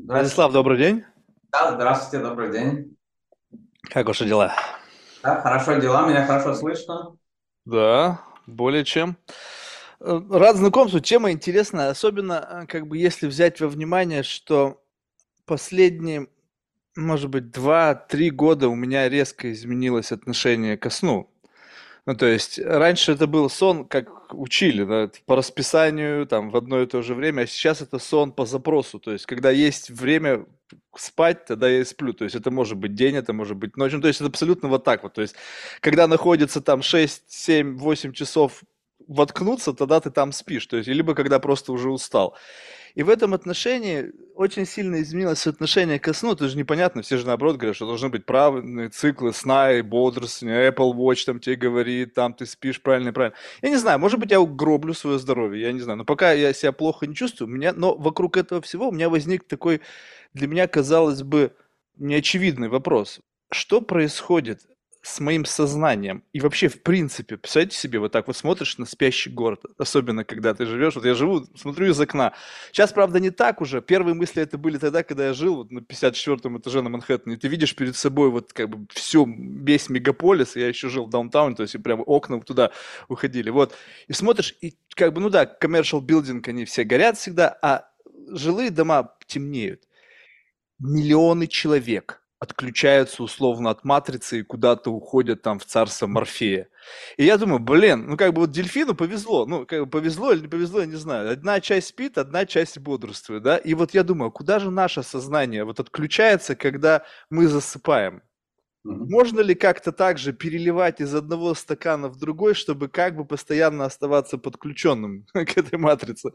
Владислав, Здравствуйте. добрый день. Да, здравствуйте, добрый день. Как ваши дела? Да, хорошо дела, меня хорошо слышно. Да, более чем. Рад знакомству. Тема интересная, особенно как бы если взять во внимание, что последние, может быть, 2-3 года у меня резко изменилось отношение ко сну. Ну, то есть раньше это был сон, как учили, да, по расписанию, там, в одно и то же время, а сейчас это сон по запросу. То есть, когда есть время спать, тогда я и сплю. То есть, это может быть день, это может быть ночь. Ну, то есть, это абсолютно вот так вот. То есть, когда находится там 6, 7, 8 часов воткнуться, тогда ты там спишь. То есть, либо когда просто уже устал. И в этом отношении очень сильно изменилось отношение ко сну. Это же непонятно, все же наоборот говорят, что должны быть правильные циклы сна и бодрствования. Apple Watch там тебе говорит, там ты спишь правильно и правильно. Я не знаю, может быть, я угроблю свое здоровье, я не знаю. Но пока я себя плохо не чувствую, но вокруг этого всего у меня возник такой, для меня, казалось бы, неочевидный вопрос. Что происходит с моим сознанием и вообще в принципе? Представляете себе, вот так вот смотришь на спящий город, особенно когда ты живешь. Вот я живу, смотрю из окна. Сейчас, правда, не так уже. Первые мысли это были тогда, когда я жил вот на 54-м этаже на Манхэттене. И ты видишь перед собой вот как бы все, весь мегаполис. Я еще жил в даунтауне, то есть и прям окна вот туда уходили. Вот. И смотришь, и как бы, ну да, commercial building, они все горят всегда, а жилые дома темнеют. Миллионы человек отключаются условно от матрицы и куда-то уходят там в царство Морфея. И я думаю, блин, ну как бы вот дельфину повезло, ну как бы повезло или не повезло, я не знаю. Одна часть спит, одна часть бодрствует, да. И вот я думаю, куда же наше сознание вот отключается, когда мы засыпаем? Мгм. Можно ли как-то так же переливать из одного стакана в другой, чтобы как бы постоянно оставаться подключенным к этой матрице?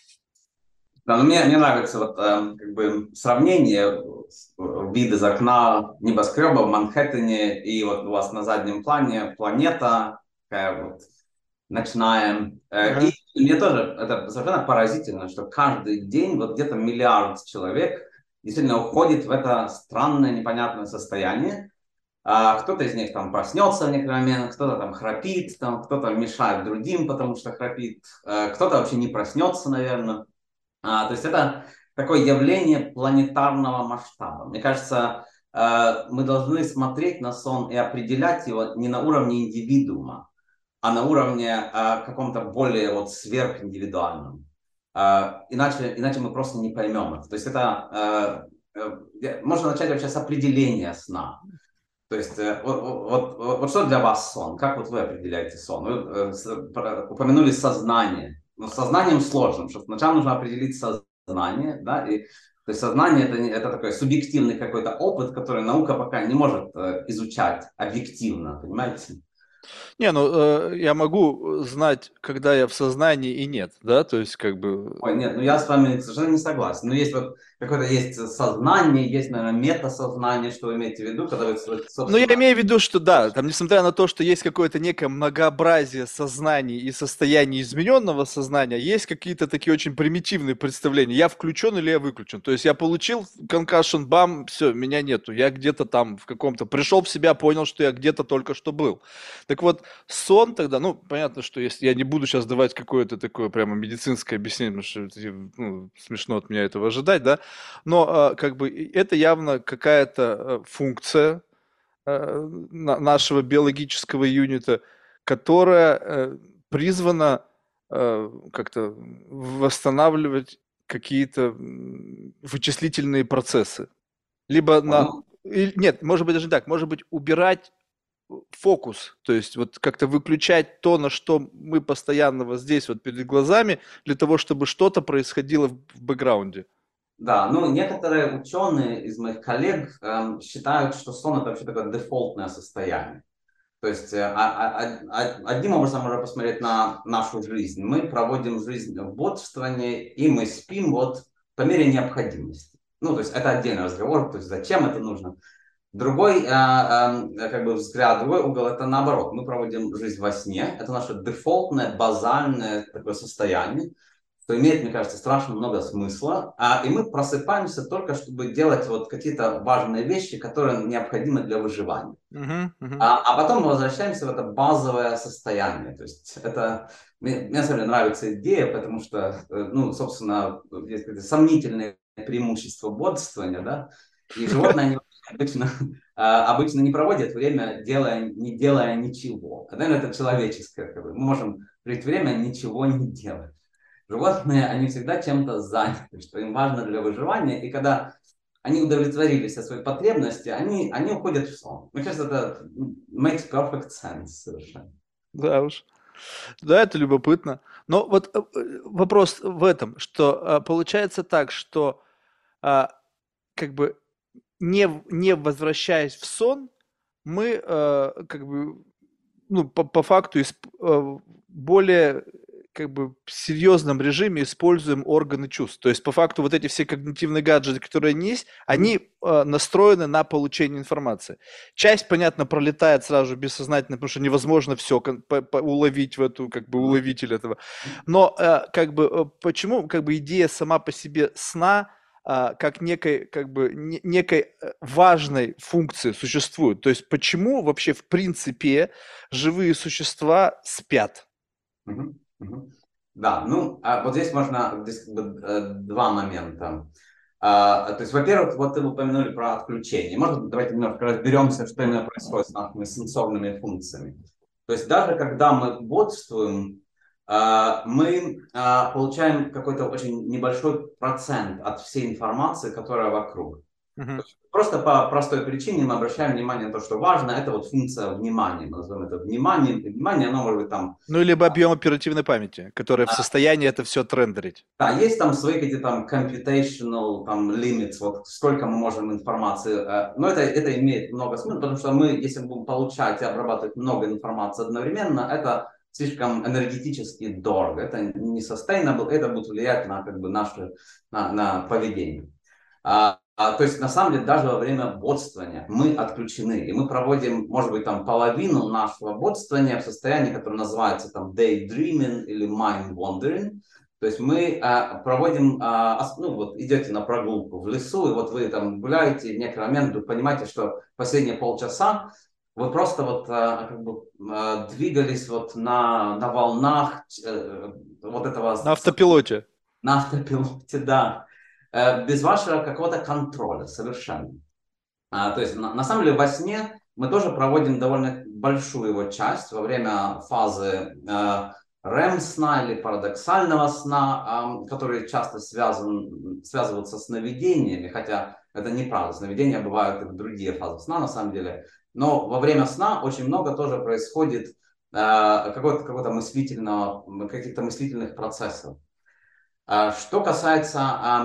Да, но мне нравится вот как бы сравнение вида из окна небоскреба в Манхэттене, и вот у вас на заднем плане планета такая вот ночная. И Ага. мне тоже это совершенно поразительно, что каждый день вот где-то миллиард человек действительно уходит в это странное непонятное состояние. Кто-то из них там проснется в некоторый момент, кто-то там храпит, там, кто-то мешает другим, потому что храпит, кто-то вообще не проснется, наверное. То есть это такое явление планетарного масштаба. Мне кажется, мы должны смотреть на сон и определять его не на уровне индивидуума, а на уровне каком-то более вот сверхиндивидуальном. Иначе мы просто не поймем это. То есть это можно начать вообще с определения сна. То есть вот что для вас сон? Как вот вы определяете сон? Вы упомянули сознание. Но с сознанием сложно, потому что сначала нужно определить сознание, да, и то есть сознание это такой субъективный какой-то опыт, который наука пока не может изучать объективно, понимаете? Не, ну, я могу знать, когда я в сознании и нет, да, то есть как бы. Ой, нет, ну я с вами совершенно не согласен. Но есть вот какое-то есть сознание, есть, наверное, метасознание, что вы имеете в виду, когда вы, Ну, я собственно, имею в виду, что да, там, несмотря на то, что есть какое-то некое многообразие сознаний и состояний измененного сознания, есть какие-то такие очень примитивные представления. Я включен или я выключен. То есть я получил конкашн, бам, все, меня нету. Я где-то там в каком-то пришел в себя, понял, что я где-то только что был. Так вот, сон тогда, ну, понятно, что если я не буду сейчас давать какое-то такое прямо медицинское объяснение, потому что ну, смешно от меня этого ожидать, да, но как бы это явно какая-то функция нашего биологического юнита, которая призвана как-то восстанавливать какие-то вычислительные процессы. Либо ну, нет, может быть даже так, может быть убирать фокус, то есть вот как-то выключать то, на что мы постоянно вот здесь вот перед глазами, для того, чтобы что-то происходило в бэкграунде. да, ну некоторые ученые из моих коллег считают, что сон это вообще такое дефолтное состояние. То есть одним образом можно посмотреть на нашу жизнь. Мы проводим жизнь в бодрствовании, и мы спим вот по мере необходимости. Ну, то есть это отдельный разговор, то есть зачем это нужно. Другой как бы взгляд, другой угол это наоборот. Мы проводим жизнь во сне. Это наше дефолтное, базальное такое состояние, что имеет, мне кажется, страшно много смысла. И мы просыпаемся только, чтобы делать вот какие-то важные вещи, которые необходимы для выживания. Мгм, мгм. А потом мы возвращаемся в это базовое состояние. То есть это мне на самом деле нравится идея, потому что, ну, собственно, есть какие-то сомнительные преимущество бодрствования, да, и животные, они обычно, обычно не проводят время, не делая ничего. А, наверное, это человеческое. Как бы. Мы можем жить время, ничего не делать. Животные, они всегда чем-то заняты, что им важно для выживания, и когда они удовлетворили все свои потребности, они уходят в сон. Мне кажется, это makes perfect sense совершенно. Да уж. Да, это любопытно. Но вот вопрос в этом, что получается так, что а, как бы не возвращаясь в сон, мы как бы ну, по факту более как бы в серьезном режиме используем органы чувств. То есть по факту вот эти все когнитивные гаджеты, которые есть, Мгм. они настроены на получение информации. Часть, понятно, пролетает сразу бессознательно, потому что невозможно все уловить в эту, как бы Мгм. уловитель этого. Но как бы почему как бы идея сама по себе сна как некой, как бы, некой важной функции существует. То есть почему вообще в принципе живые существа спят? Мгм. Мгм. Да, ну, вот здесь можно здесь как бы, два момента. То есть, во-первых, вот вы упомянули про отключение. Может, давайте немножко разберемся, что именно происходит с нашими сенсорными функциями. То есть, даже когда мы бодрствуем, мы получаем какой-то очень небольшой процент от всей информации, которая вокруг. Мгм. Просто по простой причине мы обращаем внимание на то, что важно, это вот функция внимания, мы назовем это вниманием. И внимание, оно может быть там. Ну, либо объем оперативной памяти, которая в состоянии это все трендерить. Да, есть там свои какие-то там computational там, limits, вот сколько мы можем информации, но это имеет много смысла, потому что мы, если мы будем получать и обрабатывать много информации одновременно, это слишком энергетически дорого, это не sustainable, это будет влиять на как бы на поведение. То есть, на самом деле, даже во время бодствования мы отключены, и мы проводим, может быть, там половину нашего бодствования в состоянии, которое называется там daydreaming или mind wandering. То есть мы проводим, ну вот идете на прогулку в лесу, и вот вы там гуляете, и в некоторый момент вы понимаете, что последние полчаса вы просто вот как бы двигались вот на волнах вот этого На автопилоте. на автопилоте, да, без вашего какого-то контроля совершенно. То есть на самом деле во сне мы тоже проводим довольно большую его часть во время фазы REM-сна или парадоксального сна, который часто связываются с сновидениями, хотя это неправда, сновидения бывают и в другие фазы сна на самом деле. Но во время сна очень много тоже происходит каких-то мыслительных процессов. Что касается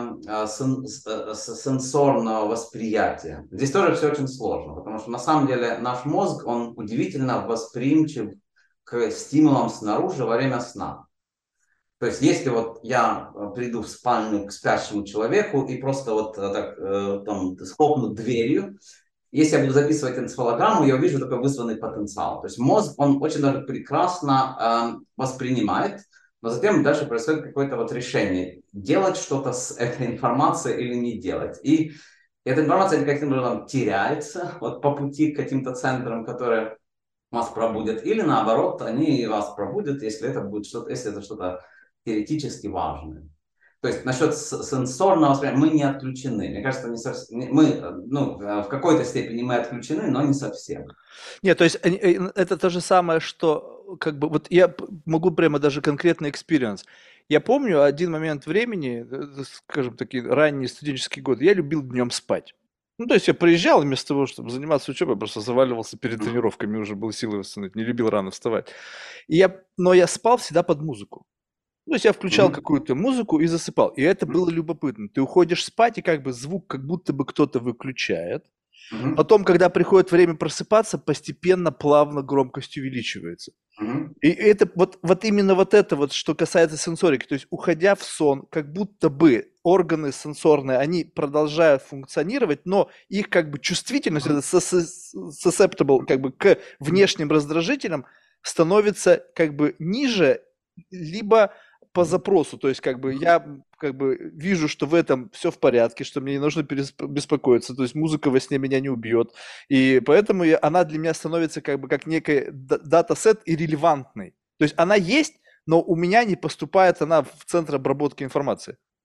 сенсорного восприятия, здесь тоже все очень сложно, потому что на самом деле наш мозг, он удивительно восприимчив к стимулам снаружи во время сна. То есть если вот я приду в спальню к спящему человеку и просто вот так там схлопну дверью, если я буду записывать энцефалограмму, я увижу такой вызванный потенциал. То есть мозг, он очень даже прекрасно воспринимает, но затем дальше происходит какое-то вот решение, делать что-то с этой информацией или не делать. И эта информация каким-то образом теряется вот, по пути к каким-то центрам, которые вас пробудят, или наоборот, они вас пробудят, если это будет что-то, если это что-то теоретически важное. То есть насчет сенсорного восприятия мы не отключены. Мне кажется, не совсем, мы, ну, в какой-то степени мы отключены, но не совсем. Нет, то есть это то же самое, что как бы вот я могу прямо даже конкретный экспириенс. Я помню один момент времени, скажем, такие ранние студенческие годы, я любил днем спать. Ну, то есть я приезжал, и вместо того, чтобы заниматься учебой, я просто заваливался перед тренировками, уже было силы восстановить, не любил рано вставать. Но я спал всегда под музыку. То есть я включал Мгм. какую-то музыку и засыпал. И это было любопытно. Ты уходишь спать, и как бы звук как будто бы кто-то выключает. Мгм. Потом, когда приходит время просыпаться, постепенно, плавно громкость увеличивается. Мгм. И это вот именно вот это вот, что касается сенсорики, то есть уходя в сон, как будто бы органы сенсорные, они продолжают функционировать, но их как бы чувствительность, это susceptible как бы к внешним раздражителям становится как бы ниже, либо по Мгм. запросу, то есть как бы я как бы вижу, что в этом все в порядке, что мне не нужно беспокоиться, то есть музыка во сне меня не убьет, и поэтому она для меня становится как бы как некий датасет и релевантный. То есть она есть, но у меня не поступает она в центр обработки информации.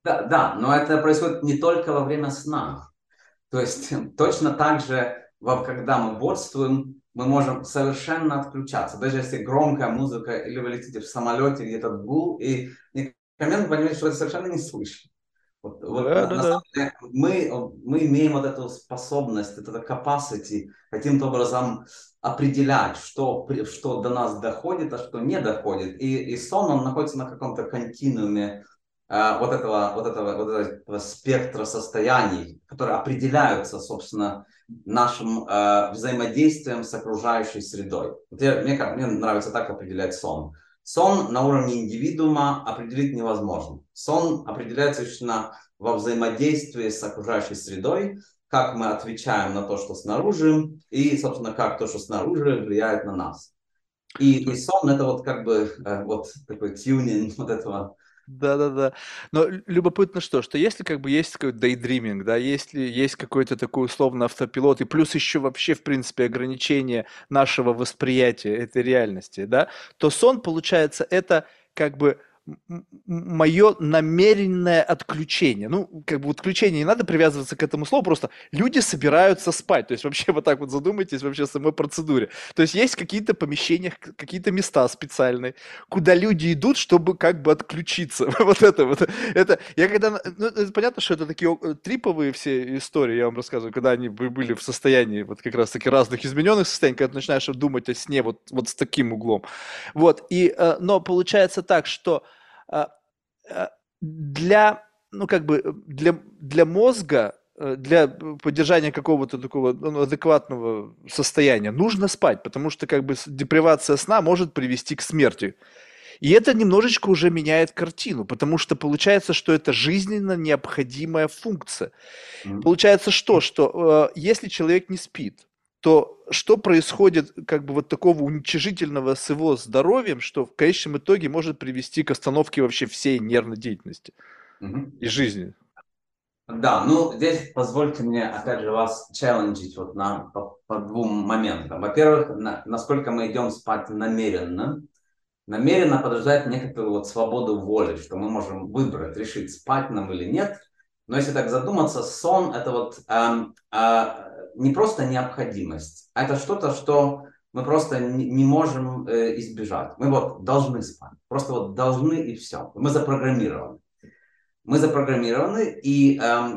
Да, да, но это происходит не только во время сна. То есть точно так же, когда мы бодствуем, мы можем совершенно отключаться. Даже если громкая музыка, или вы летите в самолете, где-то гул, и в некий момент вы понимаете, что это совершенно не слышно. Да, да, На да. самом деле мы имеем вот эту способность, это capacity каким-то образом определять, что до нас доходит, а что не доходит. И сон, он находится на каком-то континууме вот этого спектра состояний, которые определяются, собственно, нашим взаимодействием с окружающей средой. Мне нравится так определять сон. Сон на уровне индивидуума определить невозможно. Сон определяется исключительно во взаимодействии с окружающей средой, как мы отвечаем на то, что снаружи, и, собственно, как то, что снаружи, влияет на нас. И сон это вот как бы вот такой тюнинг вот этого. Да-да-да. Но любопытно что если как бы есть какой-то daydreaming, да, если есть какой-то такой условно автопилот, и плюс еще вообще, в принципе, ограничение нашего восприятия этой реальности, да, то сон, получается, это как бы мое намеренное отключение. Ну, как бы отключение, не надо привязываться к этому слову, просто люди собираются спать. То есть вообще вот так вот задумайтесь вообще о самой процедуре. То есть есть какие-то помещения, какие-то места специальные, куда люди идут, чтобы как бы отключиться. Вот это вот. Это, я когда, ну, это понятно, что это такие триповые все истории, я вам рассказываю, когда они были в состоянии вот как раз-таки разных измененных состояний, когда ты начинаешь думать о сне вот с таким углом. Вот, но получается так, что э, э, для, ну, как бы, для мозга, для поддержания какого-то такого адекватного состояния нужно спать, потому что как бы депривация сна может привести к смерти. И это немножечко уже меняет картину, потому что получается, что это жизненно необходимая функция. Получается что? Что если человек не спит, то что происходит как бы вот такого уничижительного с его здоровьем, что в конечном итоге может привести к остановке вообще всей нервной деятельности Мгм. и жизни? Да, ну здесь позвольте мне опять же вас челленджить по двум моментам. Во-первых, насколько мы идем спать намеренно. Намеренно подразумевает некоторую вот свободу воли, что мы можем выбрать, решить, спать нам или нет. Но если так задуматься, сон это вот не просто необходимость, а это что-то, что мы просто не можем избежать. Мы вот должны спать. Просто вот должны и все. Мы запрограммированы. Мы запрограммированы, и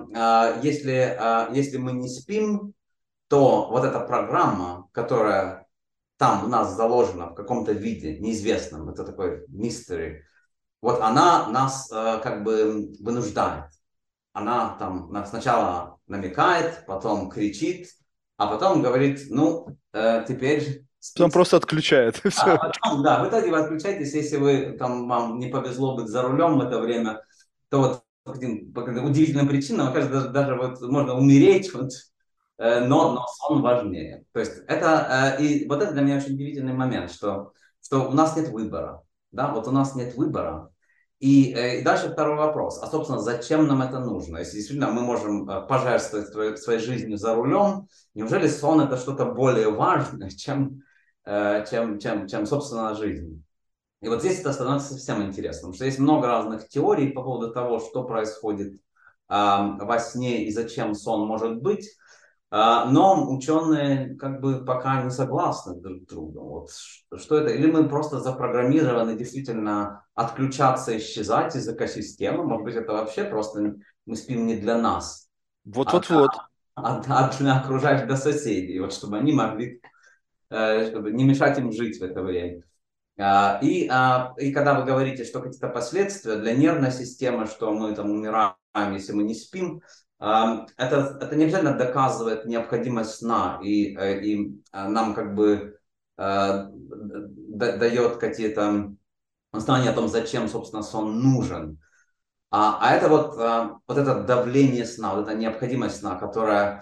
если мы не спим, то вот эта программа, которая там у нас заложена в каком-то виде неизвестном, это такой mystery, вот она нас как бы вынуждает. Она там сначала намекает, потом кричит, а потом говорит, ну, теперь Он спите. просто отключает. А Все. потом, да, в итоге вы отключаетесь, если вы там вам не повезло быть за рулем в это время, то вот по каким-то удивительным причинам, кажется, даже вот можно умереть, вот, но сон важнее. То есть это, и вот это для меня очень удивительный момент, что у нас нет выбора, да, вот у нас нет выбора. И дальше второй вопрос, а собственно, зачем нам это нужно? Если действительно мы можем пожертвовать своей жизнью за рулем, неужели сон это что-то более важное, чем собственно, жизнь. И вот здесь это становится совсем интересным, что есть много разных теорий по поводу того, что происходит во сне и зачем сон может быть, но ученые как бы пока не согласны друг с другом. Вот что это? Или мы просто запрограммированы действительно отключаться, исчезать из экосистемы? Может быть, это вообще просто мы спим не для нас, а Вот-вот-вот. для окружающих, для соседей, вот чтобы они могли чтобы не мешать им жить в это время. И когда вы говорите, что какие-то последствия для нервной системы, что мы там умираем, если мы не спим, это не обязательно доказывает необходимость сна и нам как бы дает какие-то знания о том, зачем, собственно, сон нужен. А это вот это давление сна, вот эта необходимость сна, которая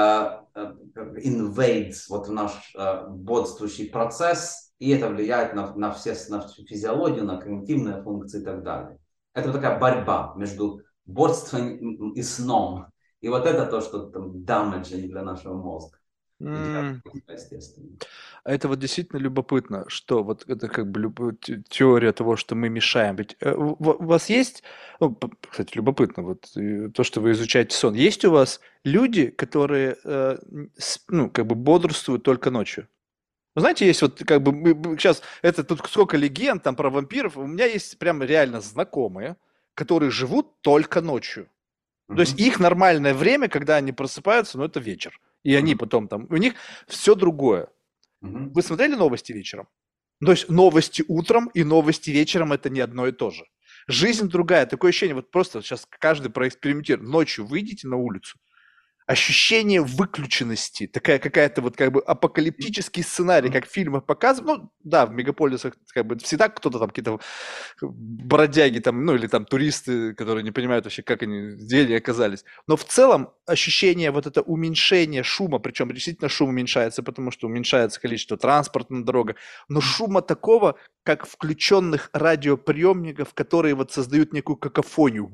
invades вот в наш бодрствующий процесс, и это влияет на всю физиологию, на когнитивные функции и так далее. Это вот такая борьба между бодрствованием и сном. И вот это то, что там damaging для нашего мозга. М. естественно. А это вот действительно любопытно, что вот это как бы теория того, что мы мешаем. Ведь у вас есть, ну, кстати, любопытно, вот то, что вы изучаете сон, есть у вас люди, которые, ну, как бы бодрствуют только ночью? Вы знаете, есть вот как бы сейчас это тут сколько легенд там про вампиров. У меня есть прям реально знакомые, которые живут только ночью. То есть Мгм. их нормальное время, когда они просыпаются, ну, это вечер. И они Мгм. потом там, у них все другое. Мгм. Вы смотрели новости вечером? То есть новости утром и новости вечером это не одно и то же. Жизнь другая. Такое ощущение, вот просто сейчас каждый проэкспериментирует. Ночью выйдите на улицу, ощущение выключенности, такая какая-то вот как бы апокалиптический сценарий, Мгм. как в фильмах показывают. Ну, да, в мегаполисах как бы всегда кто-то там, какие-то бродяги там, ну или там туристы, которые не понимают вообще, как они где они оказались. Но в целом ощущение вот это уменьшение шума, причем действительно шум уменьшается, потому что уменьшается количество транспорта на дорогах, но шума такого, как включенных радиоприемников, которые вот создают некую какофонию.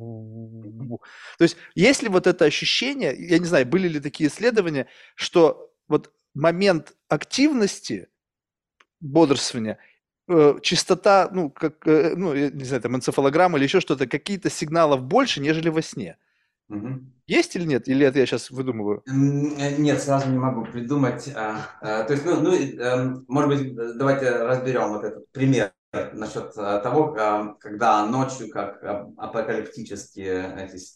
То есть, если вот это ощущение, я не знаю, были ли такие исследования, что вот момент активности, бодрствования, частота, ну, как, ну, я не знаю, там энцефалограмма или еще что-то, какие-то сигналов больше, нежели во сне. Мгм. Есть или нет? Или это я сейчас выдумываю? Нет, сразу не могу придумать. То есть, может быть, давайте разберем вот этот пример насчет того, когда ночью, как апокалиптические эти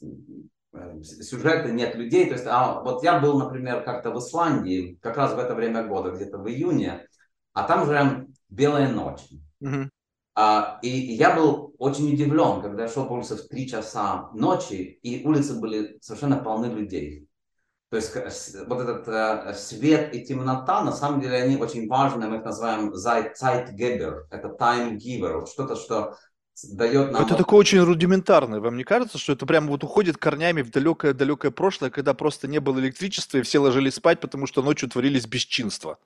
сюжеты, нет людей. То есть, вот я был, например, как-то в Исландии, как раз в это время года, где-то в июне, а там же белая ночь. Мгм. И я был очень удивлен, когда я шел по улице в 3 часа ночи, и улицы были совершенно полны людей. То есть вот этот свет и темнота, на самом деле, они очень важны, мы их называем Zeitgeber, это time giver, вот что-то, что дает нам Это вот... такое очень рудиментарное. Вам не кажется, что это прямо вот уходит корнями в далекое-далекое прошлое, когда просто не было электричества и все ложились спать, потому что ночью творились бесчинства?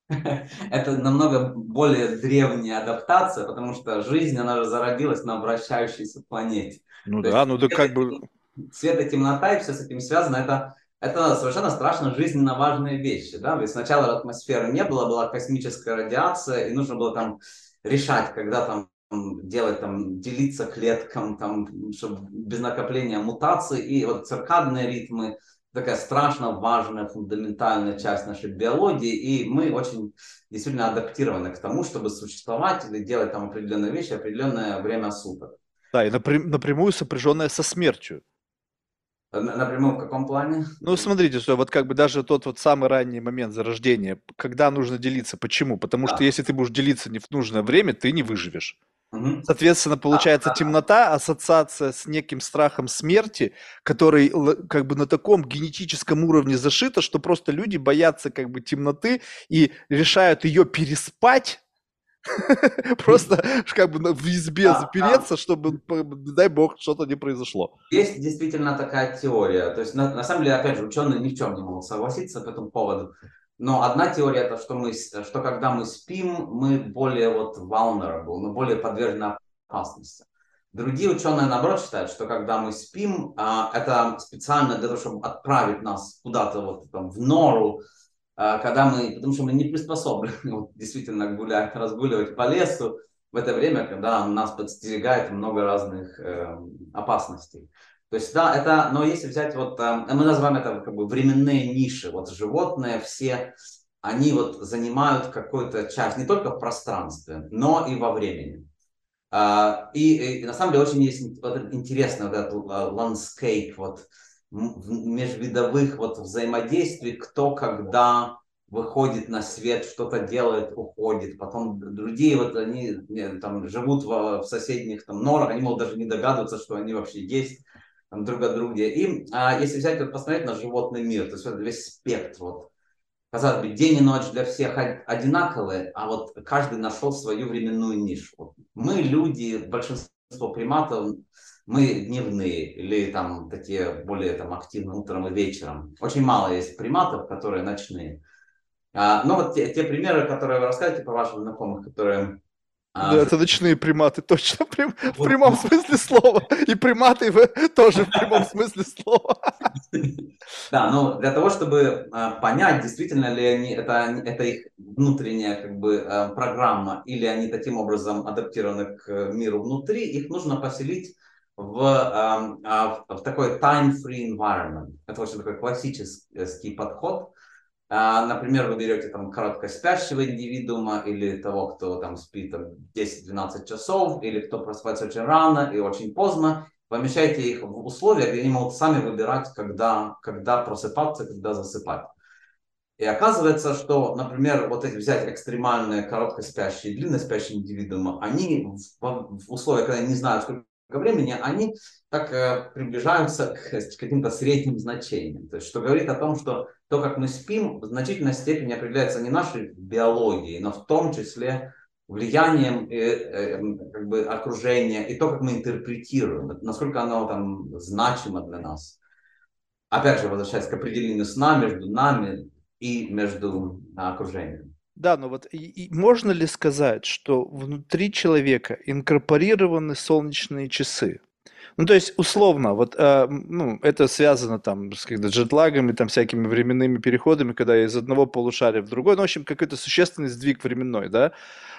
Это намного более древняя адаптация, потому что жизнь, она же зародилась на вращающейся планете. Ну То есть да, ну да как бы... свет и темнота, и все с этим связано, это совершенно страшно жизненно важные вещи. Да? Ведь сначала атмосферы не было, была космическая радиация, и нужно было там решать, когда там делать, там, делиться клеткам, там, чтобы без накопления мутаций. И вот циркадные ритмы, такая страшно важная, фундаментальная часть нашей биологии, и мы очень действительно адаптированы к тому, чтобы существовать или делать там определенные вещи определенное время суток. Да, и напрямую сопряженное со смертью. Напрямую в каком плане? Ну, смотрите, что вот как бы даже тот вот самый ранний момент зарождения, когда нужно делиться. Почему? Потому что Да. если ты будешь делиться не в нужное время, ты не выживешь. Мгм. Соответственно, Да, получается да, темнота, ассоциация с неким страхом смерти, который как бы на таком генетическом уровне зашито, что просто люди боятся как бы темноты и решают ее переспать, просто как бы в избе да, да. запереться, чтобы, дай бог, что-то не произошло. Есть действительно такая теория. То есть, на самом деле, опять же, ученые ни в чем не могут согласиться по этому поводу. Но одна теория это, что когда мы спим, мы более вот vulnerable, мы более подвержены опасности. Другие ученые, наоборот, считают, что когда мы спим, это специально для того, чтобы отправить нас куда-то вот там в нору, потому что мы не приспособлены вот, действительно гулять, разгуливать по лесу в это время, когда нас подстерегает много разных опасностей. То есть, да, это, но если взять вот, мы называем это как бы временные ниши, вот животные все, они вот занимают какую-то часть не только в пространстве, но и во времени. И на самом деле очень есть вот интересный вот этот landscape вот межвидовых вот взаимодействий, кто когда выходит на свет, что-то делает, уходит. Потом другие вот они там живут в соседних там норах, они могут даже не догадываться, что они вообще есть там, друг от друга. И если взять вот посмотреть на животный мир, то есть вот весь спектр вот казалось бы, день и ночь для всех одинаковые, а вот каждый нашел свою временную нишу. Вот мы, люди, большинство приматов, мы дневные или там такие более там, активны утром и вечером. Очень мало есть приматов, которые ночные. Но вот те примеры, которые вы рассказываете про ваших знакомых, которые А, Да, это ночные приматы, точно, в животные. прямом смысле слова. И приматы тоже в прямом смысле слова. Да, но для того, чтобы понять, действительно ли это их внутренняя как бы программа, или они таким образом адаптированы к миру внутри, их нужно поселить в такой time-free environment. Это очень такой классический подход. Например, вы берете там короткоспящего индивидуума или того, кто там спит 10-12 часов, или кто просыпается очень рано и очень поздно, помещайте их в условия, где они могут сами выбирать, когда просыпаться, когда засыпать. И оказывается, что, например, вот эти взять экстремальные короткоспящие и длинноспящие индивидуумы, они в условиях, когда они не знают, сколько времени, они так приближаются к каким-то средним значениям. То есть, что говорит о том, что то, как мы спим, в значительной степени определяется не нашей биологией, но в том числе влиянием как бы окружения и то, как мы интерпретируем, насколько оно там значимо для нас. Опять же, возвращаясь к определению сна между нами и между окружением. Да, но вот и можно ли сказать, что внутри человека инкорпорированы солнечные часы? Ну, то есть, условно, вот, ну, это связано там с когда джетлагами, там всякими временными переходами, когда из одного полушария в другой, ну, в общем, какой-то существенный сдвиг временной, да,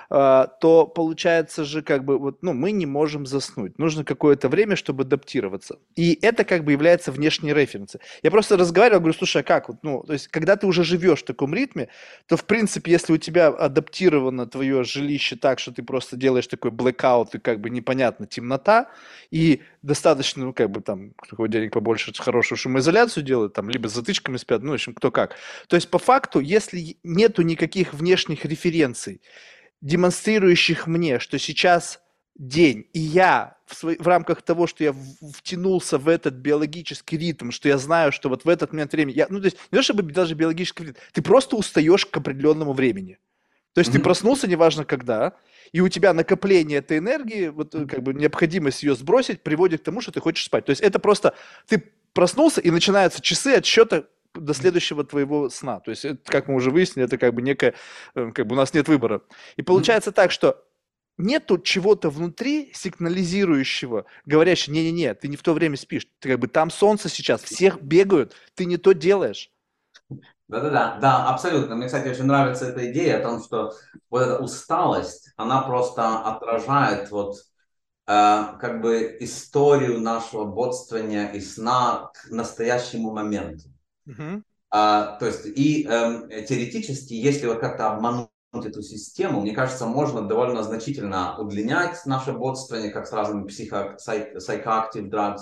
то получается же как бы вот, ну, мы не можем заснуть. Нужно какое-то время, чтобы адаптироваться. И это как бы является внешней референсом. Я просто разговаривал, говорю, слушай, а как вот, ну, то есть, когда ты уже живешь в таком ритме, то, в принципе, если у тебя адаптировано твое жилище так, что ты просто делаешь такой blackout и как бы непонятно темнота, и достаточно, ну, как бы там, кто денег побольше, хорошую шумоизоляцию делает, там, либо с затычками спят, ну, в общем, кто как. То есть, по факту, если нету никаких внешних референций, демонстрирующих мне, что сейчас день, и я в рамках того, что я втянулся в этот биологический ритм, что я знаю, что вот в этот момент времени, ну, то есть не то чтобы даже биологический ритм, ты просто устаешь к определенному времени. То есть ты Мгм. проснулся, неважно когда, и у тебя накопление этой энергии, вот как бы необходимость ее сбросить, приводит к тому, что ты хочешь спать. То есть это просто ты проснулся, и начинаются часы отсчета до следующего твоего сна. То есть, это, как мы уже выяснили, это как бы некое, как бы у нас нет выбора. И Мгм. получается так, что нету чего-то внутри сигнализирующего, говорящего, не-не-не, ты не в то время спишь, ты как бы там солнце сейчас, всех бегают, ты не то делаешь. Да-да-да, да, абсолютно. Мне, кстати, очень нравится эта идея о том, что вот эта усталость, она просто отражает вот как бы историю нашего бодствования и сна к настоящему моменту. Мгм. То есть и теоретически, если вот как-то обмануть эту систему, мне кажется, можно довольно значительно удлинять наше бодствование, как с разными psychoactive drugs,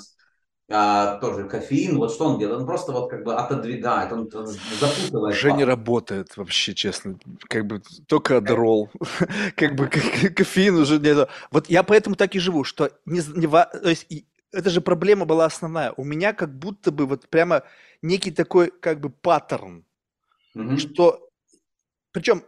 тоже кофеин, вот что он делает? Он просто вот как бы отодвигает, он запутывает. Уже не работает вообще, честно. Как бы только Адderall. Как бы кофеин уже не... Вот я поэтому так и живу, что то есть это же проблема была основная. У меня как будто бы вот прямо некий такой как бы паттерн, Мгм. что причем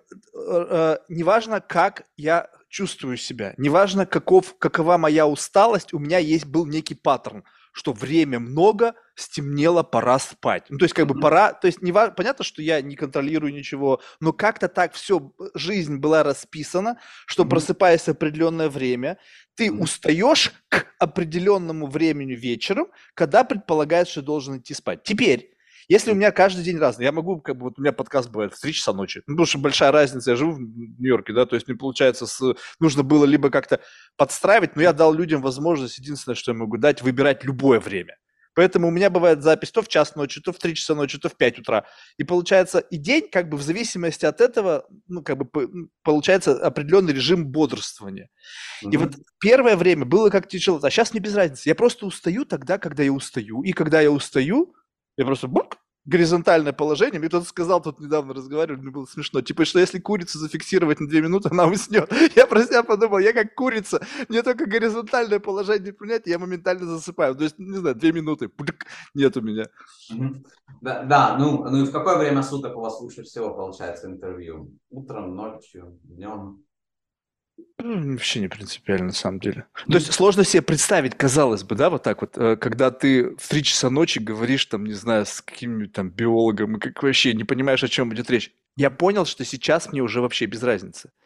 неважно, как я чувствую себя, неважно, какова моя усталость, у меня был некий паттерн, что время много, стемнело, пора спать. Ну, то есть, как бы Мгм. пора, то есть, понятно, что я не контролирую ничего, но как-то так все, жизнь была расписана, что Мгм. просыпаясь в определенное время, ты Мгм. устаешь к определенному времени вечером, когда предполагается, что должен идти спать. Теперь, если у меня каждый день разный, я могу, как бы, вот у меня подкаст бывает в 3 часа ночи, ну, потому что большая разница, я живу в Нью-Йорке, да, то есть мне, получается, нужно было либо как-то подстраивать, но я дал людям возможность, единственное, что я могу дать, выбирать любое время. Поэтому у меня бывает запись то в час ночи, то в 3 часа ночи, то в 5 утра. И получается, и день, как бы в зависимости от этого, ну, как бы получается определенный режим бодрствования. И вот Мгм. первое время было как тяжело, а сейчас мне без разницы. Я просто устаю тогда, когда я устаю. И когда я устаю, я просто горизонтальное положение. Мне кто-то сказал, тут недавно разговаривали, мне было смешно. Типа, что если курицу зафиксировать на 2 минуты, она уснет. Я про себя подумал, я как курица, мне только горизонтальное положение принять, и я моментально засыпаю. То есть, не знаю, 2 минуты, нет у меня. Мгм. Да, да, ну и в какое время суток у вас лучше всего получается интервью? Утром, ночью, днем? Вообще не принципиально, на самом деле. То есть сложно себе представить, казалось бы, да, вот так вот, когда ты в 3 часа ночи говоришь, там, не знаю, с каким-нибудь там биологом, и как вообще не понимаешь, о чем идет речь. Я понял, что сейчас мне уже вообще без разницы.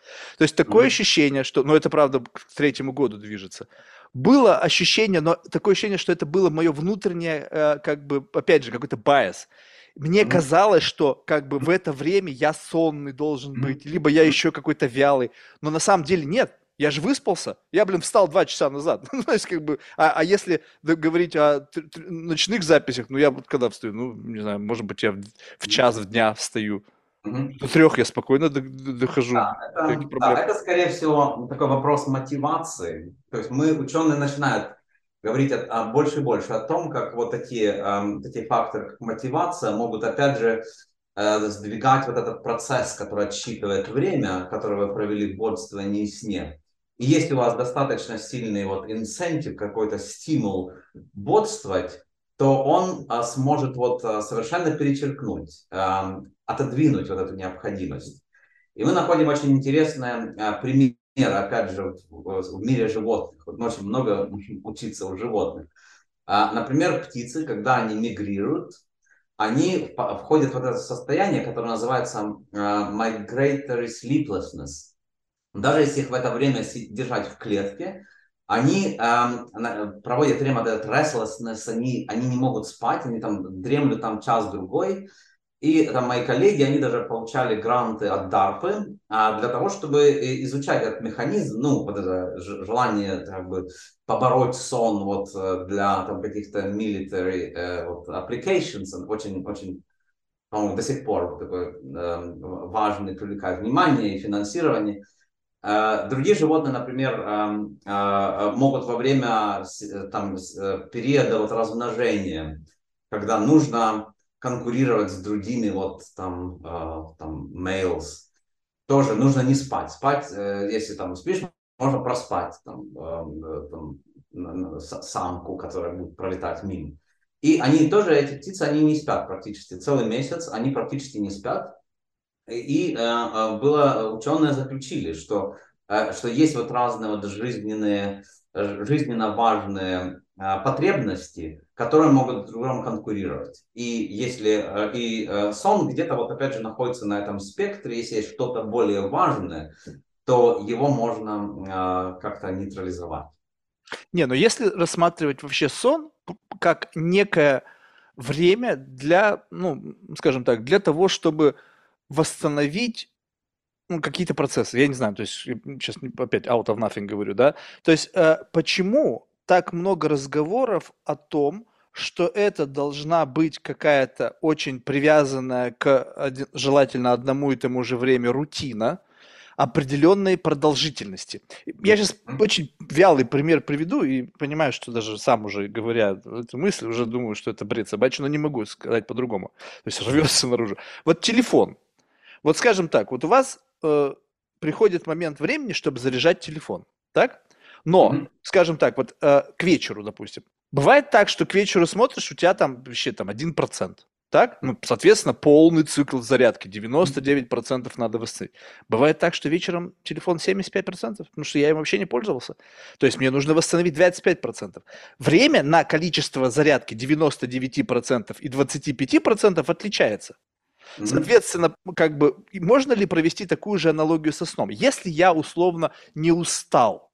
То есть такое ощущение, что, ну это правда к третьему году движется, было ощущение, но такое ощущение, что это было мое внутреннее, как бы, опять же, какой-то байс. Мне Мгм. казалось, что как бы в это время я сонный должен Мгм. быть, либо я еще какой-то вялый. Но на самом деле нет. Я же выспался. Я, блин, встал 2 часа назад. Ну, то есть, как бы, а если говорить о ночных записях, ну, я вот когда встаю, ну, не знаю, может быть, я в час в дня встаю. Мгм. До 3 я спокойно дохожу. Никаких Да, проблем. это, скорее всего, такой вопрос мотивации. То есть мы, ученые, начинают говорить больше и больше о том, как вот такие факторы, как мотивация, могут, опять же, сдвигать вот этот процесс, который отсчитывает время, которое вы провели в бодрствовании и сне. И если у вас достаточно сильный вот инсентив, какой-то стимул бодрствовать, то он сможет вот совершенно перечеркнуть, отодвинуть вот эту необходимость. И мы находим очень интересные примеры, опять же, в мире животных. Вот мы очень много учиться у животных. Например, птицы, когда они мигрируют, они входят в это состояние, которое называется migratory sleeplessness. Даже если их в это время держать в клетке, они проводят время, этот restlessness, они не могут спать, они там дремлют там час-другой. И там мои коллеги, они даже получали гранты от DARPA для того, чтобы изучать этот механизм, ну, вот это желание как бы побороть сон вот для там каких-то military вот, applications, очень, по-моему, до сих пор такой важный, привлекает внимание и финансирование. Другие животные, например, могут во время периода вот размножения, когда нужно конкурировать с другими вот там males, тоже нужно не спать. Спать, если там спишь, можно проспать самку, которая будет пролетать мимо. И они тоже, эти птицы, они не спят практически. Целый месяц они практически не спят. И ученые заключили, что есть вот разные вот жизненно важные потребности, которые могут друг с другом конкурировать. И если сон где-то вот опять же находится на этом спектре, если есть что-то более важное, то его можно как-то нейтрализовать. Не, но если рассматривать вообще сон как некое время для, ну, скажем так, для того, чтобы восстановить, ну, какие-то процессы. Я не знаю, то есть сейчас опять out of nothing говорю, да. То есть почему так много разговоров о том, что это должна быть какая-то очень привязанная к желательно одному и тому же время рутина, определенной продолжительности. Я сейчас очень вялый пример приведу и понимаю, что даже сам уже говоря эту мысль, уже думаю, что это бред собачий, но не могу сказать по-другому. То есть рвется наружу. Вот телефон. Вот скажем так, вот у вас приходит момент времени, чтобы заряжать телефон, так? Но, Мгм. скажем так, вот к вечеру, допустим. Бывает так, что к вечеру смотришь, у тебя там вообще там 1%. Так? Ну, соответственно, полный цикл зарядки. 99% надо восстановить. Бывает так, что вечером телефон 75%, потому что я им вообще не пользовался. То есть мне нужно восстановить 25%. Время на количество зарядки 99% и 25% отличается. Мгм. Соответственно, как бы можно ли провести такую же аналогию со сном? Если я условно не устал,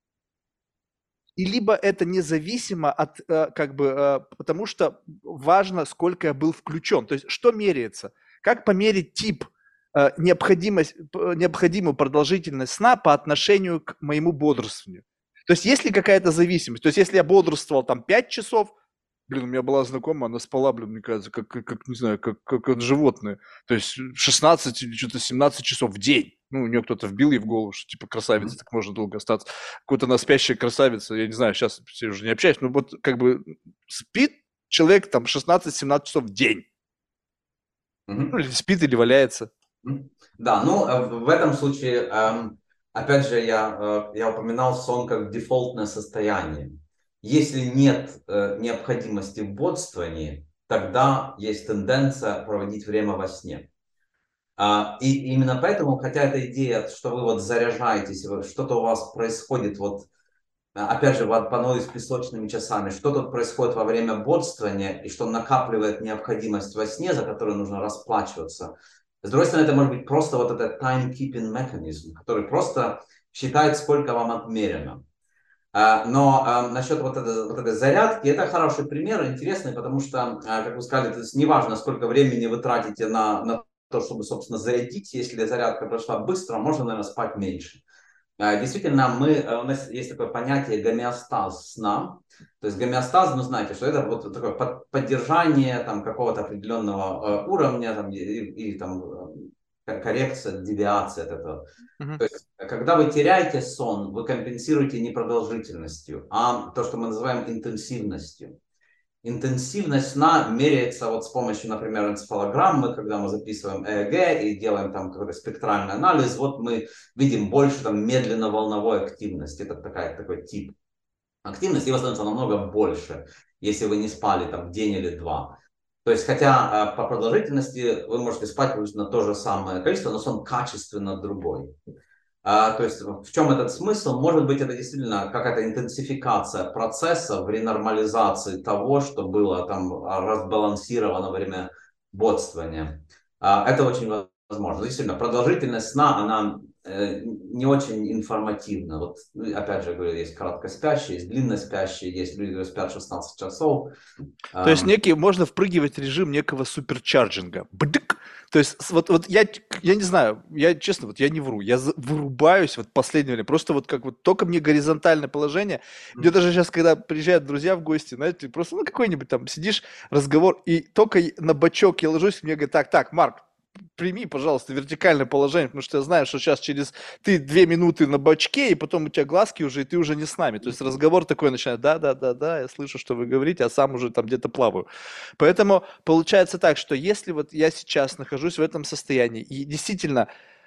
и либо это независимо от, как бы, потому что важно, сколько я был включен. То есть что меряется? Как померить тип, необходимую продолжительность сна по отношению к моему бодрствованию? То есть есть ли какая-то зависимость? То есть если я бодрствовал там 5 часов, блин, у меня была знакомая, она спала, блин, мне кажется, как не знаю, как животное. То есть 16 или что-то 17 часов в день. Ну, у нее кто-то вбил ей в голову, что типа красавица, так можно долго остаться. Какой-то она спящая красавица, я не знаю, сейчас все уже не общаюсь, но вот как бы спит человек там 16-17 часов в день. Ну, Мгм. или спит, или валяется. Да, ну в этом случае, опять же, я упоминал сон как дефолтное состояние. Если нет необходимости в бодствовании, тогда есть тенденция проводить время во сне. И именно поэтому, хотя эта идея, что вы вот заряжаетесь, что-то у вас происходит, вот опять же, по аналогии с песочными часами, что тут происходит во время бодствования и что накапливает необходимость во сне, за которую нужно расплачиваться. С другой стороны, это может быть просто вот этот time-keeping mechanism, который просто считает, сколько вам отмерено. Но насчет вот этой зарядки, это хороший пример, интересный, потому что, как вы сказали, то есть неважно, сколько времени вы тратите на то, чтобы, собственно, зарядить. Если зарядка прошла быстро, можно, наверное, спать меньше. Действительно, у нас есть такое понятие гомеостаз сна. То есть гомеостаз, ну, знаете, что это вот такое поддержание там, какого-то определенного уровня там, и там, коррекция, девиация от этого. Мгм. То есть, когда вы теряете сон, вы компенсируете не продолжительностью, а то, что мы называем интенсивностью. Интенсивность сна меряется вот с помощью, например, энцефалограммы, когда мы записываем ЭЭГ и делаем там какой-то спектральный анализ, вот мы видим больше там медленно-волновой активности, это такой тип активности, его становится намного больше, если вы не спали там день или два. То есть, хотя по продолжительности вы можете спать на то же самое количество, но сон качественно другой. То есть в чем этот смысл? Может быть, это действительно какая-то интенсификация процесса в ренормализации того, что было там разбалансировано во время бодствования. Это очень возможно. Действительно, продолжительность сна, она не очень информативна. Вот, ну, опять же, говорю, есть короткоспящие, есть длинноспящие, есть люди, которые спят 16 часов. То есть некий, можно впрыгивать в режим некого суперчарджинга. Бдык! То есть вот я не знаю, я честно, вот я не вру, вырубаюсь вот в последнее время, просто вот как вот только мне горизонтальное положение, мне даже сейчас, когда приезжают друзья в гости, знаете, просто ну какой-нибудь там сидишь, разговор, и только на бочок я ложусь, мне говорят, так, Марк, прими, пожалуйста, вертикальное положение, потому что я знаю, что сейчас ты 2 минуты на бочке, и потом у тебя глазки уже, и ты уже не с нами. То есть разговор такой начинает, да, я слышу, что вы говорите, а сам уже там где-то плаваю. Поэтому получается так, что если вот я сейчас нахожусь в этом состоянии, и действительно,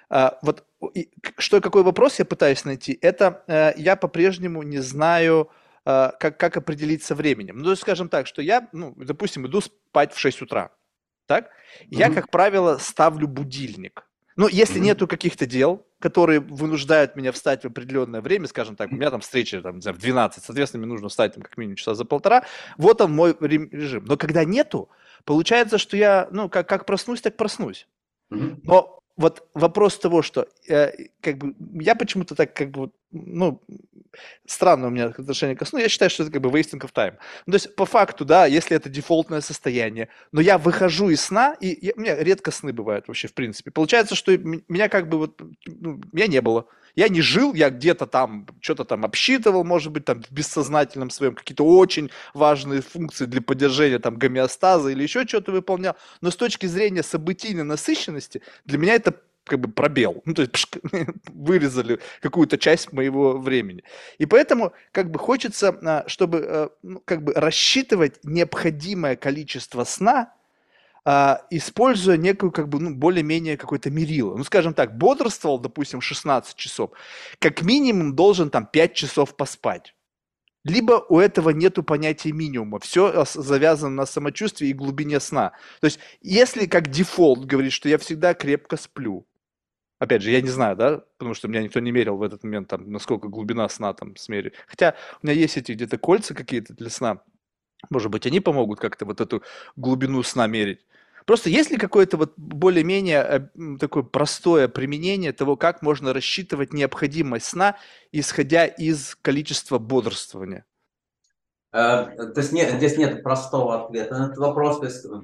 какой вопрос я пытаюсь найти, это я по-прежнему не знаю, как определить со временем. Ну, скажем так, что я, ну, допустим, иду спать в 6 утра, так? Я, Мгм. как правило, ставлю будильник. Ну, если Мгм. нету каких-то дел, которые вынуждают меня встать в определенное время, скажем так, у меня там встреча там, не знаю, в 12, соответственно, мне нужно встать там, как минимум часа за полтора, вот он мой режим. Но когда нету, получается, что я, ну, как проснусь, так проснусь. Мгм. Но вот вопрос того, что как бы я почему-то так как бы, ну, странное у меня отношение ко сну, я считаю, что это как бы wasting of time. Ну, то есть по факту, да, если это дефолтное состояние, но я выхожу из сна, и у меня редко сны бывают вообще в принципе. Получается, что меня как бы вот, ну, меня не было. Я не жил, я где-то там что-то там обсчитывал, может быть, там в бессознательном своем какие-то очень важные функции для поддержания там гомеостаза или еще что-то выполнял. Но с точки зрения событийной насыщенности, для меня это как бы пробел. Ну, то есть вырезали какую-то часть моего времени. И поэтому как бы хочется, чтобы ну, как бы рассчитывать необходимое количество сна, используя некую как бы ну, более-менее какой-то мерило. Ну, скажем так, бодрствовал, допустим, 16 часов, как минимум должен там 5 часов поспать. Либо у этого нету понятия минимума, все завязано на самочувствии и глубине сна. То есть, если как дефолт говорит, что я всегда крепко сплю, опять же, я не знаю, да, потому что меня никто не мерил в этот момент, там, насколько глубина сна там смерить. Хотя у меня есть эти где-то кольца какие-то для сна. Может быть, они помогут как-то вот эту глубину сна мерить. Просто есть ли какое-то вот более-менее такое простое применение того, как можно рассчитывать необходимость сна, исходя из количества бодрствования? То есть здесь нет простого ответа на этот вопрос. То есть,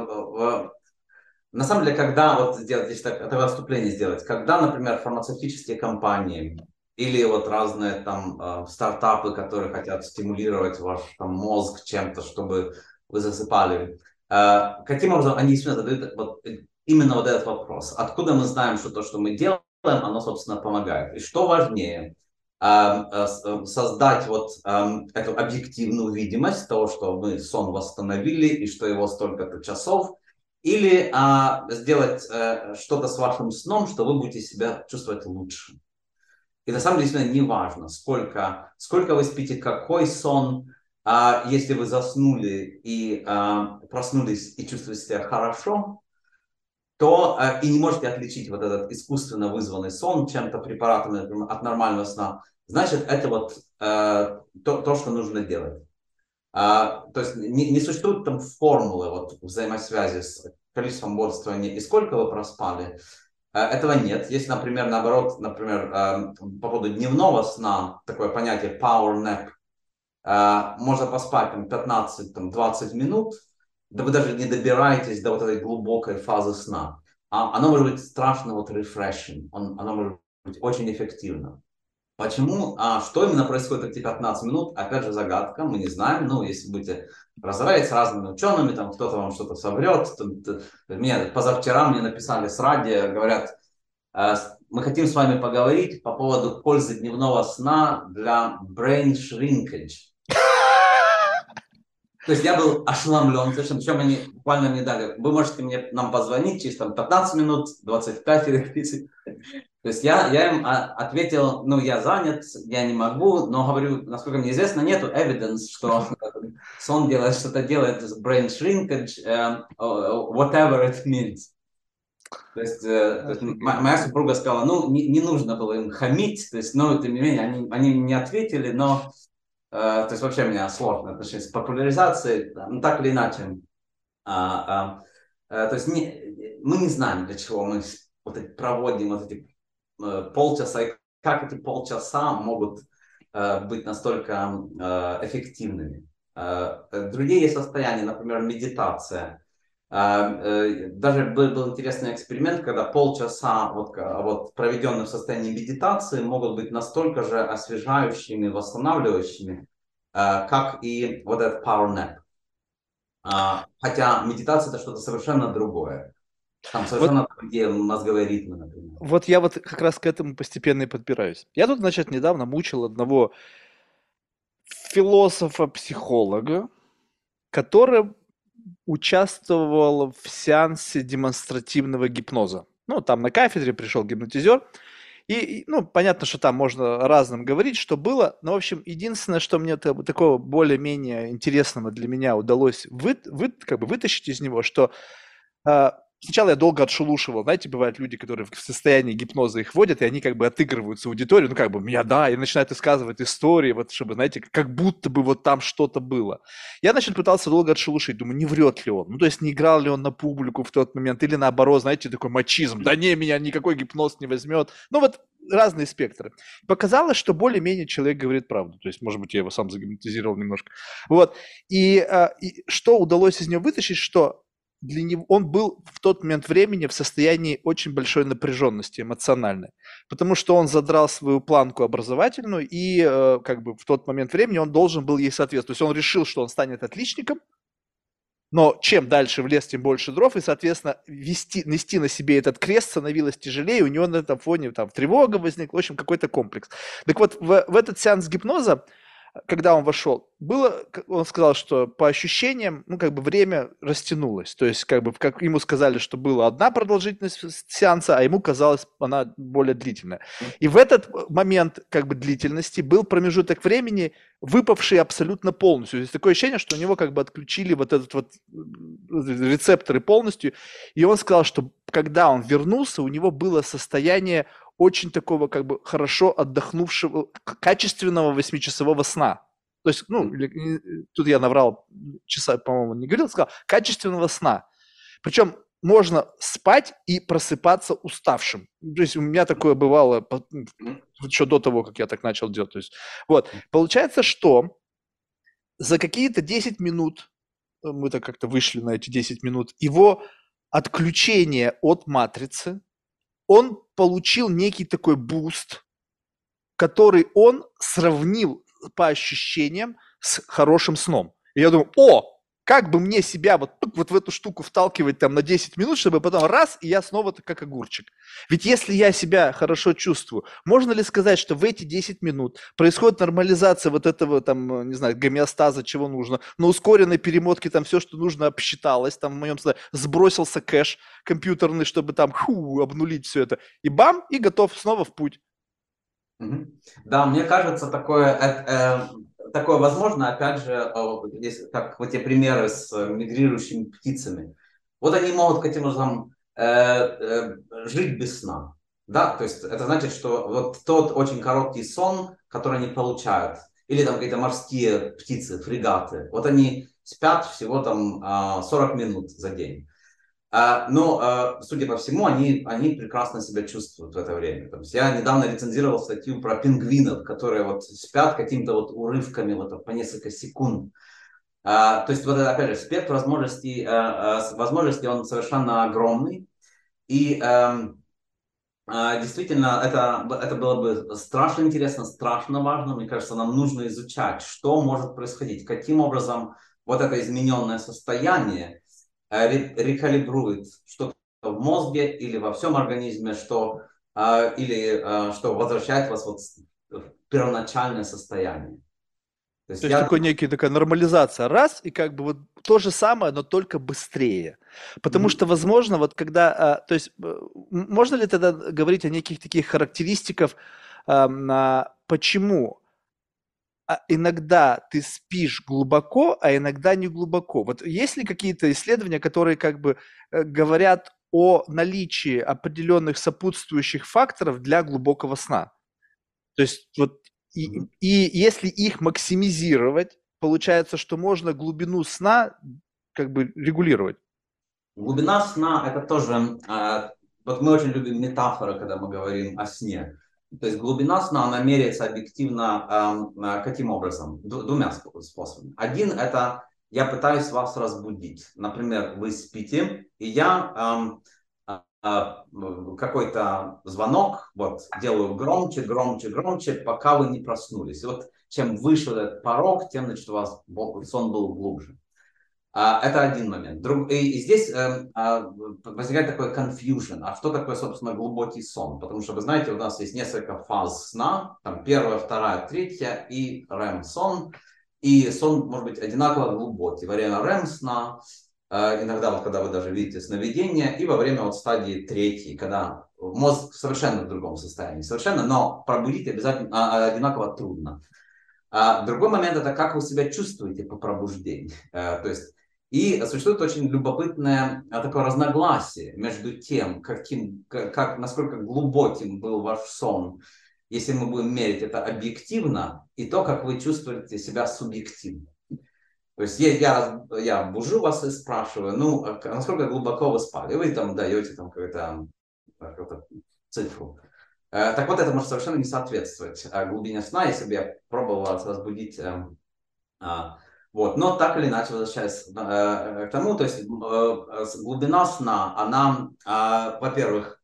на самом деле, когда, вот сделать, здесь такое отступление сделать, когда, например, фармацевтические компании или вот разные там стартапы, которые хотят стимулировать ваш там, мозг чем-то, чтобы вы засыпали, каким образом они действительно задают вот, именно вот этот вопрос. Откуда мы знаем, что то, что мы делаем, оно, собственно, помогает? И что важнее? Создать вот эту объективную видимость того, что мы сон восстановили и что его столько-то часов, или сделать что-то с вашим сном, что вы будете себя чувствовать лучше. И на самом деле действительно не важно, сколько вы спите, какой сон. Если вы заснули и проснулись и чувствуете себя хорошо, то и не можете отличить вот этот искусственно вызванный сон чем-то препаратом, например, от нормального сна, значит, это вот то, что нужно делать. То есть не существует там формулы вот, взаимосвязи с количеством бодрствования и сколько вы проспали. Этого нет. Есть, например, наоборот, например, по поводу дневного сна, такое понятие power nap. Можно поспать там, 15-20 минут, да вы даже не добираетесь до вот этой глубокой фазы сна. Оно может быть страшно вот refreshing, оно может быть очень эффективно. Почему? Что именно происходит в эти 15 минут? Опять же, загадка, мы не знаем. Ну, если будете разговаривать с разными учеными, там кто-то вам что-то соврет. Позавчера мне написали с радио, говорят, мы хотим с вами поговорить по поводу пользы дневного сна для brain shrinkage. То есть я был ошеломлен, причем они буквально мне дали, вы можете нам позвонить через там, 15 минут, 25 или 30. То есть я им ответил, ну, я занят, я не могу, но говорю, насколько мне известно, нету evidence, что сон делает, что-то делает brain shrinkage, whatever it means. То есть моя супруга сказала, ну, не нужно было им хамить, то есть, но, тем не менее, они не ответили, но, то есть, вообще у меня сложное отношение с популяризацией, ну, так или иначе. То есть, мы не знаем, для чего мы проводим вот эти полчаса, и как эти полчаса могут быть настолько эффективными. Другие есть состояния, например, медитация. Даже был интересный эксперимент, когда полчаса вот проведенные в состоянии медитации могут быть настолько же освежающими, восстанавливающими, как и вот этот power nap. Хотя медитация это что-то совершенно другое. Там совершенно другие мозговые ритмы, например. Вот я вот как раз к этому постепенно и подбираюсь. Я тут, значит, недавно мучил одного философа-психолога, который участвовал в сеансе демонстративного гипноза. Ну, там на кафедре пришел гипнотизер, и, ну, понятно, что там можно разным говорить, что было, но, в общем, единственное, что мне такого более-менее интересного для меня удалось как бы вытащить из него, что сначала я долго отшелушивал, знаете, бывают люди, которые в состоянии гипноза их вводят, и они как бы отыгрываются в аудиторию, ну как бы, меня, да, и начинают рассказывать истории, вот чтобы, знаете, как будто бы вот там что-то было. Я, значит, пытался долго отшелушить, думаю, не врет ли он, ну то есть не играл ли он на публику в тот момент, или наоборот, знаете, такой мачизм, да не, меня никакой гипноз не возьмет, ну вот разные спектры. Показалось, что более-менее человек говорит правду, то есть, может быть, я его сам загипнотизировал немножко. Вот, и что удалось из него вытащить, что для него он был в тот момент времени в состоянии очень большой напряженности эмоциональной, потому что он задрал свою планку образовательную, и как бы в тот момент времени он должен был ей соответствовать. То есть он решил, что он станет отличником, но чем дальше в лес, тем больше дров, и, соответственно, нести на себе этот крест становилось тяжелее, у него на этом фоне там тревога возникла, в общем, какой-то комплекс. Так вот, в этот сеанс гипноза, когда он вошел, он сказал, что по ощущениям, ну, как бы время растянулось. То есть, как бы, как ему сказали, что была одна продолжительность сеанса, а ему казалось, она более длительная. И в этот момент, как бы, длительности был промежуток времени, выпавший абсолютно полностью. То есть, такое ощущение, что у него, как бы, отключили вот этот вот рецепторы полностью. И он сказал, что когда он вернулся, у него было состояние очень такого как бы хорошо отдохнувшего, качественного 8-часового сна. То есть, ну, тут я наврал, часа, по-моему, не говорил, сказал, качественного сна. Причем можно спать и просыпаться уставшим. То есть у меня такое бывало еще до того, как я так начал делать. То есть, вот, получается, что за какие-то 10 минут, мы-то как-то вышли на эти 10 минут, его отключение от матрицы, он получил некий такой буст, который он сравнил по ощущениям с хорошим сном. И я думаю, как бы мне себя вот в эту штуку вталкивать там на 10 минут, чтобы потом раз, и я снова как огурчик. Ведь если я себя хорошо чувствую, можно ли сказать, что в эти 10 минут происходит нормализация вот этого там, не знаю, гомеостаза, чего нужно, на ускоренной перемотке там все, что нужно, обсчиталось, там в моем случае сбросился кэш компьютерный, чтобы там обнулить все это, и бам, и готов снова в путь. Да, мне кажется, такое возможно, опять же, как вот те примеры с мигрирующими птицами. Вот они могут каким образом жить без сна. Да? То есть это значит, что вот тот очень короткий сон, который они получают, или там какие-то морские птицы, фрегаты, вот они спят всего там 40 минут за день. Судя по всему, они прекрасно себя чувствуют в это время. То есть я недавно рецензировал статью про пингвинов, которые вот спят какими-то вот урывками вот по несколько секунд. То есть вот это, опять же, спектр возможностей, он совершенно огромный. И действительно, это было бы страшно интересно, страшно важно. Мне кажется, нам нужно изучать, что может происходить, каким образом вот это измененное состояние рекалибрует что-то в мозге или во всем организме, что возвращает вас вот в первоначальное состояние. То То есть есть такая нормализация раз, и как бы вот то же самое, но только быстрее. Потому что, возможно, вот когда, то есть, можно ли тогда говорить о неких таких характеристиках, почему иногда ты спишь глубоко, а иногда не глубоко? Вот есть ли какие-то исследования, которые как бы говорят о наличии определенных сопутствующих факторов для глубокого сна? То есть вот и если их максимизировать, получается, что можно глубину сна как бы регулировать. Глубина сна – это тоже… Вот мы очень любим метафоры, когда мы говорим о сне. То есть глубина сна, она меряется объективно каким образом? Двумя способами. Один – это я пытаюсь вас разбудить. Например, вы спите, и я какой-то звонок вот, делаю громче, громче, громче, пока вы не проснулись. И вот чем выше этот порог, тем, значит, у вас сон был глубже. Это один момент. И здесь возникает такой confusion. А что такое, собственно, глубокий сон? Потому что, вы знаете, у нас есть несколько фаз сна. Там первая, вторая, третья и REM-сон. И сон может быть одинаково глубокий. Во время REM-сна, иногда вот когда вы даже видите сновидение, и во время вот стадии третьей, когда мозг совершенно в другом состоянии. Совершенно, но пробудить обязательно одинаково трудно. Другой момент – это как вы себя чувствуете по пробуждению. То есть и существует очень любопытное такое разногласие между тем, насколько глубоким был ваш сон, если мы будем мерить это объективно, и то, как вы чувствуете себя субъективно. То есть я бужу вас и спрашиваю, насколько глубоко вы спали, вы там даете там какую-то цифру. Так вот, это может совершенно не соответствовать глубине сна, если бы я пробовал вас разбудить. Вот. Но так или иначе, возвращаясь к тому, то есть глубина сна, она, во-первых,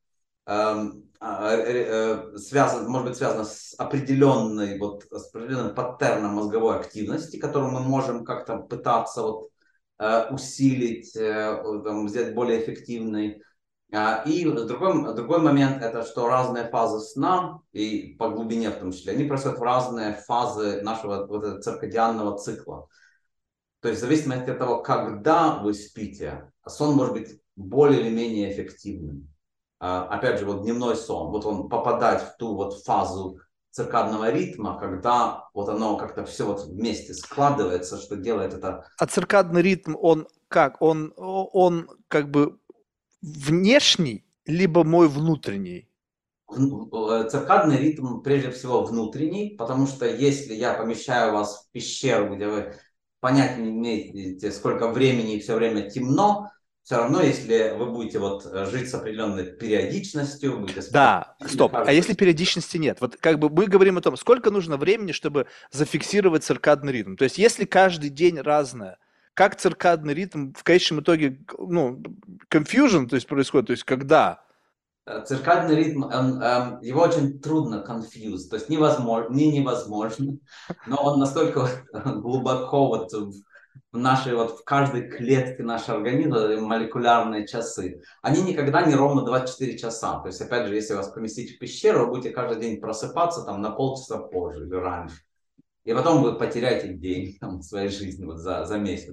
может быть связана с определенным паттерном мозговой активности, которую мы можем как-то пытаться усилить, сделать более эффективной. И другой момент – это что разные фазы сна, и по глубине в том числе, они происходят в разные фазы нашего вот этого циркадианного цикла. То есть в зависимости от того, когда вы спите, сон может быть более или менее эффективным. Опять же, вот дневной сон, вот он попадает в ту вот фазу циркадного ритма, когда вот оно как-то все вот вместе складывается, что делает это… А циркадный ритм, он как? Он как бы внешний, либо мой внутренний? Циркадный ритм прежде всего внутренний, потому что если я помещаю вас в пещеру, где вы понятия не имеете, сколько времени и все время темно, все равно, если вы будете жить с определенной периодичностью, будете спать Да, стоп. А если периодичности нет? Вот как бы мы говорим о том, сколько нужно времени, чтобы зафиксировать циркадный ритм. То есть если каждый день разное, как циркадный ритм в конечном итоге, confusion, то есть происходит, то есть когда? Циркадный ритм, его очень трудно confuse, то есть невозможно, но он настолько глубоко в каждой клетке нашего организма, молекулярные часы, они никогда не ровно 24 часа. То есть, опять же, если вас поместить в пещеру, вы будете каждый день просыпаться там на полчаса позже или раньше. И потом вы потеряете день своей жизни за месяц.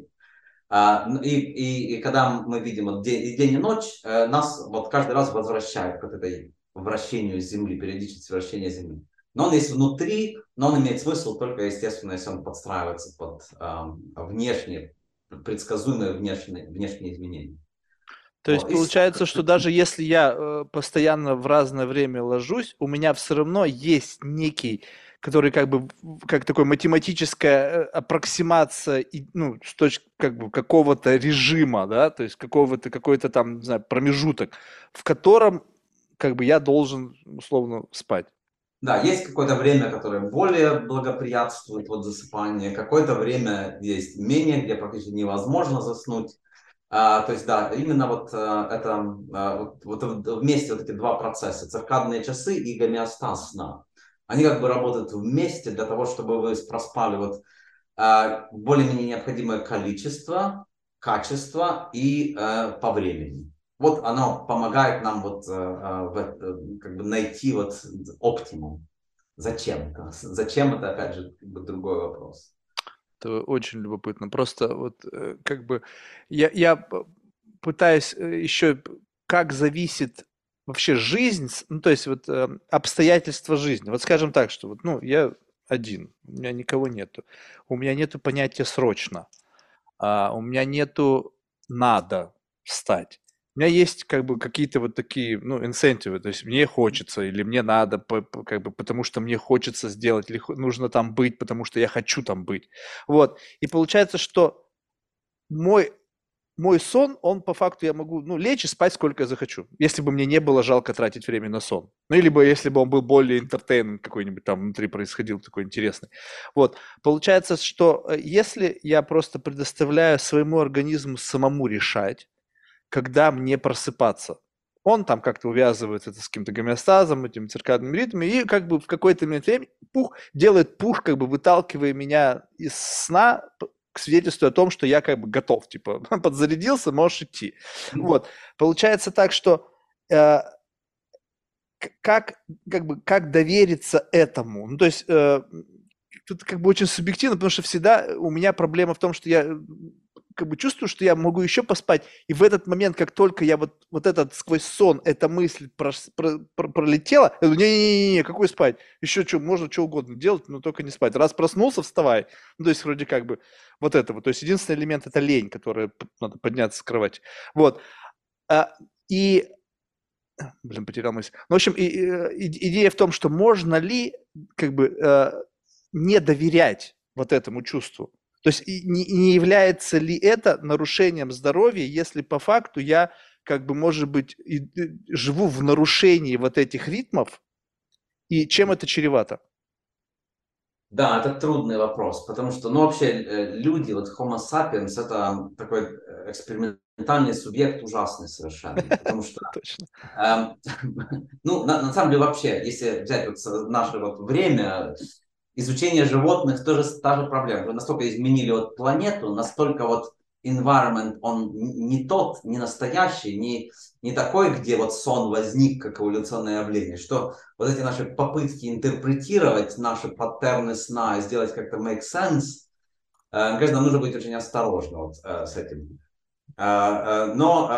И когда мы видим день и ночь, нас каждый раз возвращает к этой вращению Земли, периодичности вращения Земли. Но он есть внутри, но он имеет смысл только, естественно, если он подстраивается под внешние, предсказуемые внешние изменения. То есть получается, что даже если я постоянно в разное время ложусь, у меня все равно есть некий который как бы как такой математическая аппроксимация ну, с точки как бы какого-то режима, да, то есть какой-то там, не знаю, промежуток, в котором как бы я должен условно спать. Да, есть какое-то время, которое более благоприятствует вот засыпанию, какое-то время есть менее, где практически невозможно заснуть. То есть, да, именно вот это вот вместе вот эти два процесса, циркадные часы и гомеостаз сна, они как бы работают вместе для того, чтобы вы проспали вот более-менее необходимое количество, качество и по времени. Вот оно помогает нам вот как бы найти вот оптимум. Зачем это? Зачем это, опять же, как бы другой вопрос. Это очень любопытно. Просто вот как бы я пытаюсь еще, как зависит вообще жизнь, ну то есть вот обстоятельства жизни. Вот скажем так, что вот, ну, я один, у меня никого нету. У меня нету понятия срочно. У меня нету надо встать. У меня есть как бы какие-то вот такие, ну, инсентивы, то есть мне хочется или мне надо, как бы, потому что мне хочется сделать, или нужно там быть, потому что я хочу там быть. Вот. И получается, что мой, мой сон, он по факту я могу, ну, лечь и спать сколько я захочу, если бы мне не было жалко тратить время на сон. Ну, или бы, если бы он был более entertainment какой-нибудь там внутри происходил, такой интересный. Вот. Получается, что если я просто предоставляю своему организму самому решать, когда мне просыпаться, он там как-то увязывает это с каким-то гомеостазом, этим циркадным ритмом, и как бы в какой-то момент времени делает пух, как бы выталкивая меня из сна, к свидетельству о том, что я как бы готов, типа, подзарядился, можешь идти. Вот. Получается так, что э, как довериться этому? Ну, то есть тут как бы очень субъективно, потому что всегда у меня проблема в том, что я как бы чувствую, что я могу еще поспать, и в этот момент, как только я вот этот сквозь сон, эта мысль пролетела, я говорю, не-не-не, какой спать? Еще что, можно что угодно делать, но только не спать. Раз проснулся, вставай. Ну, то есть вроде как бы вот этого. То есть единственный элемент – это лень, которая надо подняться с кровати. Вот. И Блин, потерял мысль. Ну, в общем, идея в том, что можно ли как бы не доверять вот этому чувству. То есть не является ли это нарушением здоровья, если по факту я как бы, может быть, живу в нарушении вот этих ритмов, и чем это чревато? Да, это трудный вопрос, потому что, ну, вообще, люди, вот Homo sapiens, это такой экспериментальный субъект ужасный совершенно, потому что Точно. Эм, ну, на самом деле, вообще, если взять вот наше вот время, изучение животных тоже та же проблема. Вы настолько изменили вот планету, настолько вот environment, он не тот, не настоящий, не такой, где вот сон возник как эволюционное явление, что вот эти наши попытки интерпретировать наши паттерны сна и сделать как-то make sense, конечно, нам нужно быть очень осторожным вот, с этим. Но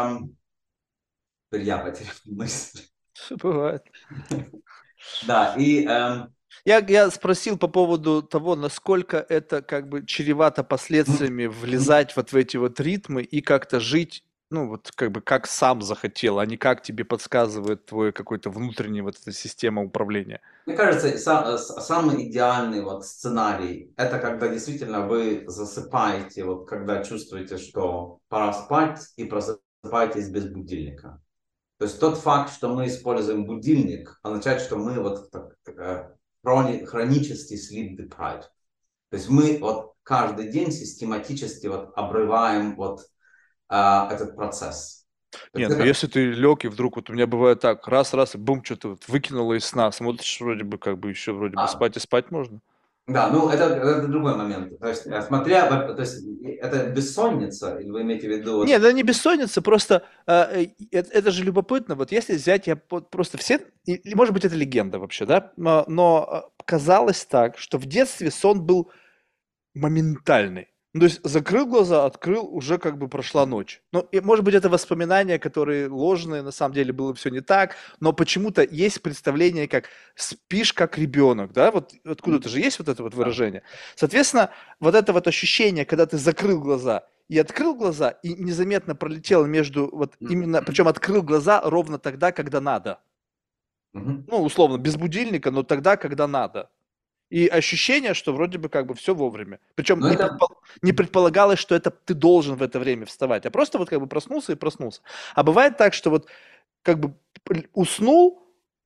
я потерял мысль. Все бывает. Да, и Я спросил по поводу того, насколько это как бы чревато последствиями влезать вот в эти вот ритмы и как-то жить, ну вот как бы как сам захотел, а не как тебе подсказывает твой какой-то внутренний вот эта система управления. мне кажется, самый идеальный вот сценарий, это когда действительно вы засыпаете, вот когда чувствуете, что пора спать, и просыпаетесь без будильника. То есть тот факт, что мы используем будильник, означает, что мы вот хронически sleep deprived. То есть мы вот каждый день систематически вот обрываем вот этот процесс. То Не, есть ну это, если ты лег и вдруг вот у меня бывает так, раз, и бум, что-то вот выкинуло из сна, смотришь, вроде бы как бы еще вроде бы а, спать и спать можно. да, ну это другой момент. То есть, смотря, то есть это бессонница, или вы имеете в виду Не, вот... это не бессонница, просто это же любопытно. Вот если взять, я просто все, и, может быть, это легенда вообще, да, но казалось так, что в детстве сон был моментальный. Ну, то есть закрыл глаза, открыл, уже как бы прошла ночь. Ну, и, может быть, это воспоминания, которые ложные, на самом деле было все не так, но почему-то есть представление, как спишь как ребенок, да, вот откуда-то же есть вот это вот Да. выражение. Соответственно, вот это вот ощущение, когда ты закрыл глаза и открыл глаза, и незаметно пролетел между, вот именно, причем открыл глаза ровно тогда, когда надо. Мгм. Ну, условно, без будильника, но тогда, когда надо. И ощущение, что вроде бы как бы все вовремя. Причем Но это, не предполагалось, что это ты должен в это время вставать, а просто вот как бы проснулся и проснулся. А бывает так, что вот как бы уснул,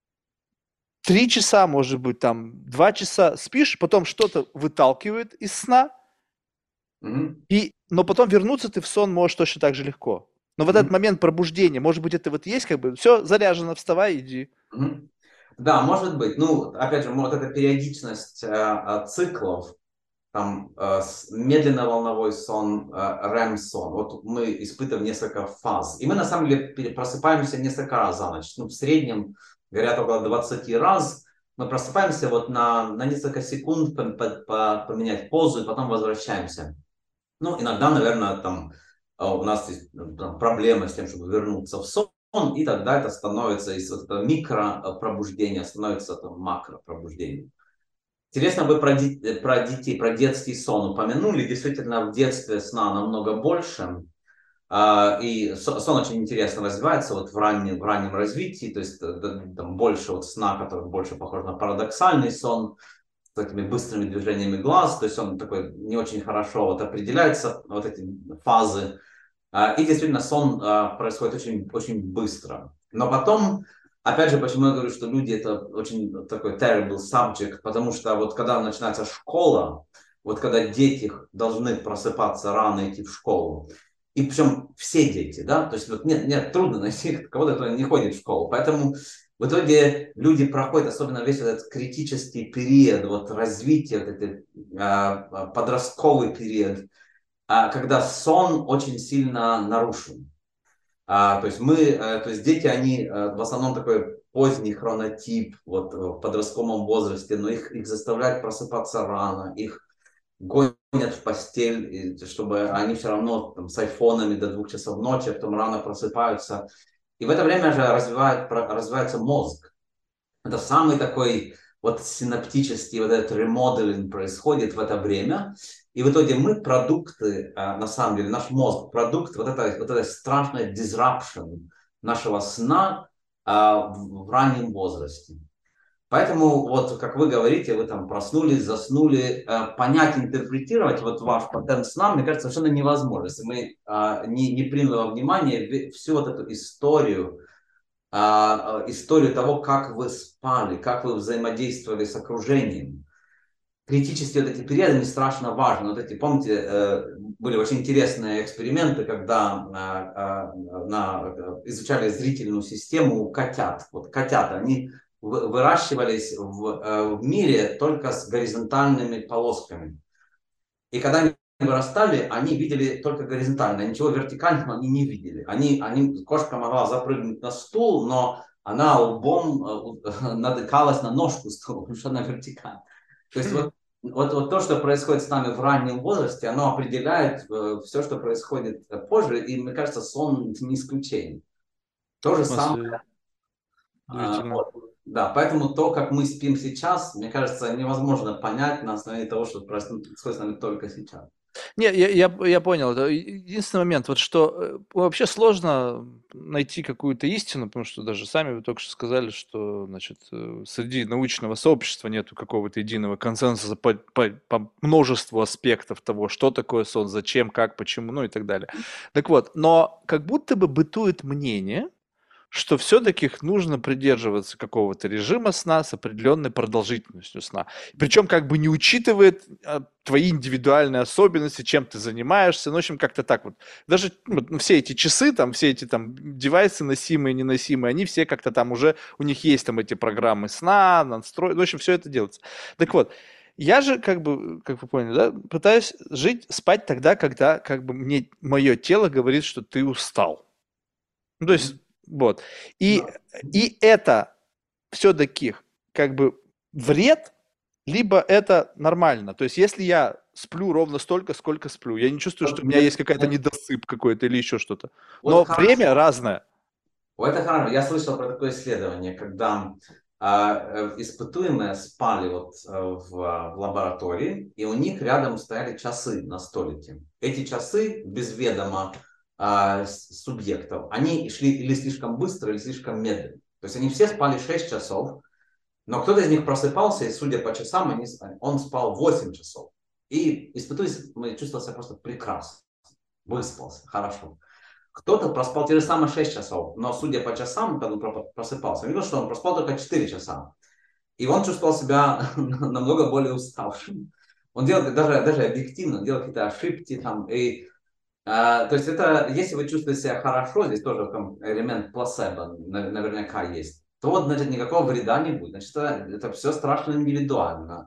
3 часа, может быть, там 2 часа спишь, потом что-то выталкивает из сна, мгм, но потом вернуться ты в сон можешь точно так же легко. Но вот этот мгм, момент пробуждения, может быть, это вот есть как бы, все заряжено, вставай, иди. мгм. Да, может быть. Ну, опять же, вот эта периодичность циклов, там медленно-волновой сон, REM-сон. Вот мы испытываем несколько фаз. И мы на самом деле просыпаемся несколько раз за ночь. Ну, в среднем, говорят, около 20 раз. Мы просыпаемся вот на несколько секунд поменять позу и потом возвращаемся. Ну, иногда, наверное, там у нас есть там, проблемы с тем, чтобы вернуться в сон, и тогда это становится из вот этого микропробуждения, становится там макропробуждением. Интересно, вы про детей, про детский сон упомянули. Действительно, в детстве сна намного больше. И сон очень интересно развивается вот в раннем развитии. То есть там больше вот сна, который больше похож на парадоксальный сон с такими быстрыми движениями глаз. То есть он такой не очень хорошо вот определяется, вот эти фазы. И действительно, сон происходит очень, очень быстро. Но потом, опять же, почему я говорю, что люди это очень такой terrible subject, потому что вот когда начинается школа, вот когда дети должны просыпаться рано идти в школу, и причем все дети, да, то есть вот нет, трудно найти кого-то, кто не ходит в школу, поэтому в итоге люди проходят, особенно весь этот критический период вот развития, вот этот подростковый период, когда сон очень сильно нарушен. То есть дети, они в основном такой поздний хронотип вот, в подростковом возрасте, но их заставляют просыпаться рано, их гонят в постель, чтобы они все равно там, с айфонами до 2 часов ночи, а потом рано просыпаются. И в это время же развивается мозг. Это самый такой вот синаптический вот этот ремоделинг происходит в это время. И в итоге мы продукты, на самом деле, наш мозг продукт вот этой страшной disruption нашего сна в раннем возрасте. Поэтому, вот как вы говорите, вы там проснулись, заснули, понять, интерпретировать вот ваш паттерн сна, мне кажется, совершенно невозможно, если мы не приняли во внимание всю вот эту историю того, как вы спали, как вы взаимодействовали с окружением. Критические вот эти периоды, они страшно важны. Вот эти, помните, были очень интересные эксперименты, когда изучали зрительную систему у котят. Вот котята, они выращивались в мире только с горизонтальными полосками. И когда они вырастали, они видели только горизонтально, ничего вертикального они не видели. Кошка могла запрыгнуть на стул, но она лбом натыкалась на ножку стула, потому что она вертикальна. То есть вот то, что происходит с нами в раннем возрасте, оно определяет все, что происходит позже, и мне кажется, сон не исключение. То же В самое. смысле, удивительно. Вот. Да, поэтому то, как мы спим сейчас, мне кажется, невозможно понять на основании того, что происходит с нами только сейчас. Не, я понял. Это единственный момент, вот что вообще сложно найти какую-то истину, потому что даже сами вы только что сказали, что, значит, среди научного сообщества нету какого-то единого консенсуса по множеству аспектов того, что такое сон, зачем, как, почему, ну и так далее. Так вот, но как будто бы бытует мнение, что все-таки нужно придерживаться какого-то режима сна с определенной продолжительностью сна. Причем как бы не учитывает твои индивидуальные особенности, чем ты занимаешься. Ну, в общем, как-то так вот. Даже все эти часы, там, все эти там девайсы носимые, неносимые, они все как-то там уже, у них есть там эти программы сна, настрой, в общем, все это делается. Так вот, я же, как бы, как вы поняли, да, пытаюсь спать тогда, когда как бы мое тело говорит, что ты устал. Ну, то есть, Мгм. вот. И, Да. и это все-таки как бы вред, либо это нормально. То есть, если я сплю ровно столько, сколько сплю, я не чувствую, что Вот у меня есть какая-то мне- недосып какой-то или еще что-то. вот Но время хорошо. разное. Это хорошо. Я слышал про такое исследование, когда испытуемые спали в лаборатории, и у них рядом стояли часы на столике. Эти часы без ведома субъектов, они шли или слишком быстро, или слишком медленно. То есть они все спали 6 часов, Но кто-то из них просыпался, и, судя по часам, он спал 8 часов. И испытуемый чувствовал себя просто прекрасно. Выспался, хорошо. Кто-то проспал те же самые 6 часов, но, судя по часам, когда он просыпался, видел, что он проспал только 4 часа. И он чувствовал себя намного более уставшим. Он делал даже объективно, делал какие-то ошибки там. То есть это, если вы чувствуете себя хорошо, здесь тоже там элемент плацебо наверняка есть, то вот, значит, никакого вреда не будет. Значит, это все страшно индивидуально.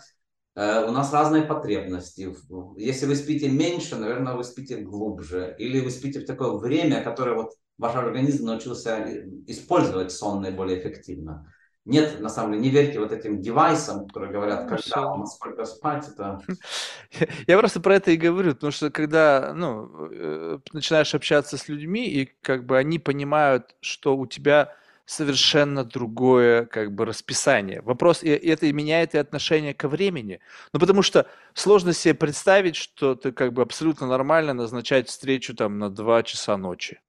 У нас разные потребности. Если вы спите меньше, наверное, вы спите глубже. Или вы спите в такое время, которое вот ваш организм научился использовать сон наиболее эффективно. Нет, на самом деле, не верьте вот этим девайсам, которые говорят, Ну, когда все. вам сколько спать. Это... Я просто про это и говорю, потому что когда, ну, начинаешь общаться с людьми, и как бы они понимают, что у тебя совершенно другое как бы расписание. Вопрос, и это и меняет и отношение ко времени. Ну, потому что сложно себе представить, что ты как бы абсолютно нормально назначать встречу там на 2 часа ночи.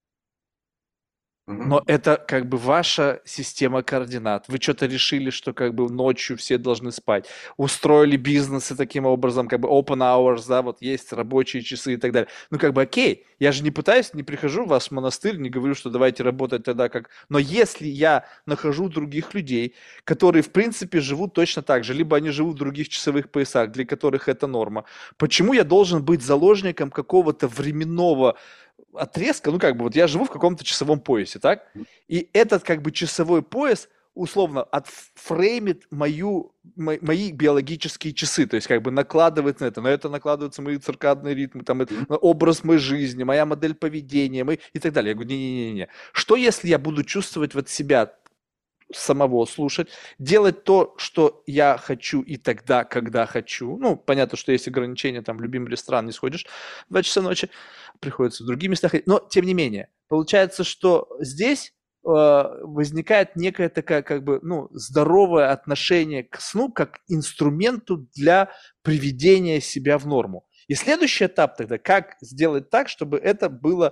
Но Мгм. это как бы ваша система координат. Вы что-то решили, что как бы ночью все должны спать. Устроили бизнесы таким образом, как бы open hours, да, вот есть рабочие часы и так далее. Ну как бы окей, я же не пытаюсь, не прихожу в ваш монастырь, не говорю, что давайте работать тогда как... Но если я нахожу других людей, которые в принципе живут точно так же, либо они живут в других часовых поясах, для которых это норма, почему я должен быть заложником какого-то временного отрезка, ну как бы вот я живу в каком-то часовом поясе, так? И этот как бы часовой пояс условно отфреймит мои биологические часы, то есть как бы накладывает на это накладываются мои циркадные ритмы, там, Мгм. образ моей жизни, моя модель поведения и так далее. Я говорю, не-не-не. Что если я буду чувствовать вот себя самого слушать, делать то, что я хочу и тогда, когда хочу. Ну, понятно, что есть ограничения, там, в любимый ресторан не сходишь в 2 часа ночи, приходится в другие места ходить. Но, тем не менее, получается, что здесь возникает некое такое, как бы, ну, здоровое отношение к сну как инструменту для приведения себя в норму. И следующий этап тогда, как сделать так, чтобы это было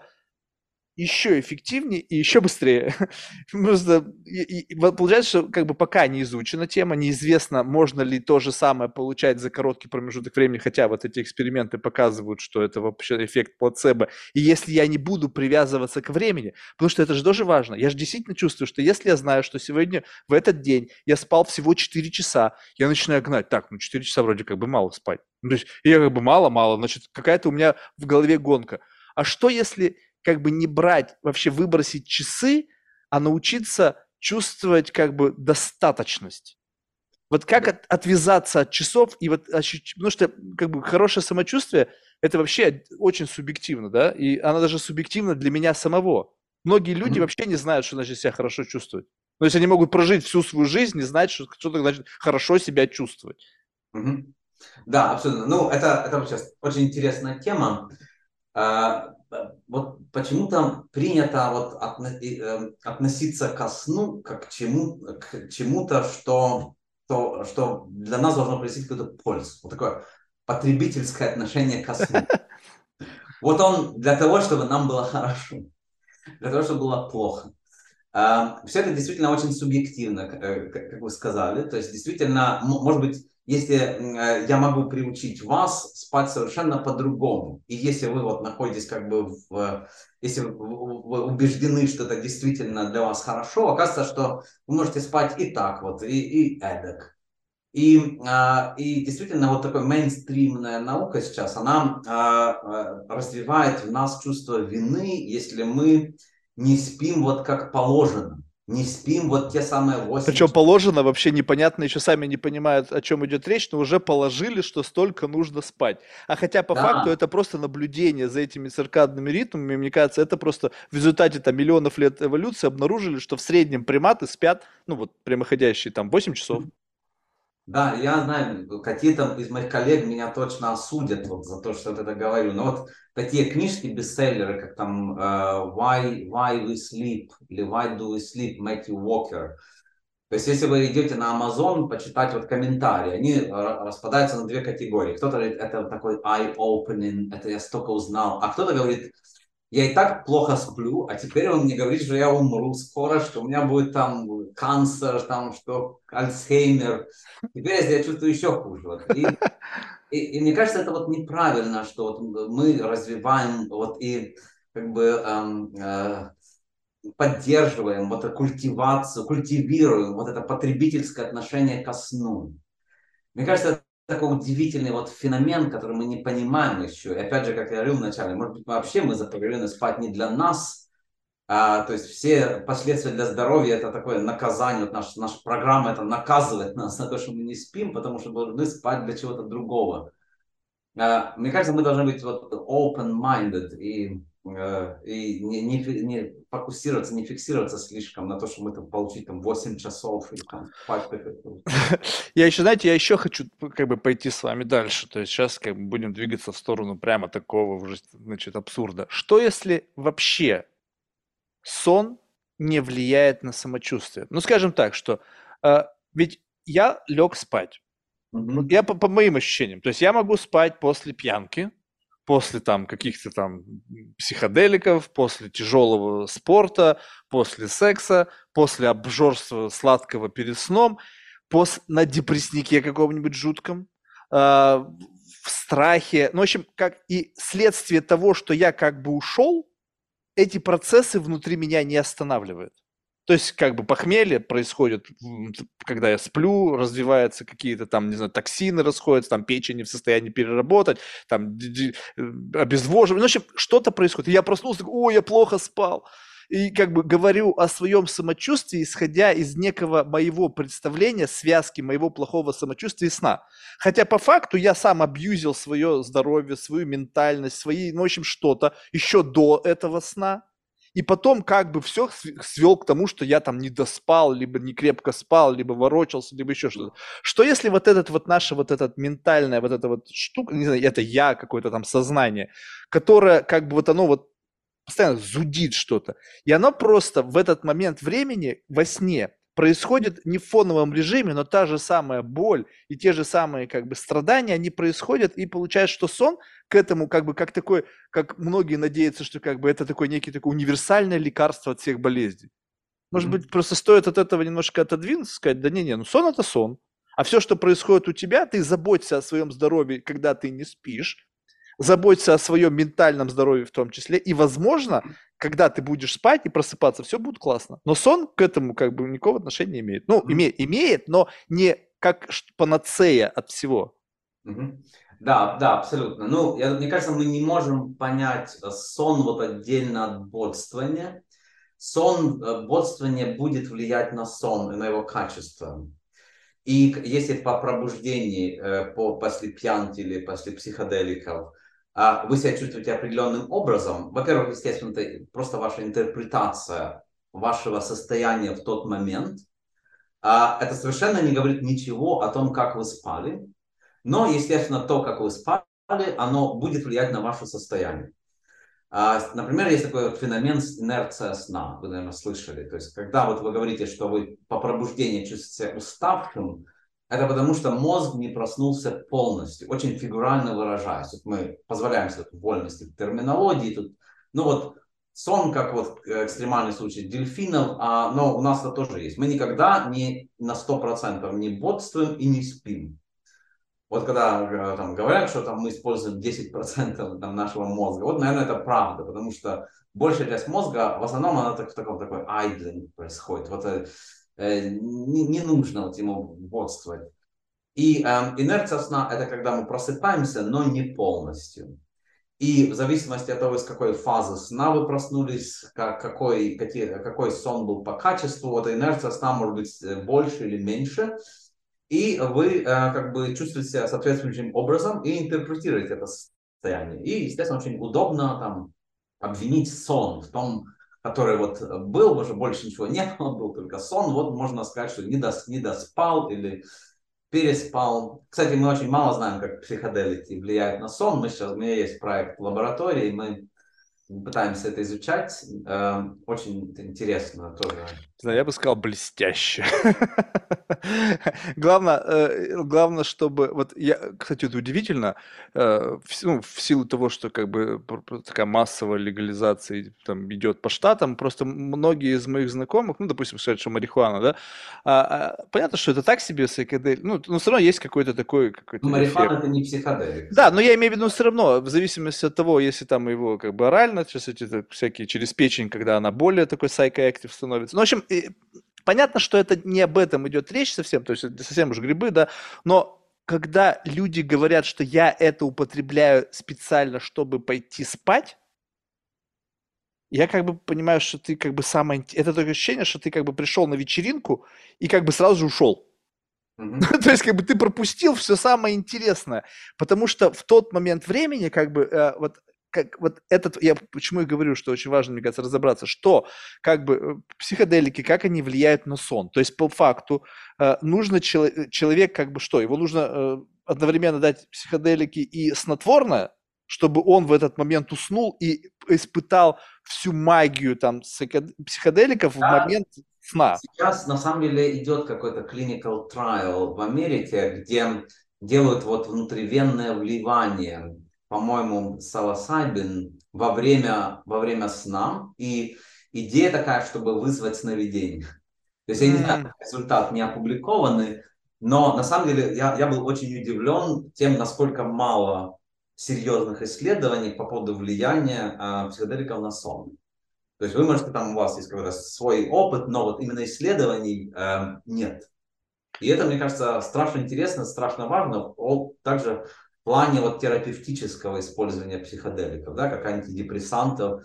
еще эффективнее и еще быстрее. Просто вот получается, что как бы пока не изучена тема, неизвестно, можно ли то же самое получать за короткий промежуток времени, хотя вот эти эксперименты показывают, что это вообще эффект плацебо. И если я не буду привязываться к времени, потому что это же тоже важно, я же действительно чувствую, что если я знаю, что сегодня в этот день я спал всего 4 часа, я начинаю гнать, так, ну 4 часа вроде как бы мало спать. Ну, то есть я как бы мало-мало, значит, какая-то у меня в голове гонка. А что если как бы не брать, вообще выбросить часы, а научиться чувствовать как бы достаточность. Вот как отвязаться от часов и вот ощутить, потому что как бы хорошее самочувствие это вообще очень субъективно, да, и оно даже субъективно для меня самого. Многие люди Мгм. вообще не знают, что значит себя хорошо чувствовать. То есть они могут прожить всю свою жизнь, не знать, что это значит хорошо себя чувствовать. Мгм. Да, абсолютно. Ну, это вообще очень интересная тема. Вот почему-то принято вот относиться ко сну как к чему-то, что для нас должно принести какую-то пользу. Вот такое потребительское отношение ко сну. Вот он для того, чтобы нам было хорошо, для того, чтобы было плохо. Все это действительно очень субъективно, как вы сказали. То есть, действительно, может быть, если я могу приучить вас спать совершенно по-другому, и если вы вот находитесь как бы если вы убеждены, что это действительно для вас хорошо, оказывается, что вы можете спать и так вот, и эдак. И действительно, вот такая мейнстримная наука сейчас, она развивает в нас чувство вины, если мы не спим вот как положено, не спим вот те самые 8 Причем часов. положено, вообще непонятно, еще сами не понимают, о чем идет речь, но уже положили, что столько нужно спать. А хотя по факту Да, это просто наблюдение за этими циркадными ритмами, мне кажется, это просто в результате там миллионов лет эволюции обнаружили, что в среднем приматы спят, ну вот прямоходящие там 8 часов. да, я знаю, какие-то из моих коллег меня точно осудят вот за то, что я это говорю. Но вот такие книжки, бестселлеры, как там Why We Sleep или Why Do We Sleep, Matthew Walker. То есть, если вы идете на Amazon, почитать вот комментарии, они распадаются на две категории. Кто-то говорит, это такой eye-opening, это я столько узнал. А кто-то говорит, я и так плохо сплю, а теперь он мне говорит, что я умру скоро, что у меня будет там канцер, там, что Альцгеймер. Теперь я себя чувствую еще хуже. Вот. И мне кажется, это вот неправильно, что вот мы развиваем вот и как бы поддерживаем вот эту культивацию, культивируем вот это потребительское отношение ко сну. Мне кажется, это такой удивительный вот феномен, который мы не понимаем еще. И опять же, как я говорил вначале, может быть, вообще мы запрограммированы спать не для нас, то есть все последствия для здоровья это такое наказание. Вот наша программа это наказывает нас на то, что мы не спим, потому что должны спать для чего-то другого. Мне кажется, мы должны быть вот open-minded и не фокусироваться, не фиксироваться слишком на то, что мы там получить там 8 часов и там спать. Я еще, знаете, я еще хочу как бы пойти с вами дальше. То есть сейчас как бы будем двигаться в сторону прямо такого уже, значит, абсурда. Что если вообще сон не влияет на самочувствие? Ну, скажем так, что ведь я лег спать. Вот Мгм. я по моим ощущениям, то есть я могу спать после пьянки, после там каких-то там психоделиков, после тяжелого спорта, после секса, после обжорства сладкого перед сном, на депресснике каком-нибудь жутком, в страхе. Ну, в общем, как и следствие того, что я как бы ушел, эти процессы внутри меня не останавливают. То есть, как бы похмелье происходит, когда я сплю, развиваются какие-то там, не знаю, токсины расходятся, там печень не в состоянии переработать, там обезвоживание. Ну, в общем, что-то происходит. И я проснулся, о, я плохо спал. И как бы говорю о своем самочувствии, исходя из некого моего представления, связки моего плохого самочувствия и сна. Хотя по факту я сам абьюзил свое здоровье, свою ментальность, свои, ну, в общем, что-то еще до этого сна. И потом как бы все свел к тому, что я там не доспал, либо не крепко спал, либо ворочался, либо еще что-то. Что если вот этот вот наше вот этот ментальное, вот эта вот штука, не знаю, это я, какое-то там сознание, которое как бы вот оно вот постоянно зудит что-то. И оно просто в этот момент времени во сне происходит не в фоновом режиме, но та же самая боль и те же самые как бы страдания, они происходят, и получается, что сон к этому как бы как такой, как многие надеются, что как бы это такой некий такой универсальное лекарство от всех болезней. Может быть, Мгм. просто стоит от этого немножко отодвинуться, сказать, да не-не, ну сон это сон. А все, что происходит у тебя, ты заботься о своем здоровье, когда ты не спишь, заботься о своем ментальном здоровье в том числе, и, возможно, когда ты будешь спать и просыпаться, все будет классно. Но сон к этому как бы никакого отношения не имеет. Ну, Мгм. имеет, но не как панацея от всего. Мгм. Да, да, абсолютно. Ну, мне кажется, мы не можем понять сон вот отдельно от бодствования. Бодствование будет влиять на сон и на его качество. И если по пробуждении, после пьянки или после психоделиков, вы себя чувствуете определенным образом, во-первых, естественно, это просто ваша интерпретация вашего состояния в тот момент, это совершенно не говорит ничего о том, как вы спали, но, естественно, то, как вы спали, оно будет влиять на ваше состояние. Например, есть такой вот феномен инерция сна, вы, наверное, слышали. То есть, когда вот вы говорите, что вы по пробуждению чувствуете себя уставшим, это потому что мозг не проснулся полностью, очень фигурально выражаясь. Вот мы позволяем себе вольности в терминологии. Тут, ну вот сон, как вот экстремальный случай дельфинов, но у нас это тоже есть. Мы никогда не на 100% не бодствуем и не спим. Вот когда там, говорят, что там, мы используем 10% там, нашего мозга, вот, наверное, это правда, потому что большая часть мозга, в основном, она в таком такой айдling происходит. Вот, не нужно вот ему бодствовать. И инерция сна – это когда мы просыпаемся, но не полностью. И в зависимости от того, из какой фазы сна вы проснулись, какой сон был по качеству, вот инерция сна может быть больше или меньше. И вы как бы чувствуете себя соответствующим образом и интерпретируете это состояние. И, естественно, очень удобно там обвинить сон в том, который вот был, уже больше ничего не было, был только сон. Вот можно сказать, что не доспал или переспал. Кстати, мы очень мало знаем, как психоделики влияют на сон. У меня есть проект в лаборатории, мы пытаемся это изучать. Очень интересно тоже. знаю, я бы сказал блестяще. Главное, чтобы вот я, кстати, это удивительно, ну, в силу того, что как бы такая массовая легализация там идет по штатам, просто многие из моих знакомых, ну, допустим, сказать, что марихуана, да, понятно, что это так себе сайкадель, ну, но все равно есть какой-то такой Ну, какой-то эффект. марихуана это не психоделик, Да, но кстати. я имею в виду все равно, в зависимости от того, если там его как бы орально, сейчас эти всякие через печень, когда она более такой psychoactive становится. Ну, в общем, понятно, что это не об этом идет речь совсем, то есть это совсем уж грибы, да, но когда люди говорят, что я это употребляю специально, чтобы пойти спать, я как бы понимаю, что ты как бы самое... Это такое ощущение, что ты как бы пришел на вечеринку и как бы сразу же ушел. Мгм. То есть, как бы ты пропустил все самое интересное, потому что в тот момент времени, как бы, вот, как вот этот, я почему и говорю, что очень важно, мне кажется, разобраться, что как бы психоделики, как они влияют на сон. То есть, по факту, нужно человек, как бы что, его нужно одновременно дать психоделики и снотворное, чтобы он в этот момент уснул и испытал всю магию там психоделиков в Да, момент сна. сейчас на самом деле идет какой-то clinical trial в Америке, где делают вот внутривенное вливание, по-моему, пsilocybin во время сна. И идея такая, чтобы вызвать сновидение. То есть я не знаю, результат не опубликованный, но на самом деле я был очень удивлен тем, насколько мало серьезных исследований по поводу влияния психоделиков на сон. То есть вы можете, там у вас есть какой-то свой опыт, но вот именно исследований нет. И это, мне кажется, страшно интересно, страшно важно, также в плане вот терапевтического использования психоделиков, да, как антидепрессантов.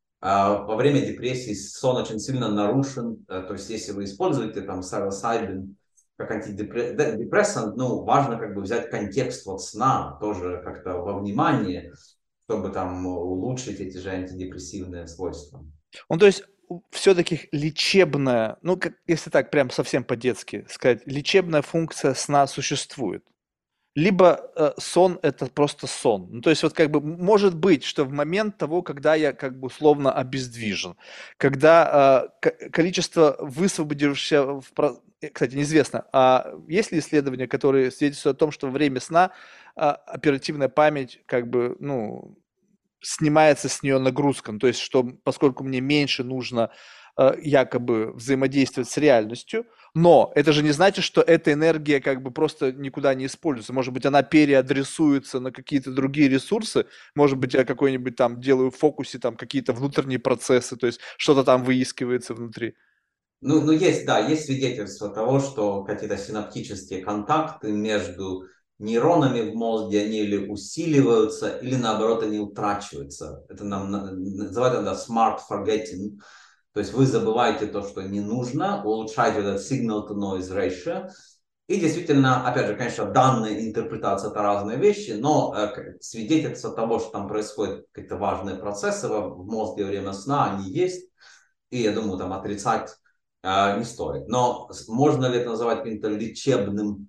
Во время депрессии сон очень сильно нарушен, то есть если вы используете там psilocybin как антидепрессант, ну, важно как бы взять контекст вот сна тоже как-то во внимание, чтобы там улучшить эти же антидепрессивные свойства. Ну, то есть все-таки лечебная, ну, как, если так прям совсем по-детски сказать, лечебная функция сна существует. Либо сон это просто сон. Ну, то есть вот как бы может быть, что в момент того, когда я как бы условно обездвижен, когда количество высвободившихся, кстати, неизвестно, а есть ли исследования, которые свидетельствуют о том, что во время сна оперативная память как бы, ну, снимается с нее нагрузка. Ну, то есть, что поскольку мне меньше нужно якобы взаимодействовать с реальностью, но это же не значит, что эта энергия как бы просто никуда не используется. Может быть, она переадресуется на какие-то другие ресурсы. Может быть, я какой-нибудь там делаю в фокусе там какие-то внутренние процессы, то есть что-то там выискивается внутри. Ну, есть, да, есть свидетельство того, что какие-то синаптические контакты между нейронами в мозге, они или усиливаются, или наоборот, они утрачиваются. Это нам называют это smart forgetting. То есть вы забываете то, что не нужно, улучшаете этот signal-to-noise ratio. И действительно, опять же, конечно, данные, интерпретация – это разные вещи, но свидетельство того, что там происходят какие-то важные процессы в мозге во время сна, они есть. И я думаю, там отрицать не стоит. Но можно ли это называть каким-то лечебным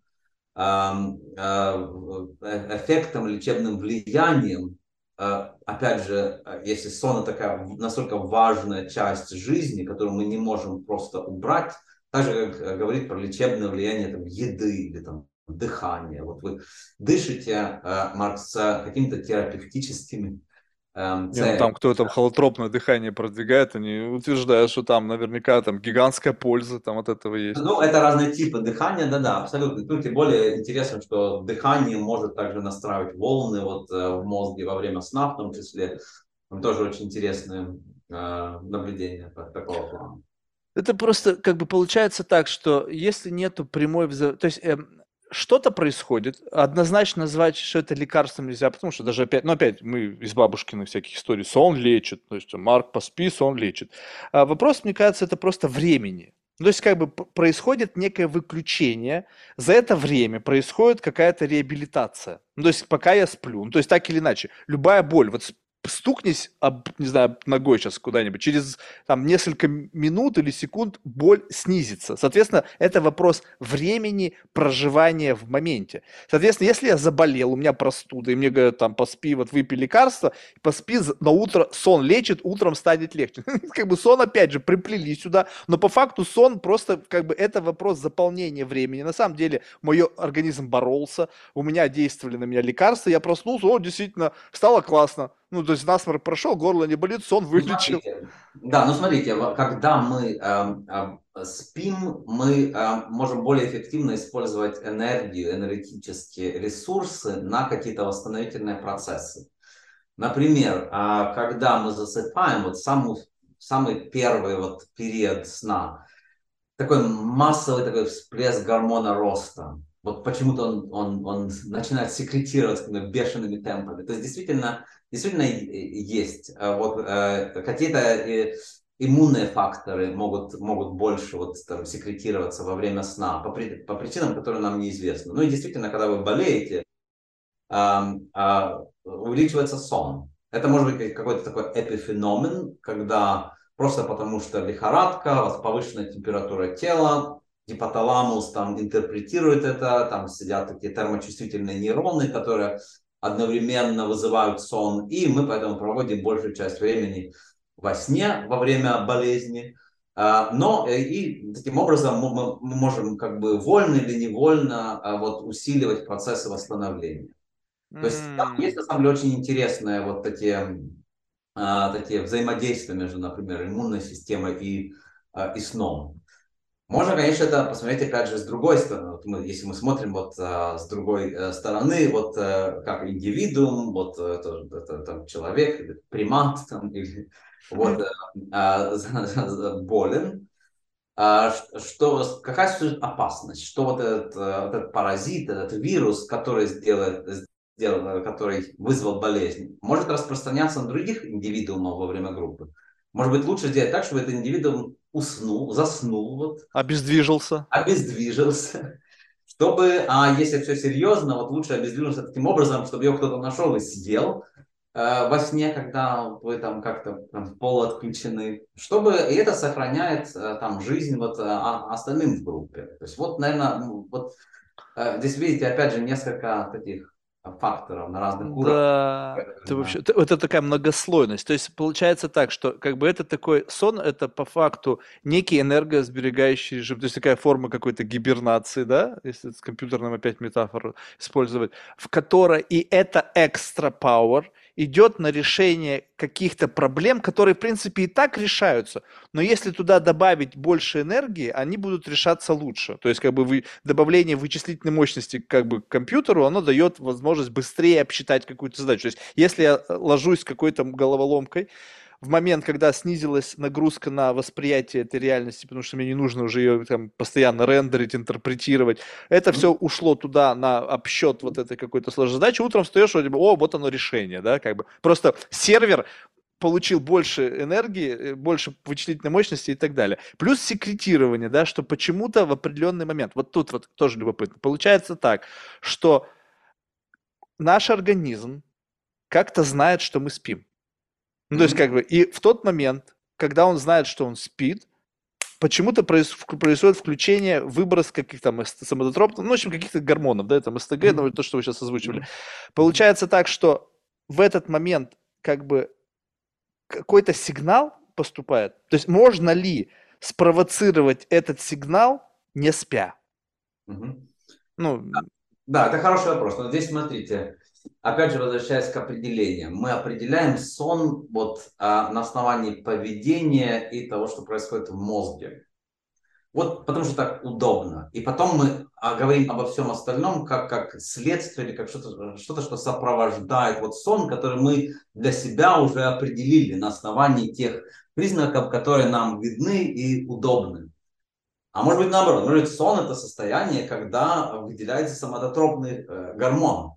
эффектом, лечебным влиянием? Опять же, если сон это такая настолько важная часть жизни, которую мы не можем просто убрать, так же, как говорит про лечебное влияние там, еды или там, дыхания. Вот вы дышите, Марк, с какими-то терапевтическими Не, ну там целями. кто-то холотропное дыхание продвигает, они утверждают, что там наверняка там гигантская польза там от этого есть. Ну, это разные типы дыхания, да-да, абсолютно. Тут тем более интересно, что дыхание может также настраивать волны вот, в мозге во время сна, в том числе. Там тоже очень интересные наблюдения такого плана. Это просто как бы получается так, что если нету прямой то есть что-то происходит, однозначно назвать, что это лекарством нельзя, потому что даже опять, ну опять мы из бабушкиных всяких историй, сон лечит, то есть Марк, поспи, сон лечит. А вопрос, мне кажется, это просто времени. Ну, то есть как бы происходит некое выключение, за это время происходит какая-то реабилитация. Ну, то есть пока я сплю, ну, то есть так или иначе, любая боль, вот стукнись, не знаю, ногой сейчас куда-нибудь, через там несколько минут или секунд боль снизится. Соответственно, это вопрос времени проживания в моменте. Соответственно, если я заболел, у меня простуда, и мне говорят, там, поспи, вот выпей лекарство, поспи, на утро сон лечит, утром станет легче. Как бы сон, опять же, приплели сюда, но по факту сон просто, как бы, это вопрос заполнения времени. На самом деле, мой организм боролся, у меня действовали на меня лекарства, я проснулся, о, действительно, стало классно. Ну, то есть насморк прошел, горло не болит, сон Ну, вылечил. смотрите, да, ну смотрите, когда мы спим, мы можем более эффективно использовать энергию, энергетические ресурсы на какие-то восстановительные процессы. Например, когда мы засыпаем, вот самый первый вот период сна, такой массовый такой всплеск гормона роста. Вот почему-то он начинает секретировать бешеными темпами. То есть действительно есть вот какие-то иммунные факторы могут больше вот там секретироваться во время сна по причинам, которые нам неизвестны. Ну и действительно, когда вы болеете, увеличивается сон. Это может быть какой-то такой эпифеномен, когда просто потому что лихорадка, у вас повышенная температура тела, гипоталамус там интерпретирует это, там сидят такие термочувствительные нейроны, которые одновременно вызывают сон, и мы поэтому проводим большую часть времени во сне во время болезни. Но и таким образом мы можем как бы вольно или невольно вот усиливать процессы восстановления. То есть там есть на самом деле очень интересные вот такие взаимодействия между, например, иммунной системой и сном. Можно, конечно, это посмотреть, опять же, с другой стороны. Вот если мы смотрим вот с другой стороны, вот как индивидуум, вот это там человек, примат, там, или вот болен, какая существует опасность, что вот этот паразит, этот вирус, который вызвал болезнь, может распространяться на других индивидуумов во время группы. Может быть, лучше сделать так, чтобы этот индивидуум заснул, вот, Обездвижился. обездвижился, чтобы, если все серьезно, вот лучше обездвижился таким образом, чтобы его кто-то нашел и съел во сне, когда вы там как-то полуотключены, чтобы и это сохраняет там жизнь вот остальным в группе. То есть вот, наверное, вот здесь видите, опять же, несколько таких факторов на разных уровнях. Да, это вообще, это такая многослойность. То есть получается так, что как бы это такой сон, это по факту некий энергосберегающий режим, то есть такая форма какой-то гибернации, да, если с компьютерным опять метафору использовать, в которой и это экстра power идет на решение каких-то проблем, которые, в принципе, и так решаются, но если туда добавить больше энергии, они будут решаться лучше. То есть как бы добавление вычислительной мощности как бы к компьютеру, оно дает возможность быстрее обсчитать какую-то задачу. То есть если я ложусь с какой-то головоломкой, в момент, когда снизилась нагрузка на восприятие этой реальности, потому что мне не нужно уже ее там постоянно рендерить, интерпретировать, это все ушло туда на обсчет вот этой какой-то сложной задачи. Утром встаешь, вроде бы, о, вот оно решение, да, как бы. Просто сервер получил больше энергии, больше вычислительной мощности и так далее. Плюс секретирование, да, что почему-то в определенный момент, вот тут вот тоже любопытно, получается так, что наш организм как-то знает, что мы спим. Ну, то есть, как бы, и в тот момент, когда он знает, что он спит, почему-то происходит включение, выброс каких-то там самодотропных, ну, в общем, каких-то гормонов, да, там СТГ, ну, то, что вы сейчас озвучивали. Получается так, что в этот момент, как бы, какой-то сигнал поступает. То есть, можно ли спровоцировать этот сигнал, не спя? Ну, Да, это хороший вопрос. Но здесь смотрите, опять же, возвращаясь к определениям, мы определяем сон вот на основании поведения и того, что происходит в мозге. Вот потому что так удобно. И потом мы говорим обо всем остальном как следствие или как что-то, что сопровождает вот сон, который мы для себя уже определили на основании тех признаков, которые нам видны и удобны. А может быть наоборот, может быть сон это состояние, когда выделяется самодотропный гормон.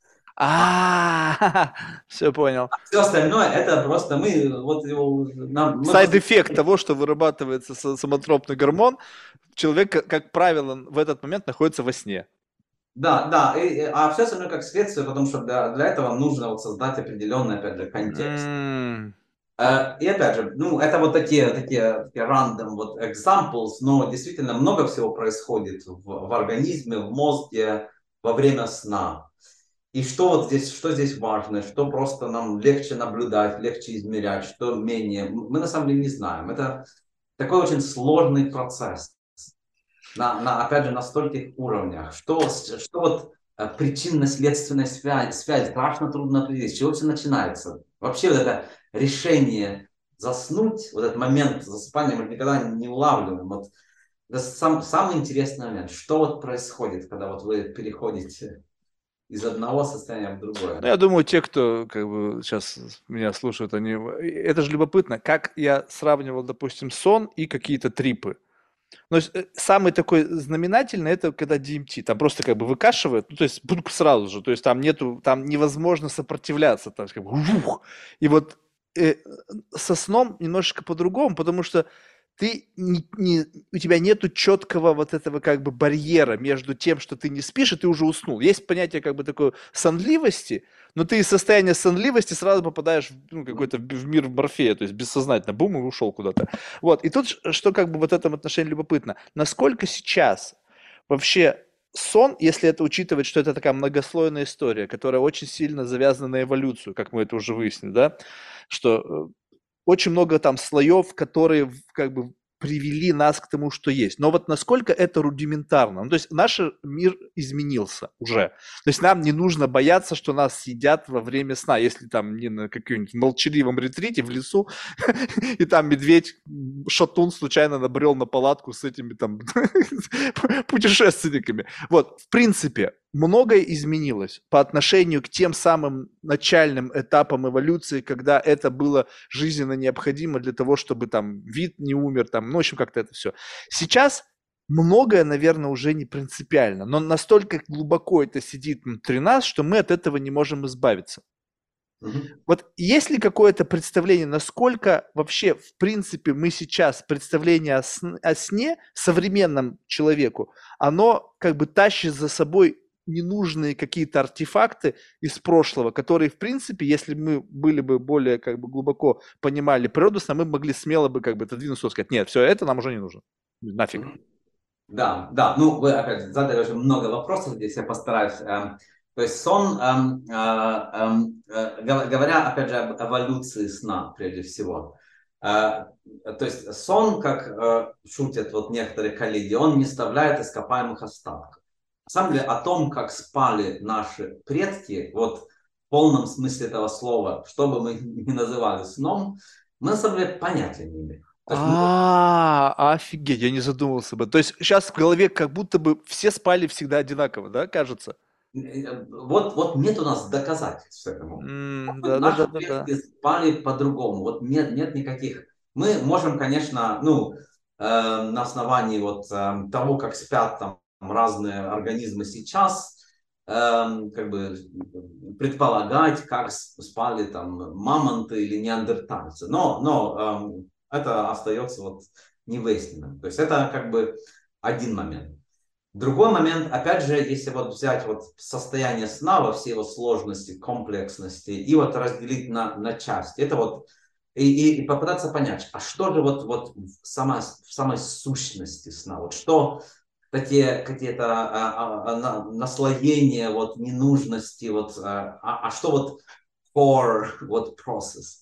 Все понял. Все остальное это просто мы вот его Сайд-эффект того, что вырабатывается самотропный гормон, человек, как правило, в этот момент находится во сне. Да, да, а все остальное как следствие, потому что для этого нужно вот создать определенный, опять же, контекст. М, И опять же, ну, это вот такие random вот examples, но действительно много всего происходит в организме, в мозге во время сна. И что здесь важно, что просто нам легче наблюдать, легче измерять, что менее, мы на самом деле не знаем. Это такой очень сложный процесс опять же, на стольких уровнях. Что вот причинно-следственная связь, страшно трудно определить. С чего все начинается? Вообще вот это решение заснуть, вот этот момент засыпания мы никогда не улавливаем. Вот это самый интересный момент. Что вот происходит, когда вот вы переходите из одного состояния в Ну, другое? я думаю, те, кто как бы сейчас меня слушают, они... Это же любопытно, как я сравнивал, допустим, сон и какие-то трипы. Но самый такой знаменательный это когда DMT, там просто как бы выкашивает, ну, то есть сразу же, то есть там нету, там невозможно сопротивляться, там как бы ух. И вот э, со сном немножечко по-другому, потому что ты у тебя нету четкого вот этого как бы барьера между тем, что ты не спишь, и ты уже уснул. Есть понятие как бы такой сонливости, но ты из состояния сонливости сразу попадаешь в, ну, какой-то в мир Морфея, то есть бессознательно, бум, и ушел куда-то. Вот, и тут что как бы в этом отношении любопытно, насколько сейчас вообще сон, если это учитывать, что это такая многослойная история, которая очень сильно завязана на эволюцию, как мы это уже выяснили, да, что очень много там слоев, которые как бы привели нас к тому, что есть. Но вот насколько это рудиментарно. Ну, то есть наш мир изменился уже. То есть нам не нужно бояться, что нас съедят во время сна, если там не на каком-нибудь молчаливом ретрите в лесу, и там медведь, шатун случайно набрел на палатку с этими там путешественниками. Вот, в принципе, многое изменилось по отношению к тем самым начальным этапам эволюции, когда это было жизненно необходимо для того, чтобы там вид не умер, там, ну, в общем, как-то это все. Сейчас многое, наверное, уже не принципиально, но настолько глубоко это сидит внутри нас, что мы от этого не можем избавиться. Мгм. Вот есть ли какое-то представление, насколько вообще, в принципе, мы сейчас представление о сне современном человеку, оно как бы тащит за собой ненужные какие-то артефакты из прошлого, которые, в принципе, если мы были бы более как бы глубоко понимали природу сна, мы могли смело бы как бы отодвинуться и сказать, нет, все, это нам уже не нужно. Нафиг. Мгм. Да, да, ну вы опять задали уже много вопросов здесь, я постараюсь. То есть сон, говоря опять же об эволюции сна прежде всего, то есть сон, как шутят вот некоторые коллеги, он не оставляет ископаемых остатков. На самом деле о том, как спали наши предки, вот в полном смысле этого слова, что бы мы ни называли сном, мы на самом деле понятия не имеем. То есть мы Офигеть, я не задумывался бы. То есть сейчас в голове как будто бы все спали всегда одинаково, да, кажется? вот нет у нас доказательств этому. Наши Да-да-да-да-да. предки спали по-другому. Вот нет никаких. Мы можем, конечно, ну, на основании вот того, как спят там разные организмы сейчас, как бы предполагать, как спали там мамонты или неандертальцы. Но это остается вот невыясненным. То есть это как бы один момент. Другой момент, опять же, если вот взять вот состояние сна во всей его сложности, комплексности и вот разделить на части, это вот и попытаться понять, а что же вот в самой сущности сна, вот что такие какие-то наслоения вот ненужности, вот, что вот core вот process.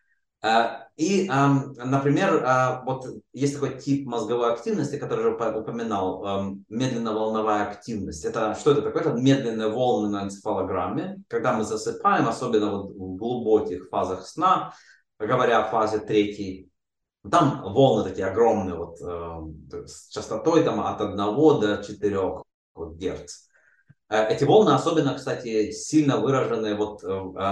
Например, вот есть такой тип мозговой активности, который уже упоминал, медленно-волновая активность. Что это такое? Это медленные волны на энцефалограмме. Когда мы засыпаем, особенно вот в глубоких фазах сна, говоря о фазе третьей, там волны такие огромные, вот, с частотой там, от 1 до 4 вот, Герц. Эти волны особенно, кстати, сильно выражены вот,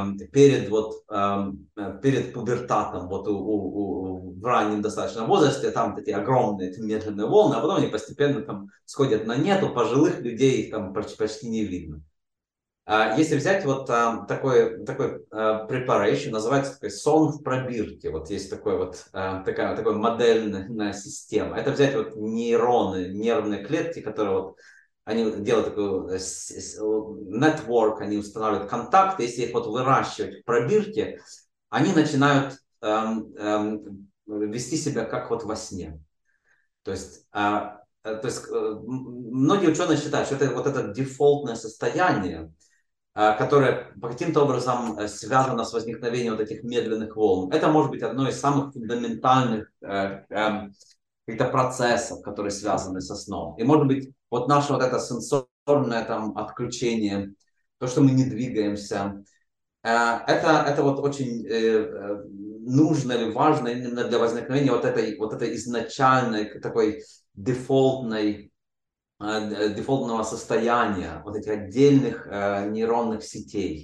перед пубертатом, вот в раннем достаточно возрасте, там такие огромные эти медленные волны, а потом они постепенно там сходят на нет, у пожилых людей их там почти не видно. Если взять вот такой preparation, называется такой сон в пробирке, вот есть такой модельная система. Это взять вот нейроны, нервные клетки, которые вот они делают такой network, они устанавливают контакты, если их вот выращивать в пробирке, они начинают вести себя как вот во сне. То есть, многие ученые считают, что это вот это дефолтное состояние, которое по каким-то образом связано с возникновением вот этих медленных волн. Это может быть одно из самых фундаментальных каких-то процессов, которые связаны со сном. И может быть вот наше вот это сенсорное там отключение, то, что мы не двигаемся, это вот очень нужно или важно именно для возникновения вот этой изначальной такой дефолтного состояния, вот этих отдельных нейронных сетей.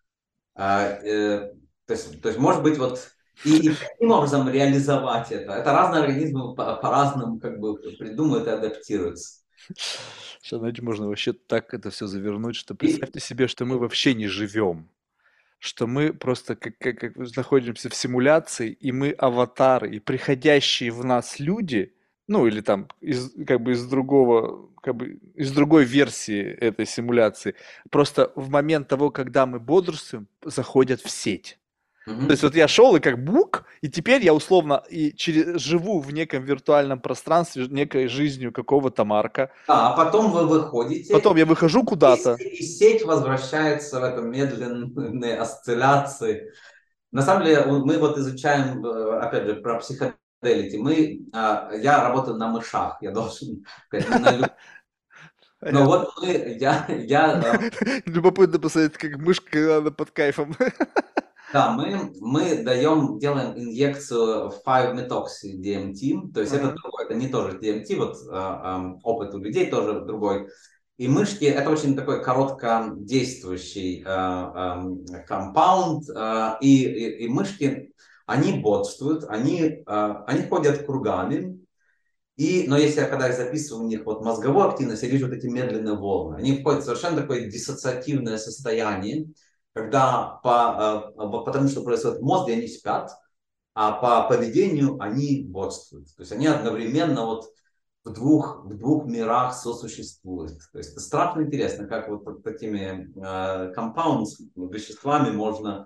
То есть, может быть, вот и каким образом реализовать это? Это разные организмы по-разному как бы придумывают и адаптируются. Что, знаете, можно вообще так это все завернуть, что И, представьте себе, что мы вообще не живем, что мы просто как находимся в симуляции, и мы аватары, и приходящие в нас люди, ну или там как бы из другого, как бы из другой версии этой симуляции, просто в момент того, когда мы бодрствуем, заходят в сеть. То есть мгм. вот я шел и как бук, и теперь я условно живу в неком виртуальном пространстве, некой жизнью какого-то Марка. А потом вы выходите, Потом я выхожу куда-то. и сеть возвращается в этом медленной осцилляции. На самом деле, мы вот изучаем, опять же, про психоделити. Я работаю на мышах, я должен сказать, не на людях. Но Понятно. вот я Любопытно посмотреть, как мышка, когда она под кайфом. да, делаем инъекцию 5-methoxy DMT, то есть это Мгм. другой, это не тоже DMT, вот опыт у людей тоже другой. И мышки это очень такой короткодействующий компаунд, и мышки, они бодствуют, они ходят кругами, но если когда я записываю у них вот мозговую активность, я вижу вот эти медленные волны. Они входят в совершенно такое диссоциативное состояние, когда потому что происходит в мозге, они спят, а по поведению они бодствуют. То есть они одновременно вот в двух мирах сосуществуют. То есть это страшно интересно, как вот такими веществами можно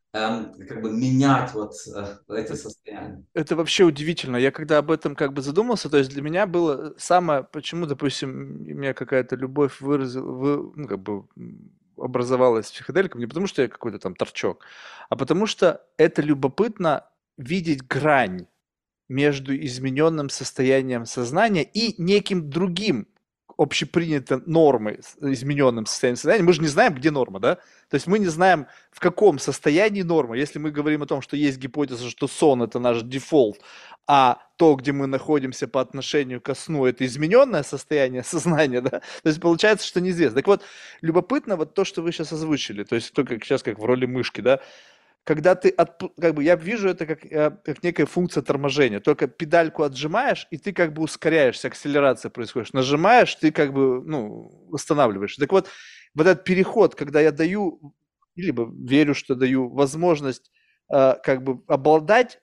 как бы менять вот эти состояния. Это вообще удивительно. Я когда об этом как бы задумался, то есть для меня было самое, почему, допустим, у меня какая-то любовь ну, как бы образовалась с психоделиком, не потому что я какой-то там торчок, а потому что это любопытно видеть грань между измененным состоянием сознания и неким другим общепринятой нормой, измененным состоянием сознания. Мы же не знаем, где норма, да? То есть мы не знаем, в каком состоянии норма. Если мы говорим о том, что есть гипотеза, что сон – это наш дефолт, а то, где мы находимся по отношению ко сну, это измененное состояние сознания, да? То есть получается, что неизвестно. Так вот, любопытно вот то, что вы сейчас озвучили, то есть только сейчас как в роли мышки, да? Когда ты, как бы я вижу это как некая функция торможения. Только педальку отжимаешь, и ты как бы ускоряешься, акселерация происходит. Нажимаешь, ты как бы, ну, восстанавливаешь. Так вот, вот этот переход, когда я даю, либо верю, что даю возможность как бы обладать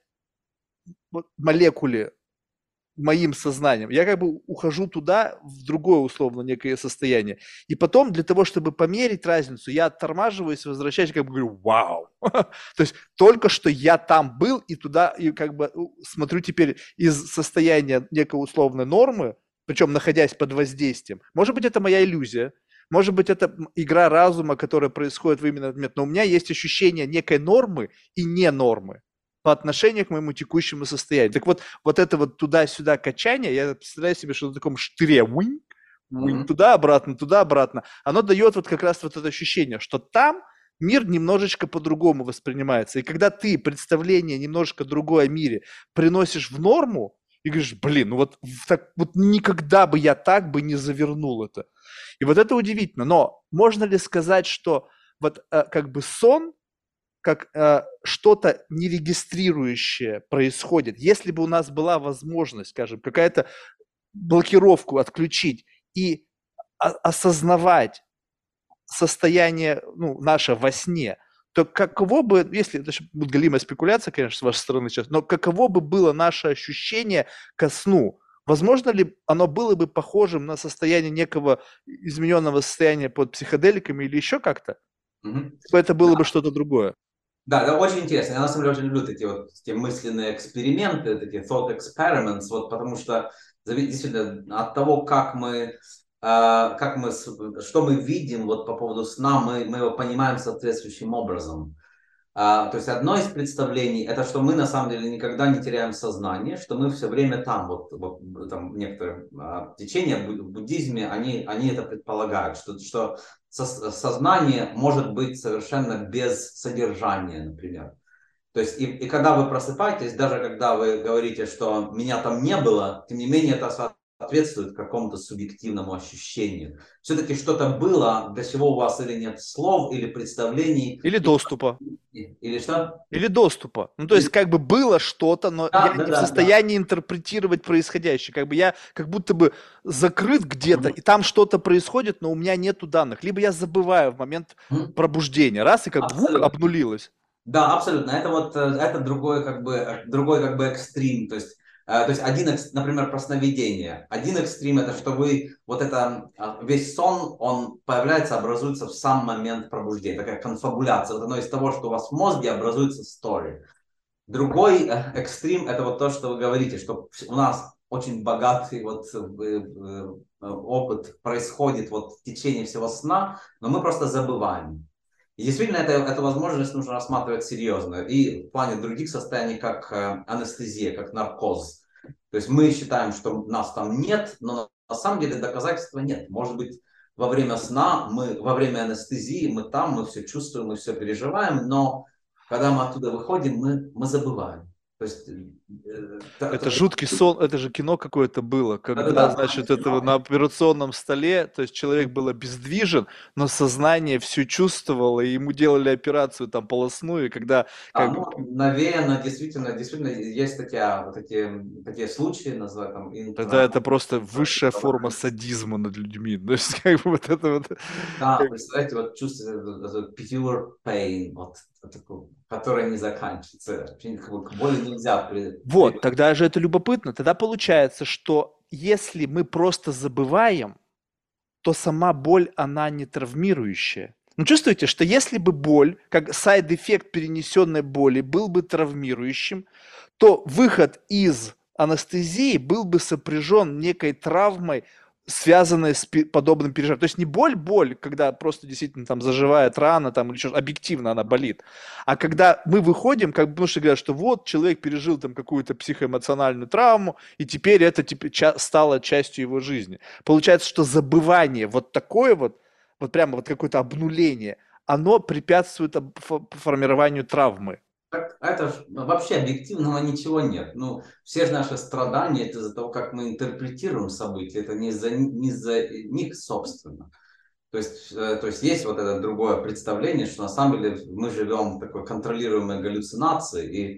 вот молекуле моим сознанием. Я как бы ухожу туда, в другое условно некое состояние. И потом для того, чтобы померить разницу, я оттормаживаюсь, возвращаюсь, как бы говорю, вау. То есть только что я там был и туда, и как бы смотрю теперь из состояния некой условной нормы, причем находясь под воздействием. Может быть, это моя иллюзия, может быть, это игра разума, которая происходит в именно этот момент, но у меня есть ощущение некой нормы и не нормы по отношению к моему текущему состоянию. Так вот, вот это вот туда-сюда качание, я представляю себе, что на таком штыре, уинь, уинь, Мгм. туда, обратно, оно дает вот как раз вот это ощущение, что там мир немножечко по-другому воспринимается. И когда ты представление немножко другое о мире приносишь в норму, и говоришь, блин, ну вот, вот никогда бы я так бы не завернул это. И вот это удивительно. Но можно ли сказать, что вот как бы сон как что-то нерегистрирующее происходит. Если бы у нас была возможность, скажем, какая-то блокировку отключить и осознавать состояние ну, наше во сне, то каково бы, если это будет галимая спекуляция, конечно, с вашей стороны сейчас, но каково бы было наше ощущение ко сну? возможно ли оно было бы похожим на состояние некого измененного состояния под психоделиками или еще как-то? Мгм. Это было бы что-то другое. Да, это очень интересно. Я на самом деле очень люблю такие мысленные эксперименты, такие thought experiments, вот потому что действительно от того, что мы видим вот по поводу сна, мы его понимаем соответствующим образом. То есть одно из представлений, это что мы на самом деле никогда не теряем сознание, что мы все время там. Вот там некоторые течения в буддизме, они это предполагают, что сознание может быть совершенно без содержания, например. То есть и когда вы просыпаетесь, даже когда вы говорите, что меня там не было, тем не менее это соответствует какому-то субъективному ощущению. Все-таки что-то было, для чего у вас или нет слов, или представлений, Или доступа. или что? Или доступа. Ну, то есть, как бы было что-то, но я Да, да, не в да, да. состоянии интерпретировать происходящее. Как бы я как будто бы закрыт где-то, Мгм. и там что-то происходит, но у меня нету данных. Либо я забываю в момент Мгм. пробуждения. Раз, и как бы вук, Абсолютно. обнулилось. Да, абсолютно. Это другой как бы экстрим. То есть например, про сновидение. Один экстрим это что вы вот это весь сон он появляется, образуется в сам момент пробуждения, такая конфабуляция. Вот оно из того, что у вас в мозге образуется story. Другой экстрим это вот то, что вы говорите, что у нас очень богатый опыт происходит вот в течение всего сна, но мы просто забываем. И действительно, эту возможность нужно рассматривать серьезно. И в плане других состояний, как анестезия, как наркоз. То есть мы считаем, что нас там нет, но на самом деле доказательства нет. Может быть, во время сна, во время анестезии мы там, мы все чувствуем, мы все переживаем, но когда мы оттуда выходим, мы забываем. То есть, Это жуткий сон, это же кино какое-то было, когда, да-да-да, значит, это на операционном столе, то есть человек был обездвижен, но сознание все чувствовало, и ему делали операцию там полостную, и когда да, как бы ну, наверное, действительно есть такие случаи, называют там тогда это просто высшая форма садизма над людьми. То есть, как бы вот это вот. Да, представляете, вот чувствуете этот pure pain, вот такой, который не заканчивается. Вообще, как бы к боли нельзя Вот, тогда же это любопытно. Тогда получается, что если мы просто забываем, то сама боль, она не травмирующая. Ну, чувствуете, что если бы боль, как сайд-эффект перенесенной боли, был бы травмирующим, то выход из анестезии был бы сопряжен некой травмой, связанной с подобным переживанием. То есть не боль, когда просто действительно там заживает рана, там, или что, объективно она болит. А когда мы выходим, как бы, потому что говорят, что вот человек пережил там какую-то психоэмоциональную травму, и теперь это стало частью его жизни. Получается, что забывание, вот такое вот прямо вот какое-то обнуление, оно препятствует формированию травмы. Это вообще объективного ничего нет. Ну, все же наши страдания это из-за того, как мы интерпретируем события, это не из-за них собственно. То есть есть вот это другое представление, что на самом деле мы живем в такой контролируемой галлюцинации,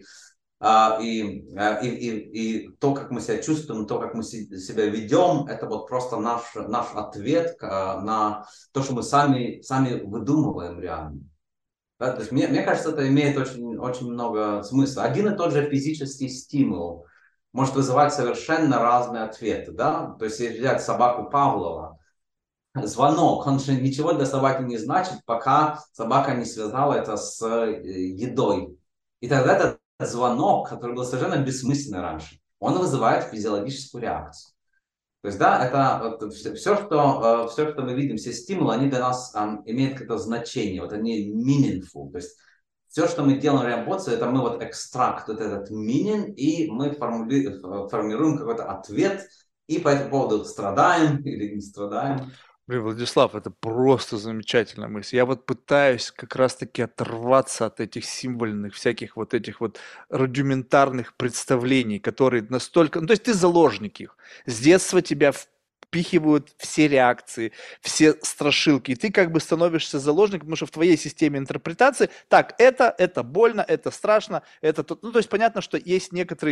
и то, как мы себя чувствуем, то, как мы себя ведем, это вот просто наш ответ на то, что мы сами выдумываем реально. Да, то есть мне кажется, это имеет очень, очень много смысла. Один и тот же физический стимул может вызывать совершенно разные ответы. Да? То есть если взять собаку Павлова, звонок, он же ничего для собаки не значит, пока собака не связала это с едой. И тогда этот звонок, который был совершенно бессмысленный раньше, он вызывает физиологическую реакцию. То есть, да, это вот все, что мы видим, все стимулы, они для нас имеют какое-то значение, вот они meaningful. То есть все, что мы делаем в работе, это мы вот экстракт вот этот meaning, и мы формируем какой-то ответ, и по этому поводу страдаем или не страдаем. Блин, Владислав, это просто замечательная мысль. Я вот пытаюсь как раз-таки оторваться от этих символьных, всяких вот этих вот рудиментарных представлений, которые настолько... Ну, то есть ты заложник их. С детства тебя впихивают все реакции, все страшилки, и ты как бы становишься заложником, потому что в твоей системе интерпретации, так, это больно, это страшно, это тут... Ну, то есть понятно, что есть некоторый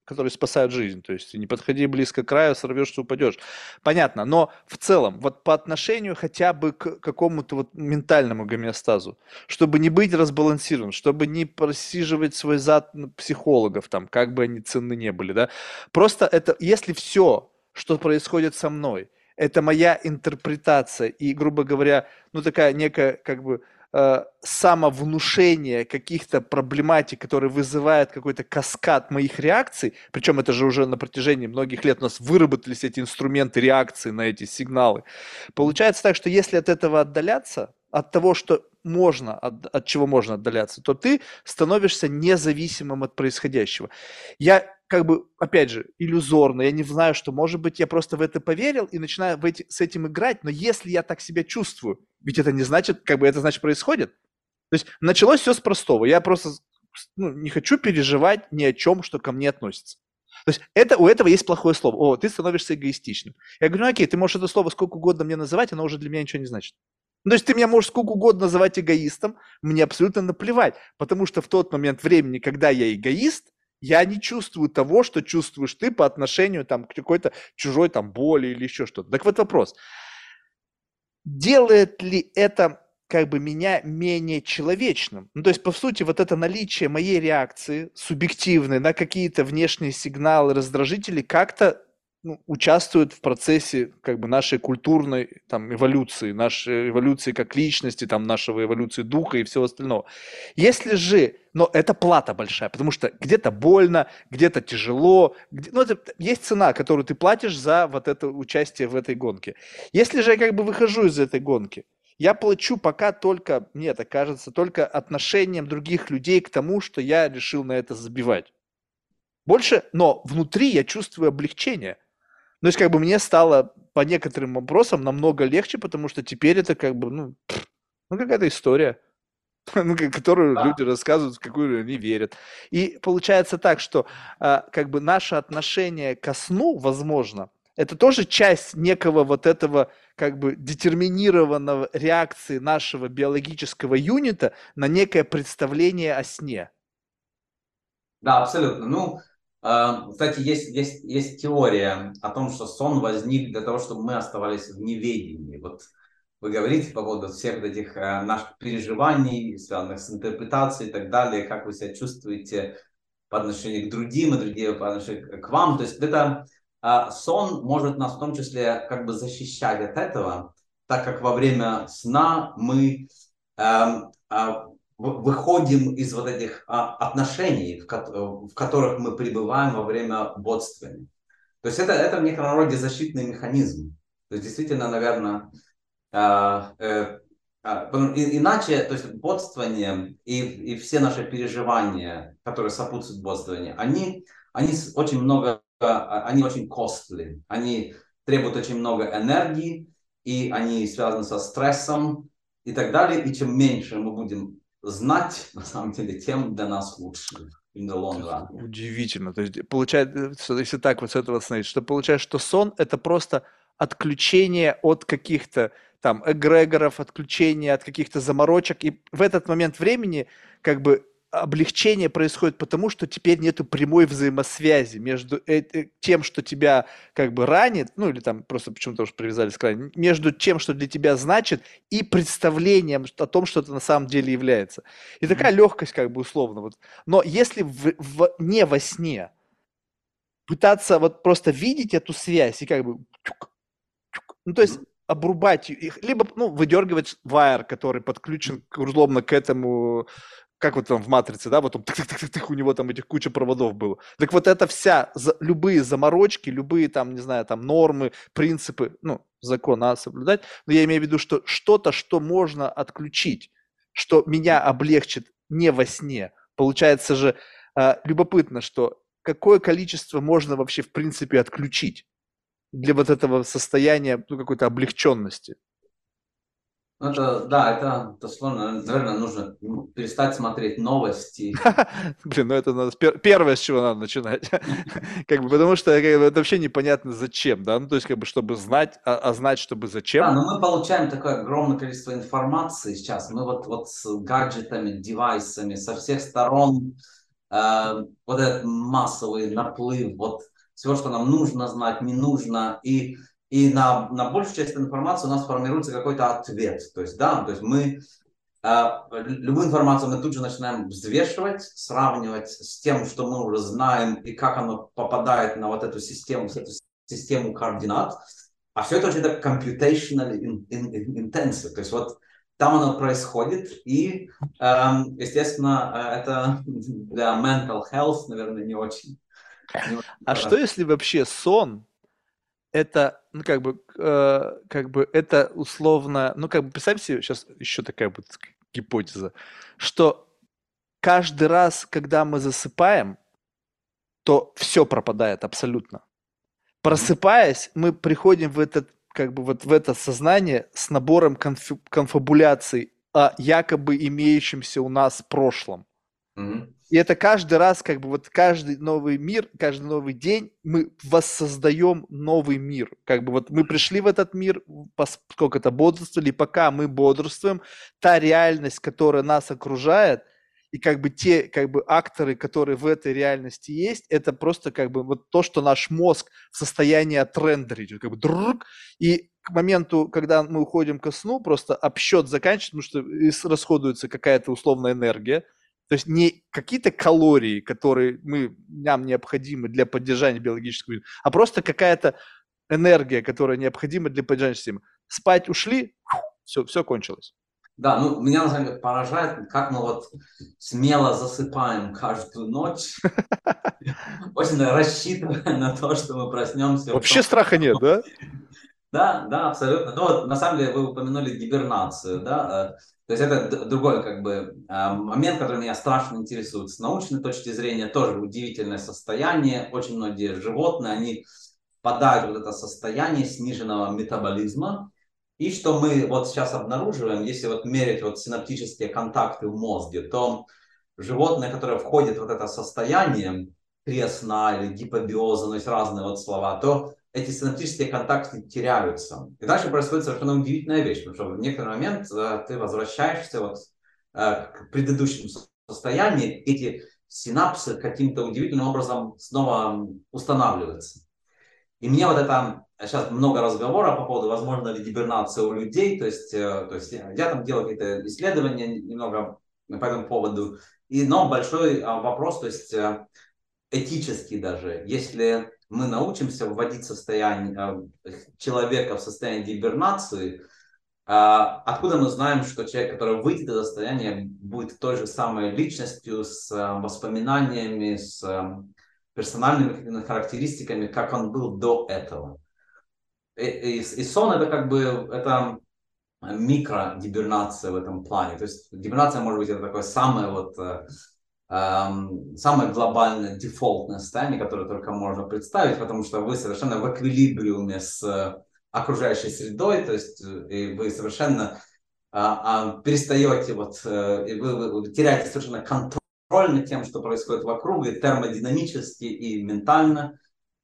которые спасают жизнь. То есть не подходи близко к краю, сорвешься, упадешь. Понятно. Но в целом, вот по отношению хотя бы к какому-то вот ментальному гомеостазу, чтобы не быть разбалансированным, чтобы не просиживать свой зад на психологов, там, как бы они ценны не были, да. Просто это, если все, что происходит со мной, это моя интерпретация и, грубо говоря, ну такая некая как бы самовнушение каких-то проблематик, которые вызывают какой-то каскад моих реакций, причем это же уже на протяжении многих лет у нас выработались эти инструменты реакции на эти сигналы. Получается так, что если от этого отдаляться, от того, что можно, от чего можно отдаляться, то ты становишься независимым от происходящего. Я как бы, опять же, иллюзорно, я не знаю, что, может быть, я просто в это поверил и начинаю с этим играть, но если я так себя чувствую, ведь это не значит, как бы это значит происходит. То есть началось все с простого. Я просто не хочу переживать ни о чем, что ко мне относится. То есть у этого есть плохое слово. О, ты становишься эгоистичным. Я говорю, ну окей, ты можешь это слово сколько угодно мне называть, оно уже для меня ничего не значит. Ну, то есть ты меня можешь сколько угодно называть эгоистом, мне абсолютно наплевать, потому что в тот момент времени, когда я эгоист, я не чувствую того, что чувствуешь ты по отношению там, к какой-то чужой там боли или еще что-то. Так вот вопрос, делает ли это как бы меня менее человечным? Ну, то есть, по сути, вот это наличие моей реакции субъективной на какие-то внешние сигналы, раздражители как-то участвуют в процессе как бы нашей культурной там эволюции, нашей эволюции как личности, там нашего эволюции духа и всего остального. Если же, но это плата большая, потому что где-то больно, где-то тяжело, ну это есть цена, которую ты платишь за вот это участие в этой гонке. Если же я как бы выхожу из этой гонки, я плачу пока только, мне так кажется, только отношением других людей к тому, что я решил на это забивать. Больше, но внутри я чувствую облегчение. Ну, то есть, как бы мне стало по некоторым вопросам намного легче, потому что теперь это как бы, ну какая-то история, ну, которую люди рассказывают, в какую они верят. И получается так, что как бы наше отношение ко сну, возможно, это тоже часть некого вот этого как бы детерминированного реакции нашего биологического юнита на некое представление о сне. Да, абсолютно. Ну, кстати, есть теория о том, что сон возник для того, чтобы мы оставались в неведении. Вот вы говорите по поводу всех этих наших переживаний, связанных с интерпретацией и так далее, как вы себя чувствуете по отношению к другим, и другие по отношению к вам. То есть это сон может нас в том числе как бы защищать от этого, так как во время сна мы выходим из вот этих отношений, в которых мы пребываем во время бодствования. То есть это в некотором роде защитный механизм. То есть действительно, наверное, иначе, то есть бодствование и все наши переживания, которые сопутствуют бодствованию, они очень много, они очень costly, они требуют очень много энергии, и они связаны со стрессом и так далее. И чем меньше мы будем знать, на самом деле, тем для нас лучше. In the long run. Удивительно. То есть получается, что если так вот с этого смотреть, что получается, что сон это просто отключение от каких-то там эгрегоров, отключение от каких-то заморочек, и в этот момент времени как бы облегчение происходит потому, что теперь нету прямой взаимосвязи между тем, что тебя как бы ранит, ну или там просто почему-то уж привязались к ранению, между тем, что для тебя значит, и представлением о том, что это на самом деле является. И такая легкость как бы условно. Вот. Но если не во сне пытаться вот просто видеть эту связь и как бы ну, то есть обрубать их, либо, ну, выдергивать вайр, который подключен условно к этому, как вот там в «Матрице», да, вот он у него там этих куча проводов было. Так вот это любые заморочки, любые там, не знаю, там нормы, принципы, ну, закон надо соблюдать, но я имею в виду, что что-то, что можно отключить, что меня облегчит не во сне. Получается же любопытно, что какое количество можно вообще в принципе отключить для вот этого состояния, ну, какой-то облегченности. Ну, это сложно. Наверное, нужно перестать смотреть новости. Блин, ну это надо первое, с чего надо начинать. Как бы, потому что как бы, это вообще непонятно зачем, да, ну то есть как бы чтобы знать, а знать, чтобы Да, зачем. но мы получаем такое огромное количество информации сейчас. Мы вот с гаджетами, девайсами со всех сторон вот этот массовый наплыв, вот всего, что нам нужно знать, не нужно, и на большую часть информации у нас формируется какой-то ответ. То есть, да, то есть мы любую информацию мы тут же начинаем взвешивать, сравнивать с тем, что мы уже знаем, и как оно попадает на вот эту систему координат. А все это очень так computationally intensive. То есть вот там оно происходит, и, естественно, это для mental health, наверное, не очень А что хорошо. если вообще сон это, ну, как бы это условно, ну, как бы представь себе, сейчас еще такая вот гипотеза, что каждый раз, когда мы засыпаем, то все пропадает абсолютно. Мгм. Просыпаясь, мы приходим в этот, как бы вот в это сознание с набором конфабуляций о якобы имеющемся у нас прошлом. Мгм. И это каждый раз, как бы вот каждый новый мир, каждый новый день мы воссоздаем новый мир. Как бы вот мы пришли в этот мир, поскольку-то бодрствовали, и пока мы бодрствуем, та реальность, которая нас окружает, и как бы те как бы акторы, которые в этой реальности есть, это просто как бы вот то, что наш мозг в состоянии отрендерить, как бы друг, и к моменту, когда мы уходим ко сну, просто обсчет заканчивается, потому что расходуется какая-то условная энергия, то есть не какие-то калории, которые нам необходимы для поддержания биологического вида, а просто какая-то энергия, которая необходима для поддержания системы. Спать ушли, все кончилось. Да, ну, меня на самом деле поражает, как мы вот смело засыпаем каждую ночь, очень рассчитывая на то, что мы проснемся в том. Вообще страха нет, да? Да, да, абсолютно. Ну, вот, на самом деле вы упомянули гибернацию, да, то есть это другой как бы момент, который меня страшно интересует. С научной точки зрения тоже удивительное состояние. Очень многие животные, они впадают в вот это состояние сниженного метаболизма. И что мы вот сейчас обнаруживаем, если вот мерить вот синаптические контакты в мозге, то животные, которые входят в вот это состояние кресна или гипобиоза, ну, есть разные вот слова, то эти синаптические контакты теряются. И дальше происходит совершенно удивительная вещь, потому что в некоторый момент ты возвращаешься вот, к предыдущему состоянию, эти синапсы каким-то удивительным образом снова устанавливаются. И мне вот это сейчас много разговора по поводу, возможно ли гибернация у людей, то есть я там делал какие-то исследования немного по этому поводу, но большой вопрос, то есть этический даже, если мы научимся вводить человека в состояние гибернации, откуда мы знаем, что человек, который выйдет из состояния, будет той же самой личностью, с воспоминаниями, с персональными характеристиками, как он был до этого. И сон это как бы это микрогибернация в этом плане. То есть гибернация может быть это такое самое вот самое глобальное дефолтное состояние, которое только можно представить, потому что вы совершенно в эквилибриуме с окружающей средой, то есть и вы совершенно перестаете и вы теряете совершенно контроль над тем, что происходит вокруг, и термодинамически, и ментально.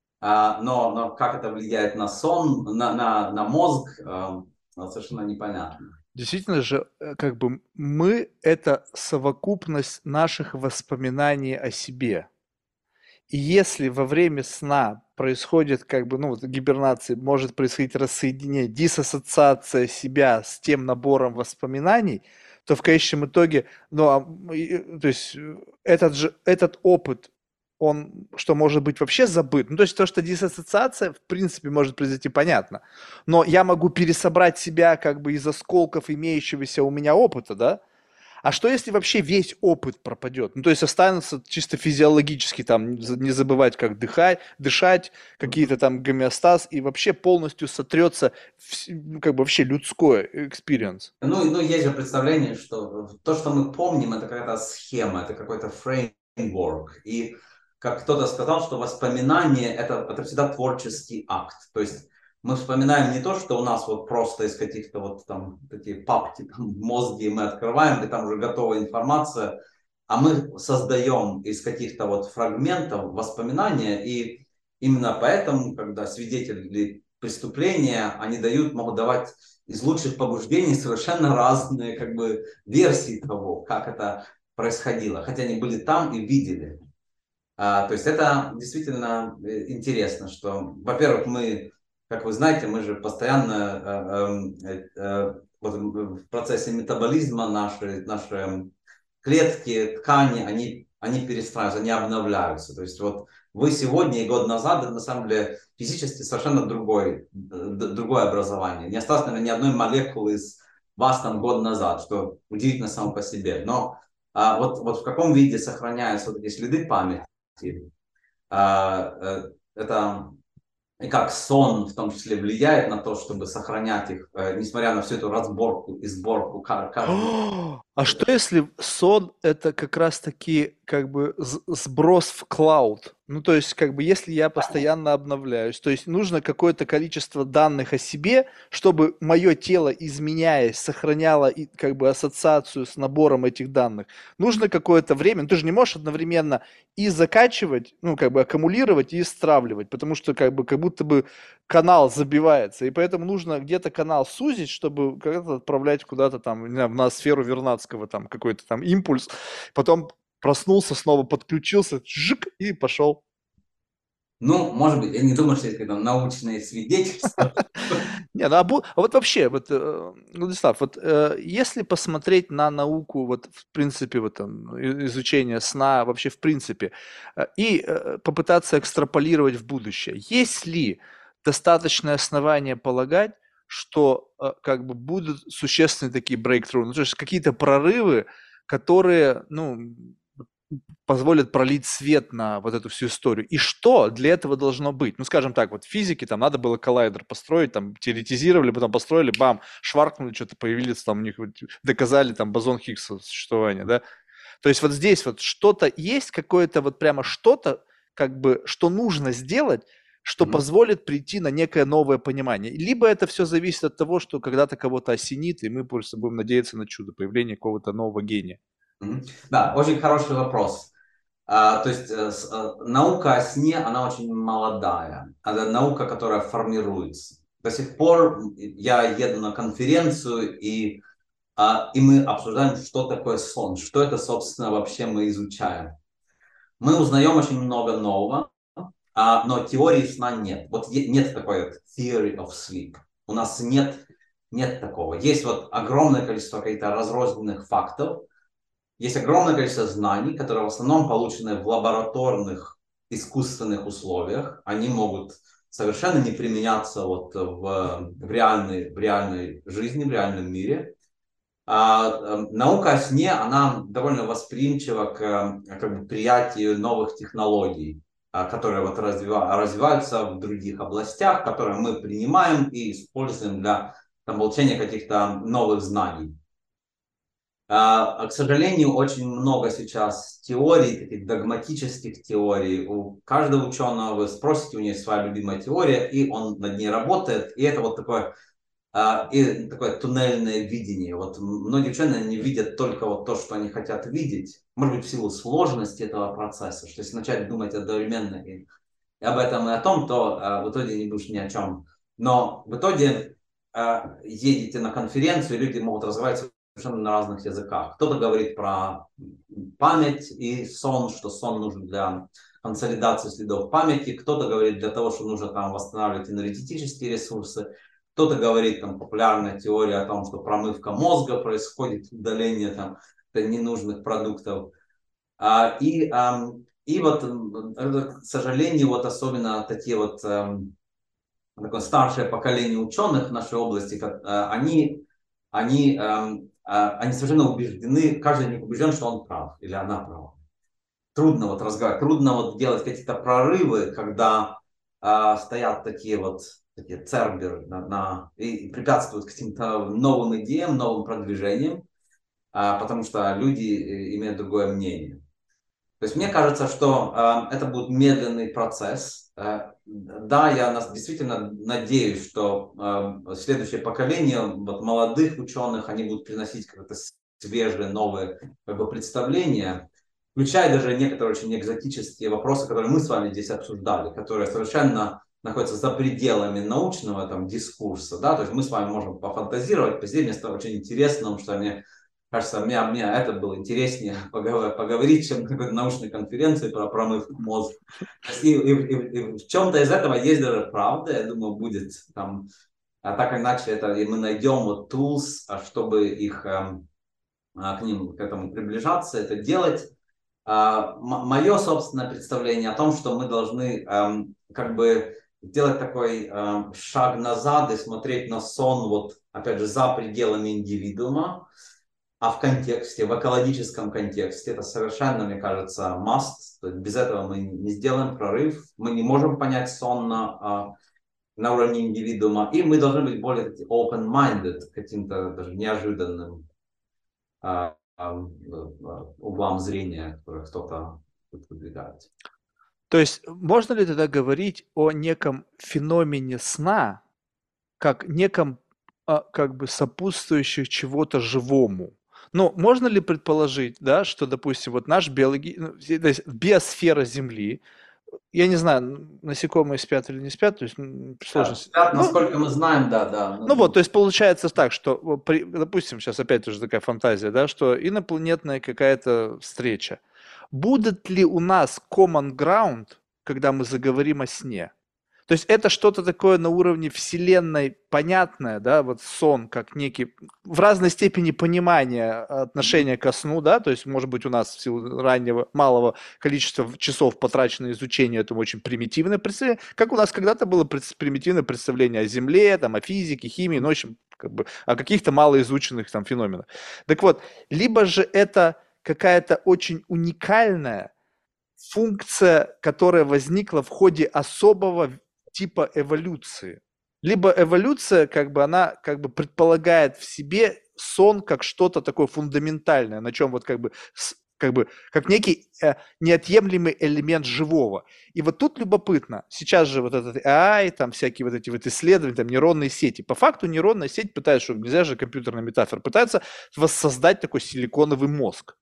Но как это влияет на сон, на мозг, совершенно непонятно. Действительно же, как бы мы – это совокупность наших воспоминаний о себе. И если во время сна происходит, как бы, ну, вот гибернации, может происходить рассоединение, диссоциация себя с тем набором воспоминаний, то в конечном итоге, ну, то есть этот опыт, он что, может быть вообще забыт? Ну, то есть то, что диссоциация, в принципе, может произойти, понятно. Но я могу пересобрать себя как бы из осколков имеющегося у меня опыта, да? А что если вообще весь опыт пропадет? Ну, то есть останутся чисто физиологически там не забывать, как дышать, какие-то там гомеостаз, и вообще полностью сотрется ну, как бы вообще людской experience. Ну, есть же представление, что то, что мы помним, это какая-то схема, это какой-то фреймворк. И как кто-то сказал, что воспоминание это всегда творческий акт. То есть мы вспоминаем не то, что у нас вот просто из каких-то вот там такие папки там, в мозге мы открываем, и там уже готовая информация, а мы создаем из каких-то вот фрагментов воспоминания, и именно поэтому, когда свидетели преступления, они могут давать из лучших побуждений совершенно разные как бы версии того, как это происходило, хотя они были там и видели. То есть это действительно интересно, что, во-первых, мы, как вы знаете, мы же постоянно вот в процессе метаболизма наши клетки, ткани, они перестраиваются, они обновляются. То есть вот вы сегодня и год назад, это на самом деле физически совершенно другое образование. Не осталось, наверное, ни одной молекулы из вас там год назад, что удивительно само по себе. Но вот в каком виде сохраняются вот эти следы памяти, это и как сон в том числе влияет на то, чтобы сохранять их, несмотря на всю эту разборку и сборку каждого. А что если сон это как раз таки как бы сброс в клауд? Ну, то есть, как бы, если я постоянно обновляюсь, то есть нужно какое-то количество данных о себе, чтобы мое тело, изменяясь, сохраняло и, как бы, ассоциацию с набором этих данных. Нужно какое-то время, ну, ты же не можешь одновременно и закачивать, ну, как бы, аккумулировать и стравливать, потому что, как бы, как будто бы канал забивается, и поэтому нужно где-то канал сузить, чтобы когда-то отправлять куда-то там, не знаю, в ноосферу Вернадского там какой-то там импульс, потом проснулся, снова подключился, жик, и пошел. Ну, может быть, я не думаю, что есть какие-то научные свидетельства. Не, ну а вот вообще, вот, Владислав, вот если посмотреть на науку, вот в принципе, вот там, изучение сна, вообще в принципе, и попытаться экстраполировать в будущее, есть ли достаточное основание полагать, что как бы будут существенные такие breakthrough, ну, то есть какие-то прорывы, которые, ну, позволят пролить свет на вот эту всю историю. И что для этого должно быть? Ну, скажем так, вот в физике там надо было коллайдер построить, там теоретизировали, потом построили, бам, шваркнули, что-то появились там у них, вот, доказали там бозон Хиггса существование, да? То есть вот здесь вот что-то есть, какое-то вот прямо что-то, как бы, что нужно сделать, что Мгм. позволит прийти на некое новое понимание. Либо это все зависит от того, что когда-то кого-то осенит, и мы просто будем надеяться на чудо, появление какого-то нового гения. Мгм. Да, очень хороший вопрос. То есть наука о сне, она очень молодая. Это наука, которая формируется. До сих пор я еду на конференцию, и мы обсуждаем, что такое сон, что это, собственно, вообще мы изучаем. Мы узнаем очень много нового, но теории сна нет. Вот нет такой вот theory of sleep. У нас нет такого. Есть вот огромное количество каких-то разрозненных фактов, есть огромное количество знаний, которые в основном получены в лабораторных искусственных условиях. Они могут совершенно не применяться вот в реальной жизни, в реальном мире. Наука о сне, она довольно восприимчива к как бы, приятию новых технологий, которые вот развиваются в других областях, которые мы принимаем и используем для там, получения каких-то новых знаний. К сожалению, очень много сейчас теорий, таких догматических теорий. У каждого ученого вы спросите, у него есть своя любимая теория, и он над ней работает. И это вот такое туннельное видение. Вот многие ученые не видят только вот то, что они хотят видеть. Может быть, в силу сложности этого процесса, что если начать думать одновременно и об этом и о том, то в итоге не будешь ни о чем. Но в итоге едете на конференцию, и люди могут разговаривать совершенно на разных языках. Кто-то говорит про память и сон, что сон нужен для консолидации следов памяти. Кто-то говорит для того, что нужно там восстанавливать энергетические ресурсы. Кто-то говорит, там, популярная теория о том, что промывка мозга происходит, удаление там ненужных продуктов. И вот, к сожалению, вот особенно такие вот такое старшее поколение ученых в нашей области, они совершенно убеждены, каждый из них убежден, что он прав или она права. Трудно вот разговаривать, трудно вот делать какие-то прорывы, когда стоят такие церберы и препятствуют каким-то новым идеям, новым продвижениям, потому что люди имеют другое мнение. То есть мне кажется, что это будет медленный процесс. Да, действительно надеюсь, что следующее поколение вот, молодых ученых, они будут приносить какое-то свежие, новые как бы, представления, включая даже некоторые очень экзотические вопросы, которые мы с вами здесь обсуждали, которые совершенно находятся за пределами научного там, дискурса. Да? То есть мы с вами можем пофантазировать, посидеть, мне стало очень интересным, что мне Кажется, мне это было интереснее поговорить, чем на какой-то научной конференции про промывку мозга. И в чем-то из этого есть даже правда, я думаю, будет там, а так или иначе, это, и мы найдем вот tools, чтобы их к ним, к этому приближаться, это делать. Мое собственное представление о том, что мы должны как бы сделать такой шаг назад и смотреть на сон, вот опять же, за пределами индивидуума, а в контексте, в экологическом контексте, это совершенно, мне кажется, must. То есть без этого мы не сделаем прорыв, мы не можем понять сон на уровне индивидуума, и мы должны быть более open-minded к каким-то даже неожиданным углам зрения, которые кто-то выдвигает. То есть можно ли тогда говорить о неком феномене сна, как неком как бы сопутствующих чего-то живому? Ну, можно ли предположить, да, что, допустим, вот наш то есть биосфера Земли, я не знаю, насекомые спят или не спят, то есть Да, сложность. насколько мы знаем, да, да. Ну вот, то есть получается так, что, допустим, сейчас опять уже такая фантазия, да, что инопланетная какая-то встреча. Будет ли у нас common ground, когда мы заговорим о сне? То есть это что-то такое на уровне вселенной понятное, да, вот сон как некий, в разной степени понимания отношения ко сну, да, то есть может быть у нас в силу раннего, малого количества часов потрачено на изучение этому очень примитивное представление, как у нас когда-то было примитивное представление о Земле, там, о физике, химии, ну, в общем, как бы о каких-то малоизученных там феноменах. Так вот, либо же это какая-то очень уникальная функция, которая возникла в ходе особого типа эволюции. Либо эволюция, как бы она как бы предполагает в себе сон как что-то такое фундаментальное, на чем вот как бы как некий неотъемлемый элемент живого. И вот тут любопытно, сейчас же вот этот AI, там всякие вот эти вот исследования, там нейронные сети. По факту нейронная сеть пытается, что нельзя же компьютерная метафора, пытается воссоздать такой силиконовый мозг.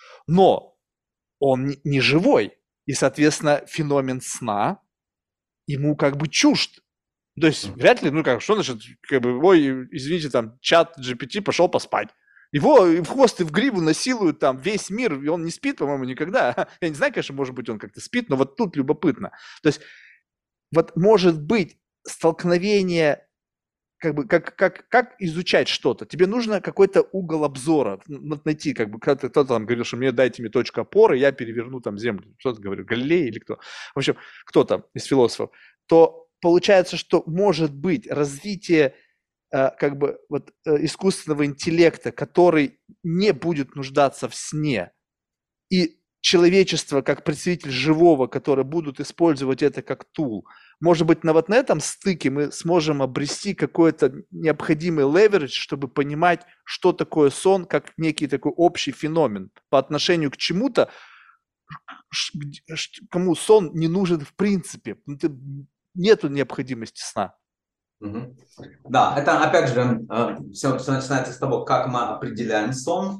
Но он не живой. И, соответственно, феномен сна ему как бы чужд. То есть вряд ли, ну как, что значит, как бы, ой, извините, там, чат GPT пошел поспать. Его и в хвост и в гриву насилуют там весь мир, и он не спит, по-моему, никогда. Я не знаю, конечно, может быть, он как-то спит, но вот тут любопытно. То есть вот может быть столкновение как бы, как изучать что-то? Тебе нужно какой-то угол обзора найти, как бы, кто-то там говорил, что мне дайте мне точку опоры, я переверну там землю. Кто-то говорит, Галилей или кто. В общем, кто там из философов. То получается, что может быть развитие как бы вот искусственного интеллекта, который не будет нуждаться в сне, и человечество как представитель живого, которые будут использовать это как тул. Может быть, вот на этом стыке мы сможем обрести какой-то необходимый леверидж, чтобы понимать, что такое сон, как некий такой общий феномен по отношению к чему-то, кому сон не нужен в принципе. Нету необходимости сна. Да, это опять же все начинается с того, как мы определяем сон.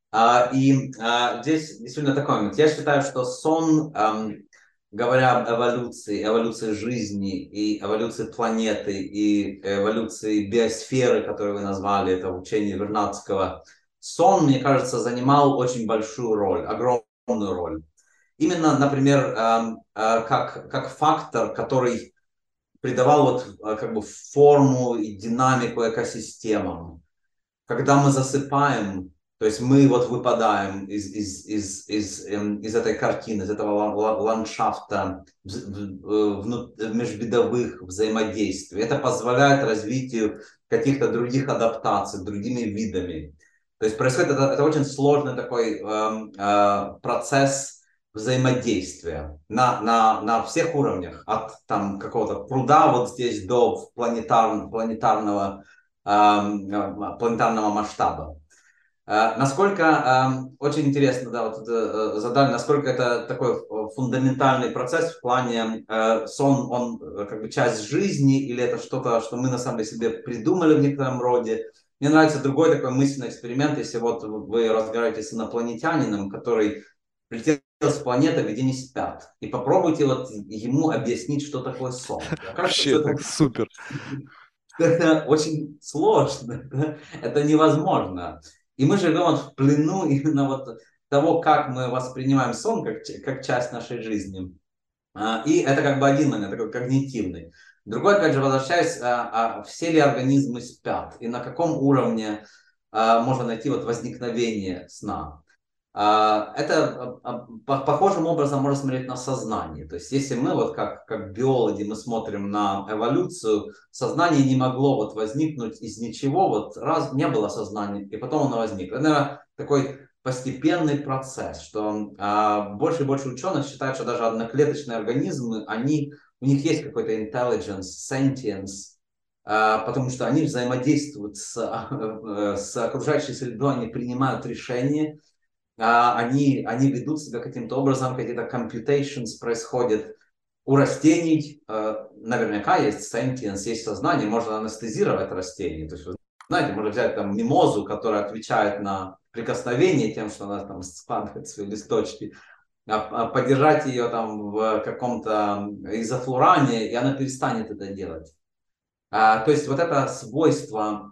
Здесь действительно такой момент. Я считаю, что сон, говоря об эволюции, эволюции жизни и эволюции планеты и эволюции биосферы, которую вы назвали, это учение Вернадского, сон, мне кажется, занимал очень большую роль, огромную роль. Именно, например, как фактор, который придавал вот как бы форму и динамику экосистемам. Когда мы засыпаем, то есть мы вот выпадаем из этой картины, из этого ландшафта межвидовых взаимодействий. Это позволяет развитию каких-то других адаптаций, другими видами. То есть происходит это очень сложный такой процесс взаимодействия на всех уровнях, от там какого-то пруда вот здесь до планетарного масштаба. Насколько, очень интересно, да, вот задали, насколько это такой фундаментальный процесс в плане сон, он как бы часть жизни, или это что-то, что мы на самом деле себе придумали в некотором роде. Мне нравится другой такой мысленный эксперимент, если вот вы разговариваете с инопланетянином, который прилетел с планеты, где не спят, и попробуйте вот ему объяснить, что такое сон. Окажется, Вообще, что так супер. это очень сложно, это невозможно. И мы живем вот в плену именно вот того, как мы воспринимаем сон как часть нашей жизни. И это как бы один момент, такой когнитивный. Другой, опять же, возвращаясь, все ли организмы спят и на каком уровне можно найти вот возникновение сна. Это похожим образом можно смотреть на сознание. То есть если мы вот как биологи мы смотрим на эволюцию, сознание не могло вот возникнуть из ничего, вот раз не было сознания, и потом оно возникло. Это, наверное, такой постепенный процесс, что больше и больше ученых считают, что даже одноклеточные организмы, у них есть какой-то intelligence, sentience, потому что они взаимодействуют с окружающей средой, они принимают решения, они ведут себя каким-то образом, какие-то computations происходят. У растений наверняка есть sentience, есть сознание, можно анестезировать растение. То есть, вы знаете, можно взять там мимозу, которая отвечает на прикосновение тем, что она там складывает свои листочки, подержать ее там в каком-то изофлуране, и она перестанет это делать. То есть вот это свойство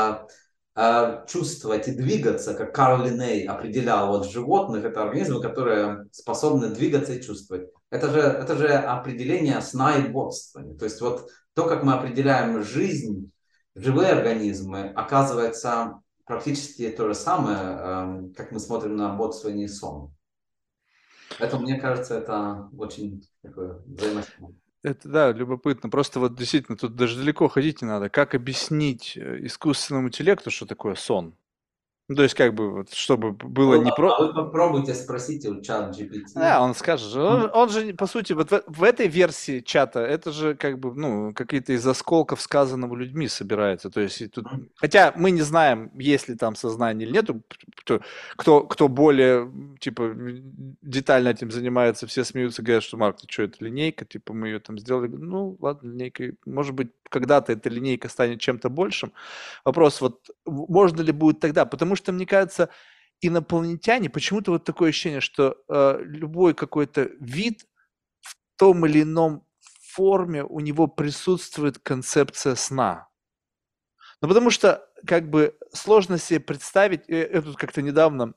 чувствовать и двигаться, как Карл Линней определял вот животных, это организмы, которые способны двигаться и чувствовать. Это же определение сна и бодрствования. То есть вот то, как мы определяем жизнь, живые организмы, оказывается практически то же самое, как мы смотрим на бодрствование и сон. Поэтому мне кажется, это очень такое взаимосвязано. Это да, любопытно. Просто вот действительно тут даже далеко ходить не надо. Как объяснить искусственному интеллекту, что такое сон? Ну, то есть как бы вот, чтобы было не про... Вы попробуйте спросите у чат GPT. Да, он скажет, он же, по сути, вот в этой версии чата, это же как бы, ну, какие-то из осколков сказанного людьми собирается. То есть и тут, хотя мы не знаем, есть ли там сознание или нету, кто более, типа, детально этим занимается, все смеются, говорят, что, Марк, ты что, это линейка, типа, мы ее там сделали. Ну, ладно, линейка, может быть, когда-то эта линейка станет чем-то большим. Вопрос вот, можно ли будет тогда, потому что, мне кажется, инопланетяне, почему-то вот такое ощущение, что любой какой-то вид в том или ином форме у него присутствует концепция сна. Ну, потому что как бы сложно себе представить, я тут как-то недавно,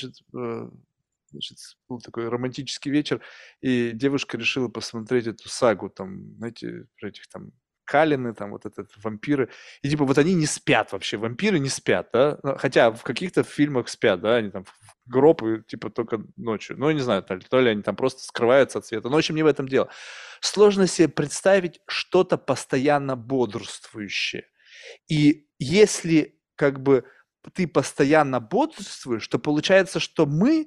значит, был такой романтический вечер, и девушка решила посмотреть эту сагу, там, знаете, про этих там Калины, там вот этот вампиры. И типа вот они не спят вообще, вампиры не спят, да? Хотя в каких-то фильмах спят, да, они там в гроб и типа только ночью. Ну, я не знаю, то ли они там просто скрываются от света. Но, в общем, не в этом дело. Сложно себе представить что-то постоянно бодрствующее. И если как бы ты постоянно бодрствуешь, то получается, что мы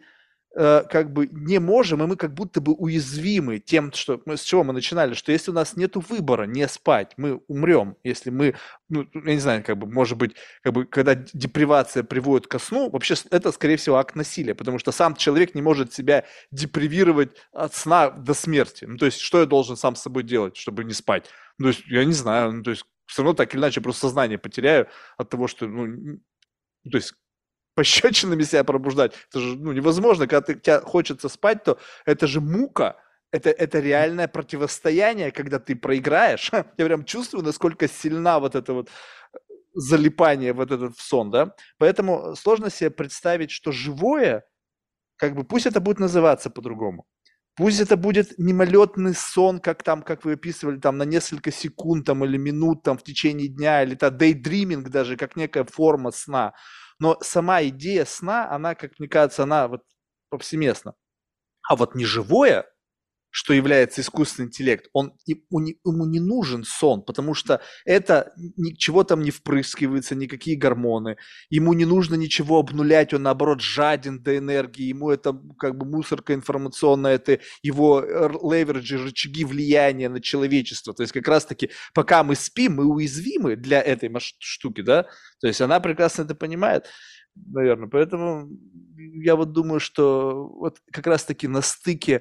как бы не можем, и мы как будто бы уязвимы тем, что с чего мы начинали, что если у нас нет выбора не спать, мы умрем. Если мы, ну, я не знаю, как бы, может быть, как бы, когда депривация приводит ко сну, вообще это, скорее всего, акт насилия, потому что сам человек не может себя депривировать от сна до смерти. Ну, то есть, что я должен сам с собой делать, чтобы не спать? Ну, то есть, я не знаю, ну, то есть, все равно так или иначе просто сознание потеряю от того, что, ну, то есть, пощечинами себя пробуждать. Это же невозможно. Когда тебе хочется спать, то это же мука. Это реальное противостояние, когда ты проиграешь. Я прям чувствую, насколько сильна вот это вот залипание вот этот в сон, да. Поэтому сложно себе представить, что живое, как бы пусть это будет называться по-другому. Пусть это будет мимолетный сон, как вы описывали, там, на несколько секунд там, или минут там, в течение дня, или daydreaming даже, как некая форма сна. Но сама идея сна, она, как мне кажется, она вот повсеместна. А вот неживое, что является искусственный интеллект, ему не нужен сон, потому что это ничего там не впрыскивается, никакие гормоны, ему не нужно ничего обнулять, он наоборот жаден до энергии, ему это как бы мусорка информационная, это его левериджи, рычаги влияния на человечество. То есть как раз-таки пока мы спим, мы уязвимы для этой штуки, да, то есть она прекрасно это понимает, наверное. Поэтому я вот думаю, что вот как раз-таки на стыке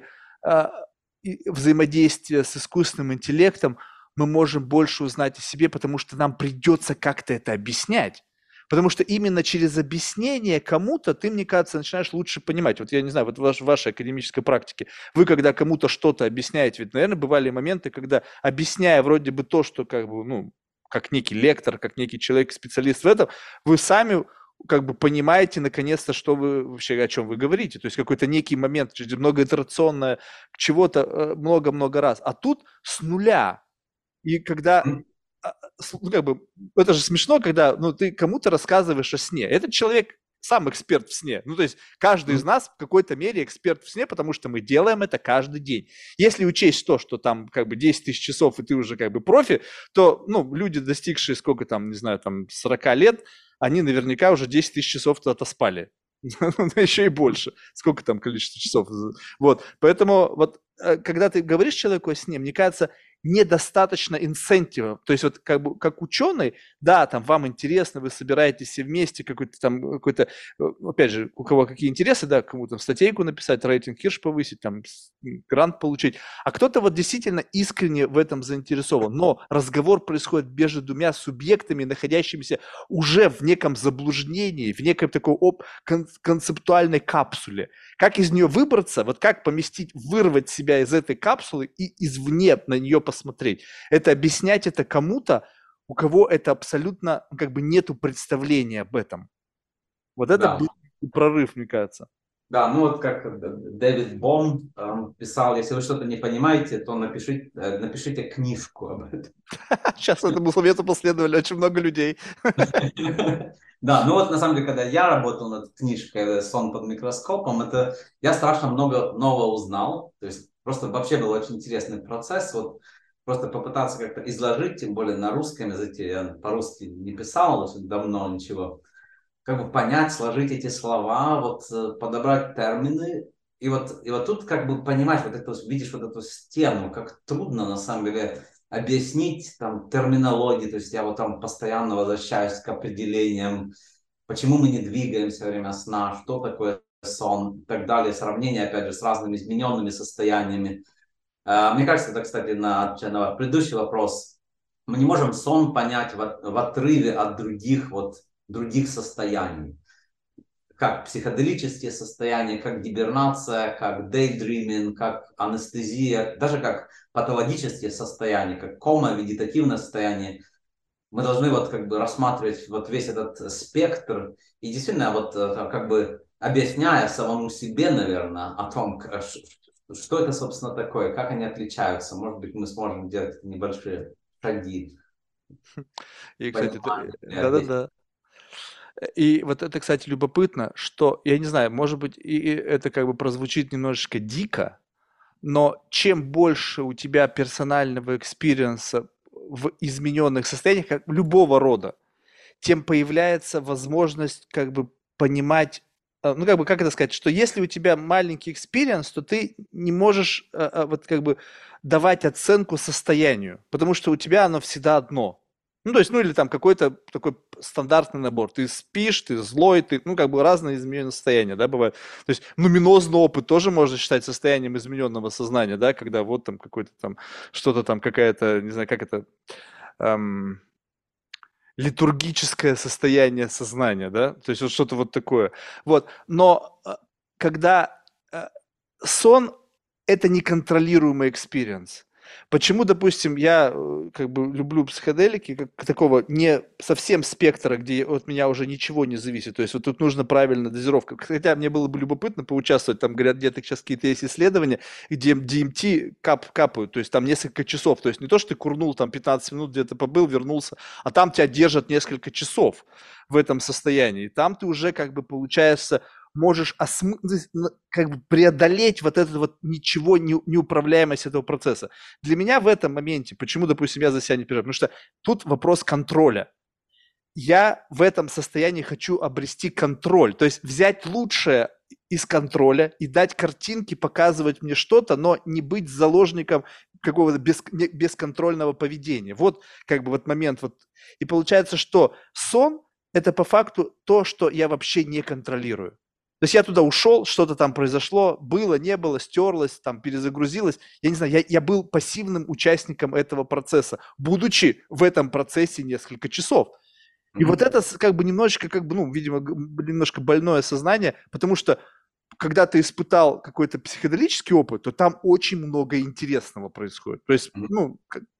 взаимодействия с искусственным интеллектом мы можем больше узнать о себе, потому что нам придется как-то это объяснять. Потому что именно через объяснение кому-то ты, мне кажется, начинаешь лучше понимать. Вот я не знаю, вот в вашей академической практике, вы когда кому-то что-то объясняете, ведь, наверное, бывали моменты, когда, объясняя вроде бы то, что как бы, ну, как некий лектор, как некий человек, специалист в этом, вы сами как бы понимаете наконец-то, что вы вообще, о чем вы говорите. То есть какой-то некий момент, многоитерационное, чего-то много-много раз. А тут с нуля. И когда, Мгм. ну, как бы, это же смешно, когда, ну, ты кому-то рассказываешь о сне. Этот человек сам эксперт в сне. Ну, то есть каждый из Мгм. нас в какой-то мере эксперт в сне, потому что мы делаем это каждый день. Если учесть то, что там как бы 10 тысяч часов, и ты уже как бы профи, то, ну, люди, достигшие сколько там, не знаю, там 40 лет, они наверняка уже 10 тысяч часов отоспали. Еще и больше. Сколько там количество часов. Вот. Поэтому вот когда ты говоришь человеку о сне, мне кажется, недостаточно инсентива. То есть вот как бы как ученый, да, там вам интересно, вы собираетесь все вместе, какой-то там, какой-то, опять же, у кого какие интересы, да, кому там статейку написать, рейтинг Кирш повысить, там грант получить, а кто-то вот действительно искренне в этом заинтересован, но разговор происходит между двумя субъектами, находящимися уже в неком заблуждении, в некой такой концептуальной капсуле. Как из нее выбраться, вот как поместить, вырвать себя из этой капсулы и извне на нее посмотреть. Это объяснять это кому-то, у кого это абсолютно как бы нету представления об этом. Вот это был Да. прорыв, мне кажется. Да, ну вот как Дэвид Бом писал, если вы что-то не понимаете, то напишите книжку об этом. Сейчас этому совету последовали очень много людей. Да, ну вот на самом деле, когда я работал над книжкой «Сон под микроскопом», это я страшно много нового узнал. То есть просто вообще был очень интересный процесс. Вот просто попытаться как-то изложить, тем более на русском языке. Я по-русски не писал очень давно ничего. Как бы понять, сложить эти слова, вот подобрать термины. И вот тут как бы понимаешь, вот это, видишь вот эту стену, как трудно на самом деле объяснить там терминологию, то есть я вот там постоянно возвращаюсь к определениям, почему мы не двигаемся во время сна, что такое сон и так далее, сравнение, опять же, с разными измененными состояниями. Мне кажется, это, кстати, на предыдущий вопрос, мы не можем сон понять в отрыве от других состояний, как психоделические состояния, как гибернация, как daydreaming, как анестезия, даже как патологические состояния, как кома, вегетативное состояние. Мы должны вот как бы рассматривать вот весь этот спектр и действительно вот как бы объясняя самому себе, наверное, о том, что это, собственно, такое, как они отличаются. Может быть, мы сможем делать небольшие шаги И, кстати, понимания. да-да-да. И вот это, кстати, любопытно, что, я не знаю, может быть, и это как бы прозвучит немножечко дико, но чем больше у тебя персонального экспириенса в измененных состояниях, как любого рода, тем появляется возможность как бы понимать, ну как бы, как это сказать, что если у тебя маленький экспириенс, то ты не можешь вот как бы давать оценку состоянию, потому что у тебя оно всегда одно. Ну, то есть, ну, или там какой-то такой стандартный набор. Ты спишь, ты злой, ты, ну, как бы разные измененные состояния, да, бывают. То есть, нуминозный опыт тоже можно считать состоянием измененного сознания, да, когда вот там какой-то там, что-то там, какая-то, не знаю, как это, эм, литургическое состояние сознания, да, то есть вот что-то вот такое. Вот, но когда сон– это неконтролируемый экспириенс. Почему, допустим, я как бы люблю психоделики, как такого не совсем спектра, где от меня уже ничего не зависит. То есть вот тут нужна правильная дозировка. Хотя мне было бы любопытно поучаствовать, там говорят, где-то сейчас какие-то есть исследования, где DMT капают, то есть там несколько часов. То есть не то, что ты курнул там 15 минут, где-то побыл, вернулся, а там тебя держат несколько часов в этом состоянии. Там ты уже как бы получается можешь как бы преодолеть вот эту вот ничего неуправляемость этого процесса. Для меня в этом моменте, почему, допустим, я за себя не переживаю, потому что тут вопрос контроля. Я в этом состоянии хочу обрести контроль, то есть взять лучшее из контроля и дать картинки, показывать мне что-то, но не быть заложником какого-то бесконтрольного поведения. Вот как бы вот момент. Вот. И получается, что сон– это по факту то, что я вообще не контролирую. То есть я туда ушел, что-то там произошло, было, не было, стерлось, там перезагрузилось. Я не знаю, я был пассивным участником этого процесса, будучи в этом процессе несколько часов. И вот это как бы немножечко, как бы, ну, видимо, немножко больное сознание, потому что когда ты испытал какой-то психоделический опыт, то там очень много интересного происходит. То есть, ну,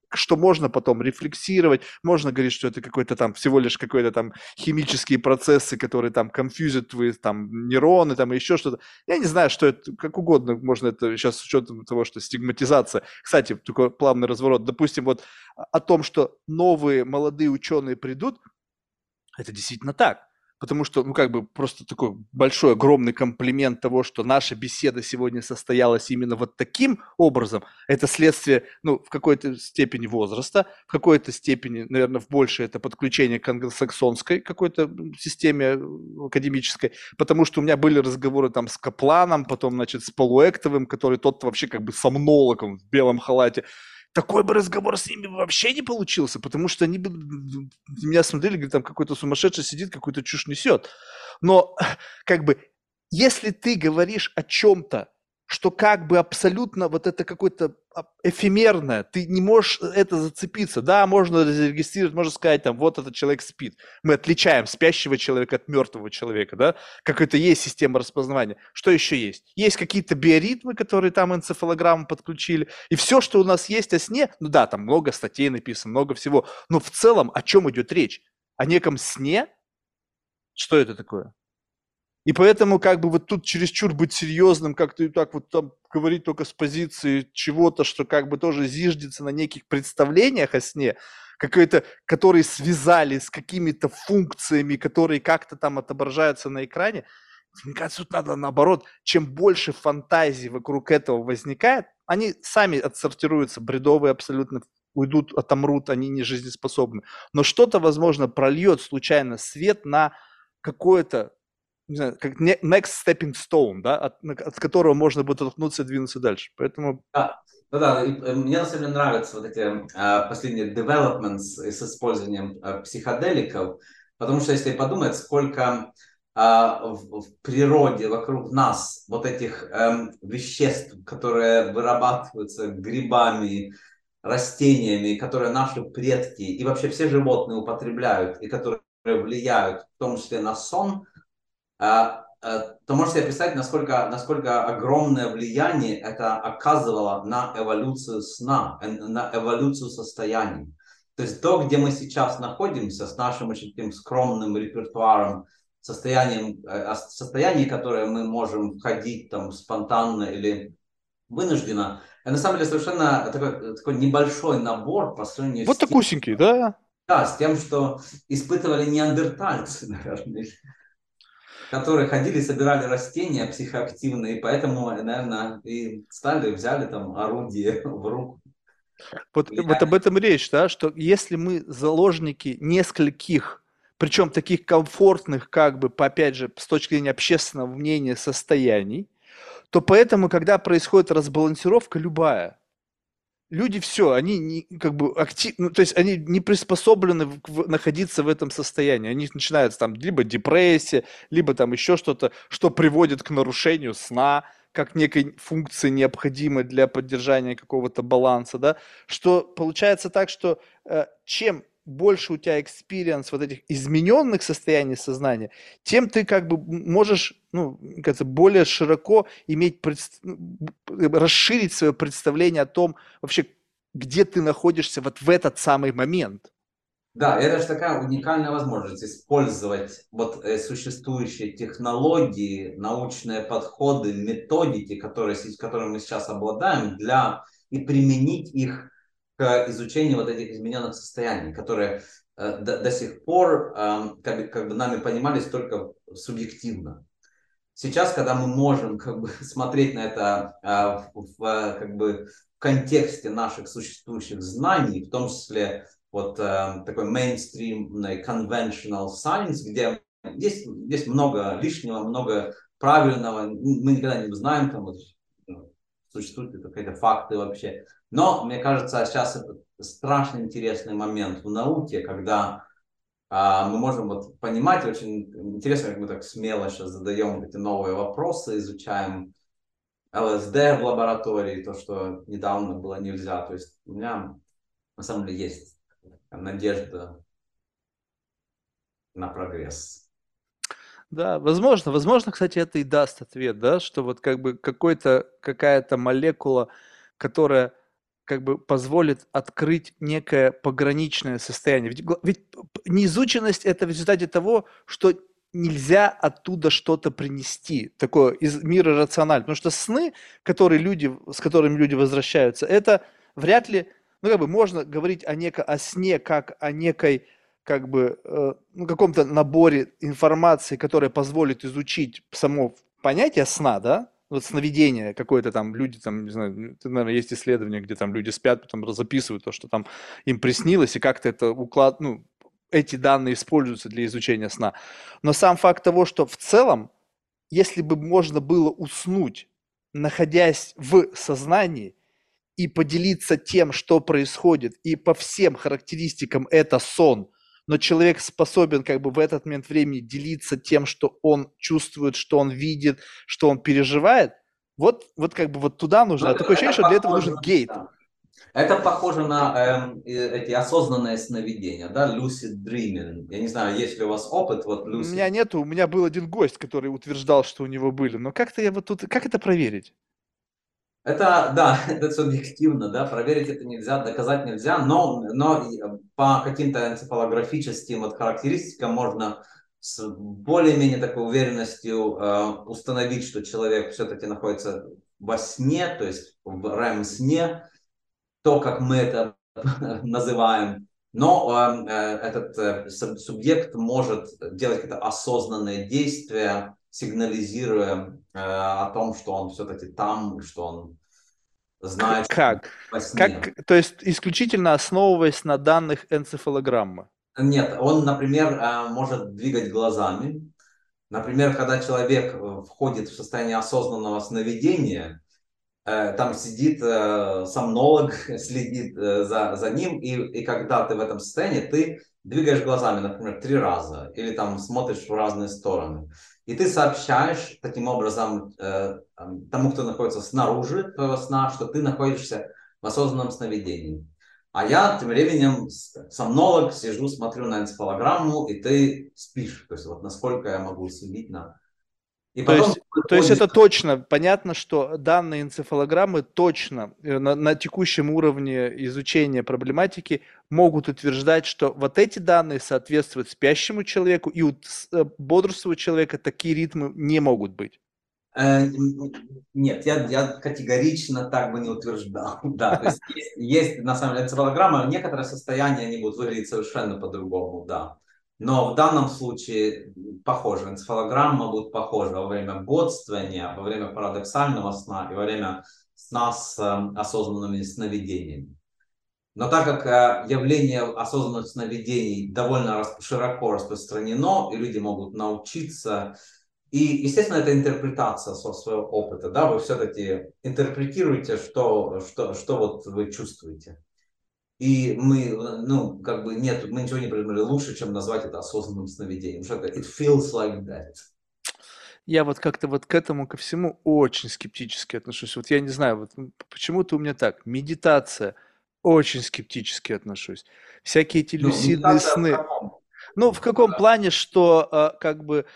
что можно потом рефлексировать, можно говорить, что это какой-то там всего лишь какой-то там химические процессы, которые там конфьюзят твои там нейроны, там и еще что-то. Я не знаю, что это, как угодно можно это сейчас с учетом того, что стигматизация. Кстати, такой плавный разворот. Допустим, вот о том, что новые молодые ученые придут, это действительно так. Потому что, ну, как бы просто такой большой, огромный комплимент того, что наша беседа сегодня состоялась именно вот таким образом. Это следствие, ну, в какой-то степени возраста, в какой-то степени, наверное, в большей это подключение к англосаксонской какой-то системе академической, потому что у меня были разговоры там с Капланом, потом, значит, с Полуэктовым, который тот вообще как бы сомнологом в белом халате. Такой бы разговор с ними вообще не получился, потому что они бы меня смотрели, говорят, там какой-то сумасшедший сидит, какую-то чушь несет. Но как бы, если ты говоришь о чем-то, что как бы абсолютно вот это какое-то эфемерное, ты не можешь это зацепиться. Да, можно зарегистрировать, можно сказать, там, вот этот человек спит. Мы отличаем спящего человека от мертвого человека, да, как это есть система распознавания. Что еще есть? Есть какие-то биоритмы, которые там энцефалограмму подключили, и все, что у нас есть о сне, ну да, там много статей написано, много всего, но в целом о чем идет речь? О неком сне? Что это такое? И поэтому как бы вот тут чересчур быть серьезным, как-то и так вот там говорить только с позиции чего-то, что как бы тоже зиждется на неких представлениях о сне, какой-то, которые связали с какими-то функциями, которые как-то там отображаются на экране. Мне кажется, тут надо наоборот, чем больше фантазий вокруг этого возникает, они сами отсортируются, бредовые абсолютно, уйдут, отомрут, они не жизнеспособны. Но что-то, возможно, прольет случайно свет на какое-то, не знаю, как next stepping stone, да, от которого можно будет оттолкнуться и двинуться дальше. Поэтому Да, да, и, мне на самом деле нравятся вот эти последние developments с использованием психоделиков, потому что если подумать, сколько в природе вокруг нас вот этих веществ, которые вырабатываются грибами, растениями, которые наши предки и вообще все животные употребляют, и которые влияют в том числе на сон, то можете себе представить, насколько огромное влияние это оказывало на эволюцию сна, на эволюцию состояний. То есть то, где мы сейчас находимся, с нашим очень таким скромным репертуаром, состояние, которое мы можем входить там спонтанно или вынужденно, это на самом деле совершенно такой небольшой набор по сравнению вот с тем, такусенький, да, да, с тем, что испытывали неандертальцы, наверное, которые ходили, собирали растения психоактивные, поэтому, наверное, и взяли там орудие в руку. вот об этом и речь, да, что если мы заложники нескольких, причем таких комфортных, как бы, опять же, с точки зрения общественного мнения, состояний, то поэтому, когда происходит разбалансировка любая, люди все, они не, как бы активно, ну, то есть они не приспособлены находиться в этом состоянии. Они начинаются там либо депрессия, либо там еще что-то, что приводит к нарушению сна, как некой функции, необходимой для поддержания какого-то баланса, да, что получается так, что чем больше у тебя экспириенс вот этих измененных состояний сознания, тем ты как бы можешь, ну, кажется, более широко иметь, расширить свое представление о том, вообще, где ты находишься вот в этот самый момент. Да, это же такая уникальная возможность использовать вот существующие технологии, научные подходы, методики, которыми мы сейчас обладаем, и применить их к изучению вот этих измененных состояний, которые до сих пор как бы нами понимались только субъективно. Сейчас, когда мы можем как бы смотреть на это как бы в контексте наших существующих знаний, в том числе вот такой mainstream conventional science, где есть много лишнего, много правильного, мы никогда не узнаем, там вот, существуют ли какие-то факты вообще. Но мне кажется, сейчас это страшно интересный момент в науке, когда мы можем вот понимать, очень интересно, как мы так смело сейчас задаем эти новые вопросы, изучаем ЛСД в лаборатории, то, что недавно было нельзя. То есть у меня на самом деле есть надежда на прогресс. Да, возможно, кстати, это и даст ответ, да, что вот как бы какая-то молекула, которая как бы позволит открыть некое пограничное состояние. Ведь неизученность – это в результате того, что нельзя оттуда что-то принести, такое из мира рационального. Потому что сны, с которыми люди возвращаются, это вряд ли, ну, как бы можно говорить о сне как о некой, как бы, ну, каком-то наборе информации, которая позволит изучить само понятие сна, да, вот сновидение какое-то там, люди там, не знаю, наверное, есть исследования, где там люди спят, потом записывают то, что там им приснилось, и как-то это ну, эти данные используются для изучения сна. Но сам факт того, что в целом, если бы можно было уснуть, находясь в сознании, и поделиться тем, что происходит, и по всем характеристикам это сон, но человек способен как бы в этот момент времени делиться тем, что он чувствует, что он видит, что он переживает, вот как бы вот туда Но нужно. А это, такое ощущение, это что для этого похоже, нужен гейт. да. Это похоже на эти осознанные сновидения, да, lucid dreaming. Я не знаю, есть ли у вас опыт вот У lucid. меня нету, у меня был один гость, который утверждал, что у него были, но как-то я вот тут, как это проверить? Это, да, это субъективно, да, проверить это нельзя, доказать нельзя, но по каким-то энцефалографическим вот характеристикам можно с более-менее такой уверенностью установить, что человек все-таки находится во сне, то есть в REM-сне, то, как мы это называем. Но этот субъект может делать какие-то осознанные действия, сигнализируя о том, что он все-таки там, что он знает, что он Как? во сне. Как, то есть исключительно основываясь на данных энцефалограммы. Нет, он, например, может двигать глазами. Например, когда человек входит в состояние осознанного сновидения, там сидит сомнолог, следит за ним, и когда ты в этом состоянии, ты двигаешь глазами, например, 3 раза, или там смотришь в разные стороны. И ты сообщаешь таким образом тому, кто находится снаружи твоего сна, что ты находишься в осознанном сновидении. А я тем временем сомнолог, сижу, смотрю на энцефалограмму, и ты спишь. То есть вот насколько я могу судить на... И То потом есть, ты то есть выходишь. это точно, понятно, что данные энцефалограммы точно на текущем уровне изучения проблематики могут утверждать, что вот эти данные соответствуют спящему человеку, и у бодрствующего человека такие ритмы не могут быть. Э, Нет, я категорично так бы не утверждал. Да, то есть на самом деле энцефалограмма, некоторые состояния они будут выглядеть совершенно по-другому, да. Но в данном случае похоже, энцефалограмма будет похожа во время бодствования, во время парадоксального сна и во время сна с осознанными сновидениями. Но так как явление осознанных сновидений довольно широко распространено, и люди могут научиться, и, естественно, это интерпретация своего опыта, да, вы все-таки интерпретируете, что вот вы чувствуете. И мы, ну, как бы нет, мы ничего не придумали лучше, чем назвать это осознанным сновидением, потому что это it feels like that. Я вот как-то вот к этому, ко всему очень скептически отношусь. Вот я не знаю, вот почему-то у меня так. Медитация, очень скептически отношусь. Всякие эти Ну, люсидные медитация в сны. каком? Ну, в каком плане, что как бы,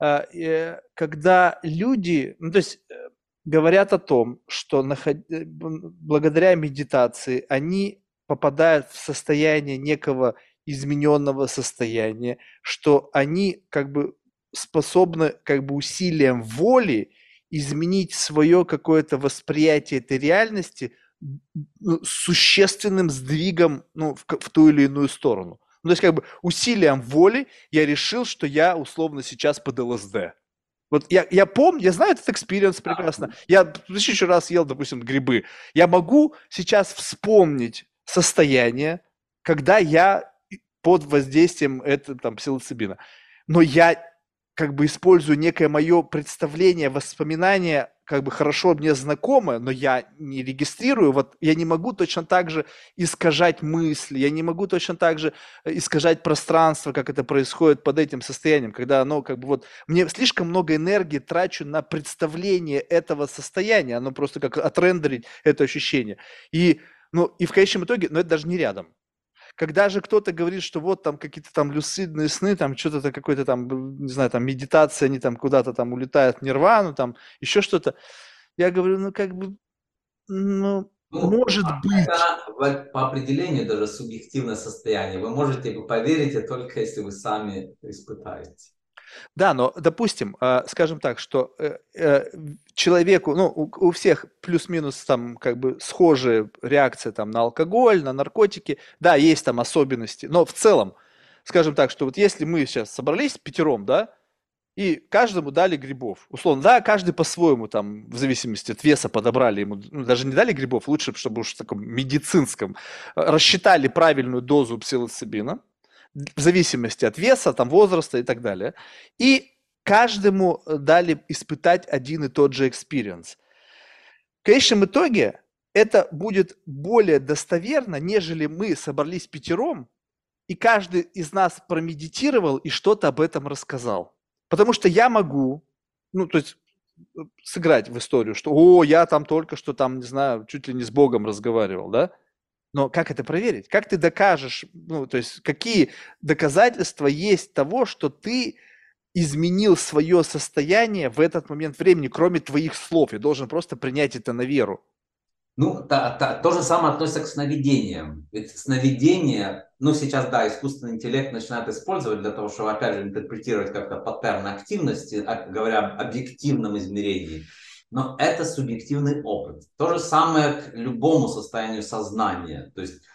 когда люди, ну, то есть говорят о том, что благодаря медитации они попадают в состояние некого измененного состояния, что они как бы способны как бы усилием воли изменить свое какое-то восприятие этой реальности, ну, с существенным сдвигом, ну, в ту или иную сторону. Ну, то есть как бы усилием воли я решил, что я условно сейчас под ЛСД. Вот я помню, я знаю этот экспириенс прекрасно. Я тысячу раз ел, допустим, грибы. Я могу сейчас вспомнить состояние, когда я под воздействием там, псилоцибина. Но я как бы использую некое мое представление, воспоминание, как бы хорошо мне знакомое, но я не регистрирую, вот я не могу точно так же искажать мысли, я не могу точно так же искажать пространство, как это происходит под этим состоянием, когда оно как бы вот, мне слишком много энергии трачу на представление этого состояния, оно просто как отрендерить это ощущение. И, ну, и в конечном итоге, ну, это даже не рядом. Когда же кто-то говорит, что вот там какие-то там люцидные сны, там что-то какой-то там, не знаю, там медитация, они там куда-то там улетают в нирвану, там еще что-то, я говорю, ну как бы, ну, Ну, может быть. это по определению даже субъективное состояние. Вы можете поверить только если вы сами испытаете. Да, но, допустим, скажем так, что человеку, ну, у всех плюс-минус там как бы схожие реакции там на алкоголь, на наркотики, да, есть там особенности, но в целом, скажем так, что вот если мы сейчас собрались пятером, да, и каждому дали грибов. Условно, да, каждый по-своему, там, в зависимости от веса подобрали ему, ну, даже не дали грибов, лучше, чтобы уж в таком медицинском, рассчитали правильную дозу псилоцибина, в зависимости от веса, там, возраста и так далее. И каждому дали испытать один и тот же экспириенс. В конечном итоге это будет более достоверно, нежели мы собрались пятером, и каждый из нас промедитировал и что-то об этом рассказал. Потому что я могу, ну, то есть сыграть в историю, что, о, я там только что там, не знаю, чуть ли не с Богом разговаривал, да? Но как это проверить? Как ты докажешь, ну, то есть какие доказательства есть того, что ты изменил свое состояние в этот момент времени, кроме твоих слов? Я должен просто принять это на веру. Ну, то же самое относится к сновидениям. Ведь сновидение, ну, сейчас, да, искусственный интеллект начинает использовать для того, чтобы, опять же, интерпретировать как-то паттерн активности, говоря об объективном измерении. Но это субъективный опыт. То же самое к любому состоянию сознания. То есть,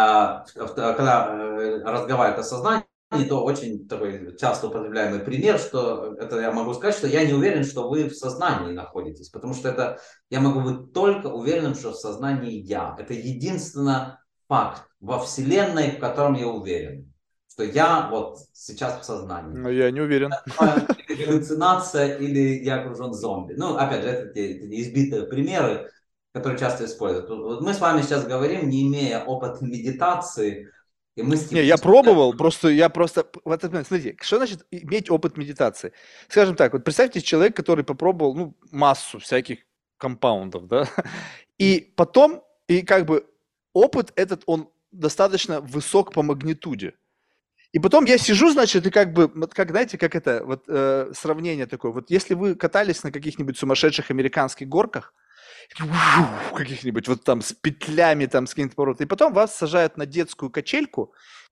когда разговаривают о сознании, то очень такой часто употребляемый пример, что это я могу сказать, что я не уверен, что вы в сознании находитесь, потому что это я могу быть только уверенным, что в сознании я. Это единственный факт во Вселенной, в котором я уверен, что я вот сейчас в сознании. Но я не уверен. Или галлюцинация, или я окружен зомби. Ну, опять же, это те избитые примеры, которые часто используют. Вот мы с вами сейчас говорим, не имея опыта медитации, и мы Не, я скептически. пробовал, просто, вот это, смотрите, что значит иметь опыт медитации? Скажем так, вот представьте человек, который попробовал, ну, массу всяких компаундов, да, и потом, и как бы опыт этот, он достаточно высок по магнитуде. И потом я сижу, значит, и как бы, вот как, знаете, как это, вот сравнение такое, вот если вы катались на каких-нибудь сумасшедших американских горках, каких-нибудь вот там с петлями, там с каким-то поворотом. И потом вас сажают на детскую качельку,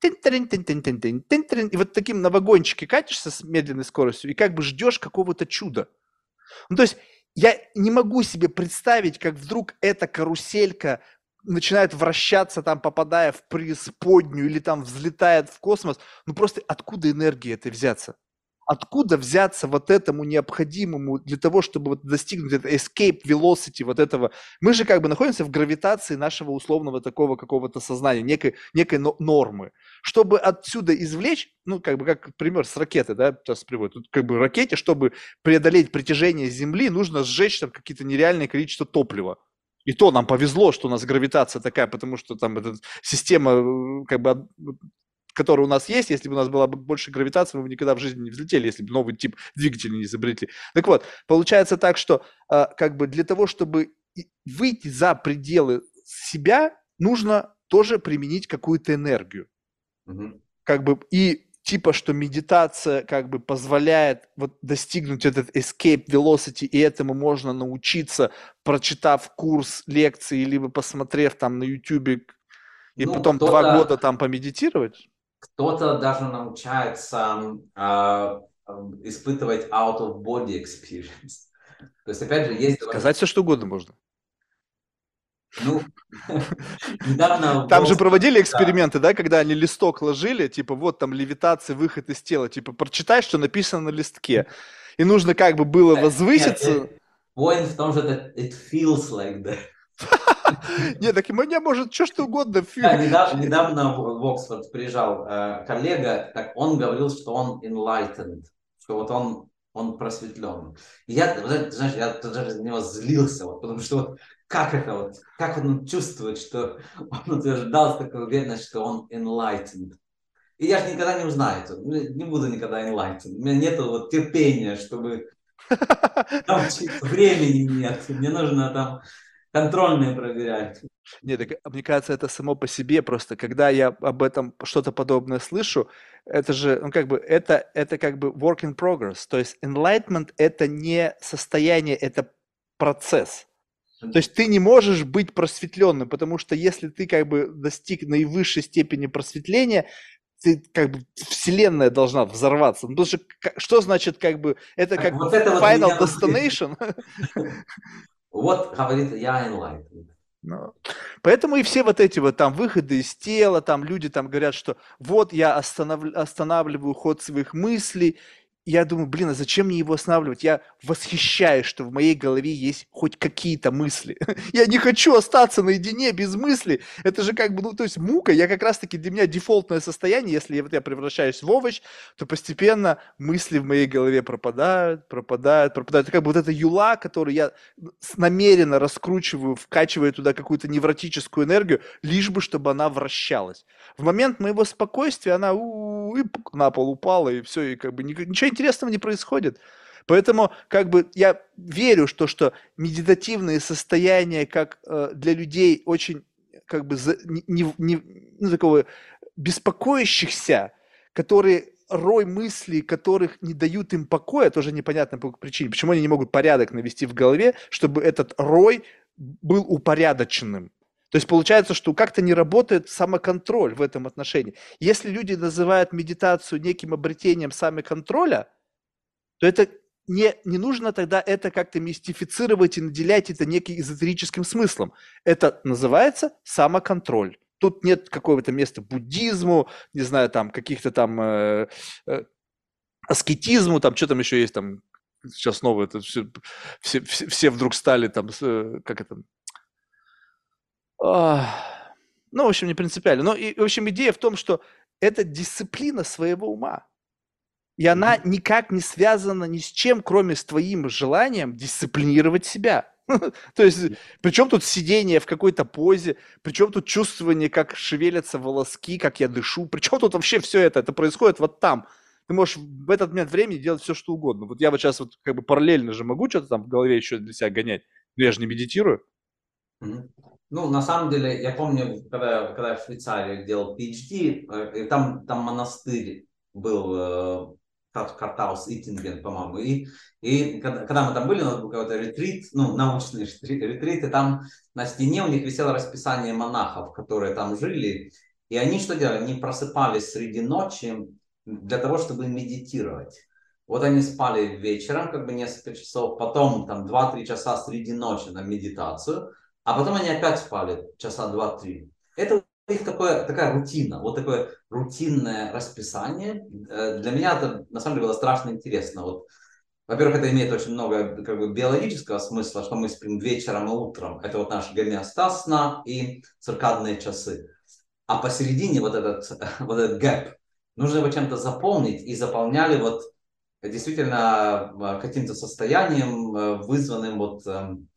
и вот таким на вагончике катишься с медленной скоростью и как бы ждешь какого-то чуда. Ну, то есть я не могу себе представить, как вдруг эта каруселька начинает вращаться, там, попадая в преисподнюю или там взлетает в космос. Ну, просто откуда энергия это взяться? Откуда взяться вот этому необходимому для того, чтобы вот достигнуть это escape velocity вот этого? Мы же как бы находимся в гравитации нашего условного такого какого-то сознания, некой нормы. Чтобы отсюда извлечь, ну, как бы как пример с ракеты, да, сейчас приводит, тут как бы ракете, чтобы преодолеть притяжение Земли, нужно сжечь там какие-то нереальное количество топлива. И то нам повезло, что у нас гравитация такая, потому что там эта система, как бы, которая у нас есть, если бы у нас была больше гравитации, мы бы никогда в жизни не взлетели, если бы новый тип двигателя не изобретли. Так вот, получается так, что как бы для того, чтобы выйти за пределы себя, нужно тоже применить какую-то энергию. Мгм. Как бы и типа, что медитация как бы позволяет вот достигнуть этот escape velocity, и этому можно научиться, прочитав курс лекций, либо посмотрев там на YouTube, и Ну, потом 2 года кто-то там помедитировать. кто-то даже научается испытывать out of body experience. То есть, опять же, есть довольно... Сказать все, что угодно можно. Ну, недавно Там был... же проводили Да, эксперименты, да, когда они листок ложили, типа вот там левитация, выход из тела, типа прочитай, что написано на листке. И нужно как бы было нет, возвыситься. point в том, что это it feels like that. Нет, так и мне может что угодно. Да, недавно в Оксфорд приезжал коллега, так он говорил, что он enlightened, что вот он просветлен. И я, знаешь, я даже за него злился, вот, потому что вот как это вот, как он чувствует, что он утверждал с такой уверенностью, что он enlightened. И я же никогда не узнаю это, не буду никогда enlightened. У меня нет вот терпения, чтобы научиться, времени нет, мне нужно там контрольные проверять. Нет, так, мне кажется, это само по себе просто, когда я об этом что-то подобное слышу, это же, ну, как бы, это как бы work in progress. То есть enlightenment – это не состояние, это процесс. То есть ты не можешь быть просветленным, потому что если ты как бы достиг наивысшей степени просветления, ты как бы вселенная должна взорваться. Ну, потому что что значит как бы это Так как бы вот это вот final меня тут... destination? Вот, говорит, я enlightened. Ну, поэтому и все вот эти вот там выходы из тела, там люди там говорят, что вот я останавливаю ход своих мыслей. Я думаю, блин, а зачем мне его останавливать? Я восхищаюсь, что в моей голове есть хоть какие-то мысли. Я не хочу остаться наедине без мыслей. Это же как бы, ну, то есть мука. Я как раз-таки для меня дефолтное состояние, если вот я превращаюсь в овощ, то постепенно мысли в моей голове пропадают, пропадают, пропадают. Это как бы вот эта юла, которую я намеренно раскручиваю, вкачивая туда какую-то невротическую энергию, лишь бы, чтобы она вращалась. В момент моего спокойствия она и на пол упала, и все, и как бы ничего интересного не происходит. Поэтому как бы я верю, что медитативные состояния как для людей очень как бы ну, такого беспокоящихся, которые рой мыслей, которых не дают им покоя, тоже непонятно по какой причине. Почему они не могут порядок навести в голове, чтобы этот рой был упорядоченным. То есть получается, что как-то не работает самоконтроль в этом отношении. Если люди называют медитацию неким обретением самоконтроля, то это не нужно тогда это как-то мистифицировать и наделять это неким эзотерическим смыслом. Это называется самоконтроль. Тут нет какого-то места буддизму, не знаю, там каких-то там э, аскетизму, там что там еще есть, там сейчас новое, это все вдруг стали там, как это, ну, в общем, не принципиально. Но, и, в общем, идея в том, что это дисциплина своего ума. И она Мгм. никак не связана ни с чем, кроме с твоим желанием дисциплинировать себя. То есть, причем тут сидение в какой-то позе, причем тут чувствование, как шевелятся волоски, как я дышу, причем тут вообще все это происходит вот там. Ты можешь в этот момент времени делать все, что угодно. Вот я вот сейчас вот как бы параллельно же могу что-то там в голове еще для себя гонять, но я же не медитирую. Мгм. Ну, на самом деле, я помню, когда я в Швейцарии делал PhD, и там монастырь был, Картаус Иттинген, по-моему, и когда мы там были, у нас был какой-то ретрит, ну, научный ретрит, и там на стене у них висело расписание монахов, которые там жили, и они что делали? Они просыпались среди ночи для того, чтобы медитировать. Вот они спали вечером, как бы несколько часов, потом там 2-3 часа среди ночи на медитацию, а потом они опять спали часа 2-3. Это у них такая рутина, вот такое рутинное расписание. Для меня это на самом деле было страшно интересно. Вот, во-первых, это имеет очень много как бы, биологического смысла, что мы спим вечером и утром. Это вот наш гомеостаз сна и циркадные часы. А посередине вот этот, вот этот гэп, нужно его чем-то заполнить, и заполняли вот действительно каким-то состоянием, вызванным вот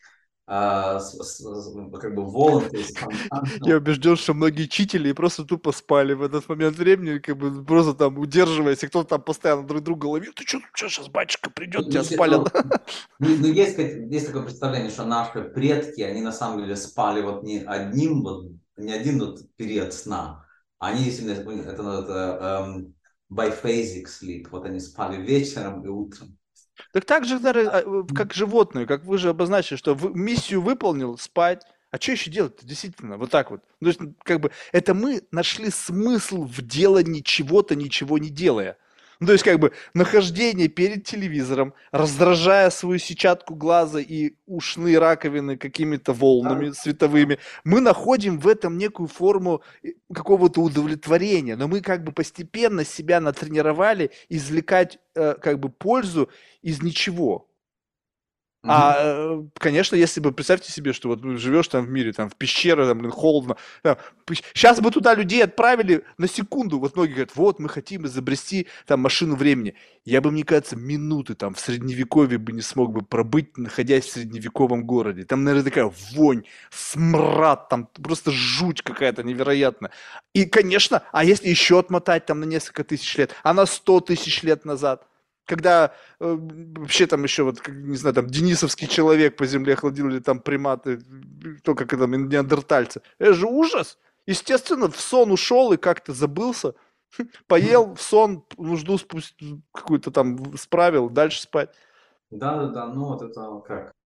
как бы voluntary, Я спонтанно. убежден, что многие читали и просто тупо спали в этот момент времени, как бы просто там удерживаясь, и кто-то там постоянно друг друга ловил. Ты что, сейчас батюшка придет, тебя спалят. Ну, есть такое представление, что наши предки, они на самом деле спали вот не один вот период сна, они действительно, это biphasic sleep, вот они спали вечером и утром. Так так же, наверно, как животные, как вы же обозначили, что миссию выполнил, спать. А что еще делать-то, действительно, вот так вот. То есть, как бы, это мы нашли смысл в делании чего-то, ничего не делая. Ну, то есть, как бы, нахождение перед телевизором, раздражая свою сетчатку глаза и ушные раковины какими-то волнами Да. световыми, мы находим в этом некую форму какого-то удовлетворения, но мы как бы постепенно себя натренировали извлекать как бы пользу из ничего. Мгм. Конечно, если бы, представьте себе, что вот живешь там в мире, там в пещере, там, блин, холодно. Сейчас бы туда людей отправили на секунду. Вот многие говорят, вот мы хотим изобрести там машину времени. Я бы, мне кажется, минуты там в средневековье бы не смог бы пробыть, находясь в средневековом городе. Там, наверное, такая вонь, смрад, там просто жуть какая-то невероятная. И, конечно, а если еще отмотать там на несколько тысяч лет, а на 100 тысяч лет назад, когда вообще там еще вот, не знаю, там денисовский человек по земле ходил, или там приматы, кто как это, неандертальцы. Это же ужас. Естественно, в сон ушел и как-то забылся, поел, в сон нужду какую-то там справил, дальше спать. Да, да, да, ну вот это как.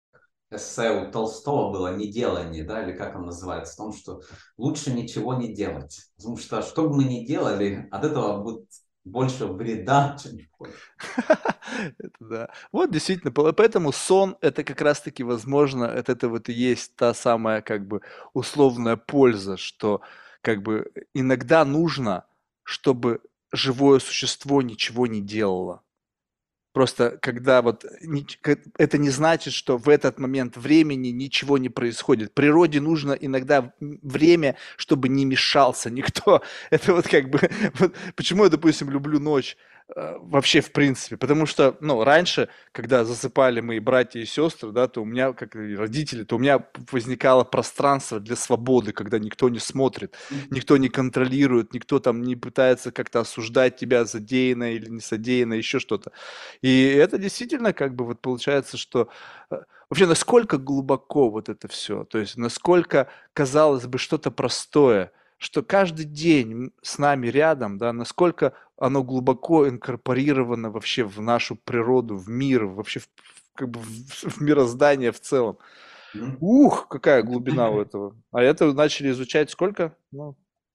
эссе у Толстого было «Неделание», да, или как он называется, в том, что лучше ничего не делать. Потому что бы мы ни делали, от этого будет больше вреда, чем пользы. Это да. Вот действительно, поэтому сон- это как раз таки, возможно, это вот и есть та самая как бы условная польза, что как бы иногда нужно, чтобы живое существо ничего не делало. Просто когда вот это не значит, что в этот момент времени ничего не происходит. Природе нужно иногда время, чтобы не мешался никто. Это вот как бы вот почему я, допустим, люблю ночь вообще в принципе, потому что, ну, раньше, когда засыпали мои братья и сестры, да, то у меня, как и родители, то у меня возникало пространство для свободы, когда никто не смотрит, никто не контролирует, никто там не пытается как-то осуждать тебя задеянное или не содеянное, еще что-то. И это действительно как бы вот получается, что вообще насколько глубоко вот это все, то есть насколько, казалось бы, что-то простое, что каждый день с нами рядом, да, насколько оно глубоко инкорпорировано вообще в нашу природу, в мир, вообще как бы в мироздание в целом. Мгм. Ух, какая глубина у этого. А это начали изучать сколько? Ну,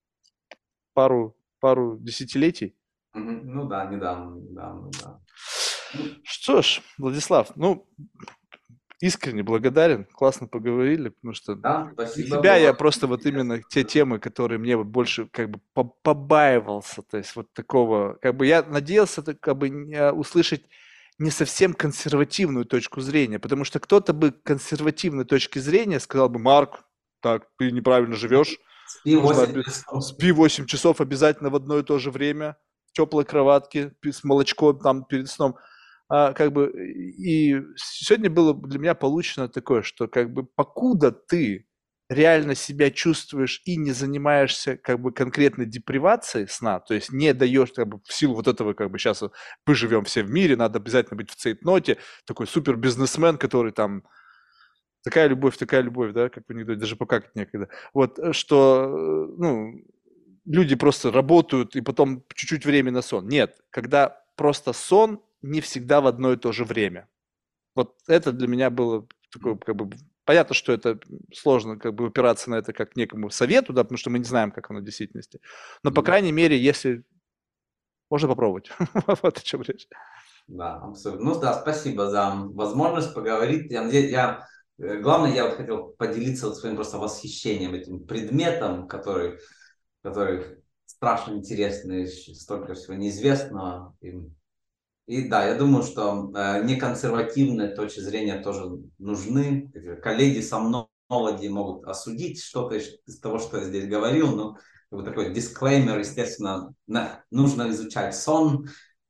пару десятилетий. Ну да, недавно, да. Ну, Что ж, Владислав, ну, искренне благодарен, классно поговорили, потому что да, для спасибо, себя было я очень просто вот интересно. именно те темы, которые мне вот больше как бы побаивался, то есть вот такого, как бы я надеялся как бы услышать не совсем консервативную точку зрения, потому что кто-то бы консервативной точки зрения сказал бы: Марк, так, ты неправильно живешь, Спи нужно 8 часов. спи 8 часов обязательно в одно и то же время, в теплой кроватке, с молочком там перед сном. Как бы и сегодня было для меня получено такое, что как бы покуда ты реально себя чувствуешь и не занимаешься как бы конкретной депривацией сна, то есть не даешь как бы в силу вот этого как бы сейчас мы живем все в мире, надо обязательно быть в цейтноте, такой супер бизнесмен, который там такая любовь, да, как в анекдоте, даже покакать некогда. Вот, что, ну, люди просто работают и потом чуть-чуть время на сон. Нет, когда просто сон не всегда в одно и то же время. Вот это для меня было такое, как бы, понятно, что это сложно как бы опираться на это как к некому совету, да, потому что мы не знаем, как оно в действительности. Но, по Мгм. крайней мере, если можно попробовать. Вот о чем речь. Да, абсолютно. Ну да, спасибо за возможность поговорить. Главное, я вот хотел поделиться вот своим просто восхищением этим предметом, который страшно интересный, столько всего неизвестного. И да, я думаю, что неконсервативные точки зрения тоже нужны. Коллеги со многие могут осудить что-то из того, что я здесь говорил, но вот такой дисклеймер, естественно, нужно изучать сон,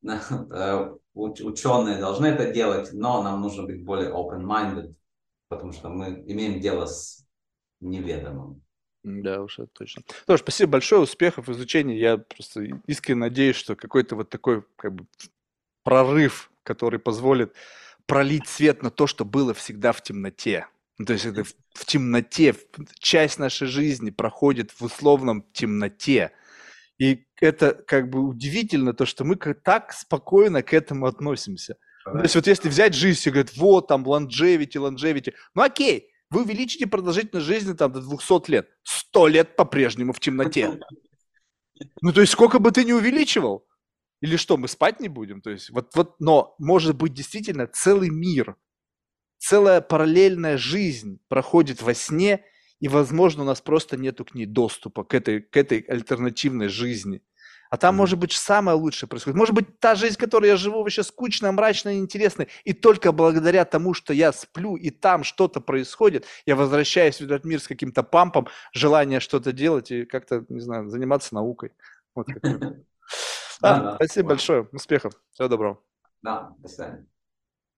ученые должны это делать, но нам нужно быть более open-minded, потому что мы имеем дело с неведомым. Да уж, это точно. Тоже спасибо большое, успехов в изучении. Я просто искренне надеюсь, что какой-то вот такой как бы прорыв, который позволит пролить свет на то, что было всегда в темноте. Ну, то есть это в темноте, часть нашей жизни проходит в условном темноте. И это как бы удивительно, то, что мы так спокойно к этому относимся. Ну, то есть вот если взять жизнь, все говорят, вот там longevity, longevity. Ну окей, вы увеличите продолжительность жизни там до 200 лет. 100 лет по-прежнему в темноте. Ну то есть сколько бы ты ни увеличивал, или что, мы спать не будем? То есть вот, но может быть действительно целый мир, целая параллельная жизнь проходит во сне, и, возможно, у нас просто нету к ней доступа, к этой альтернативной жизни. А там, может быть, самое лучшее происходит. Может быть, та жизнь, в которой я живу, вообще скучная, мрачная, неинтересная. И только благодаря тому, что я сплю, и там что-то происходит, я возвращаюсь в этот мир с каким-то пампом, желание что-то делать и как-то, не знаю, заниматься наукой. Вот как-то. Да, да, Спасибо большое. Успехов. Всего доброго. да, до свидания.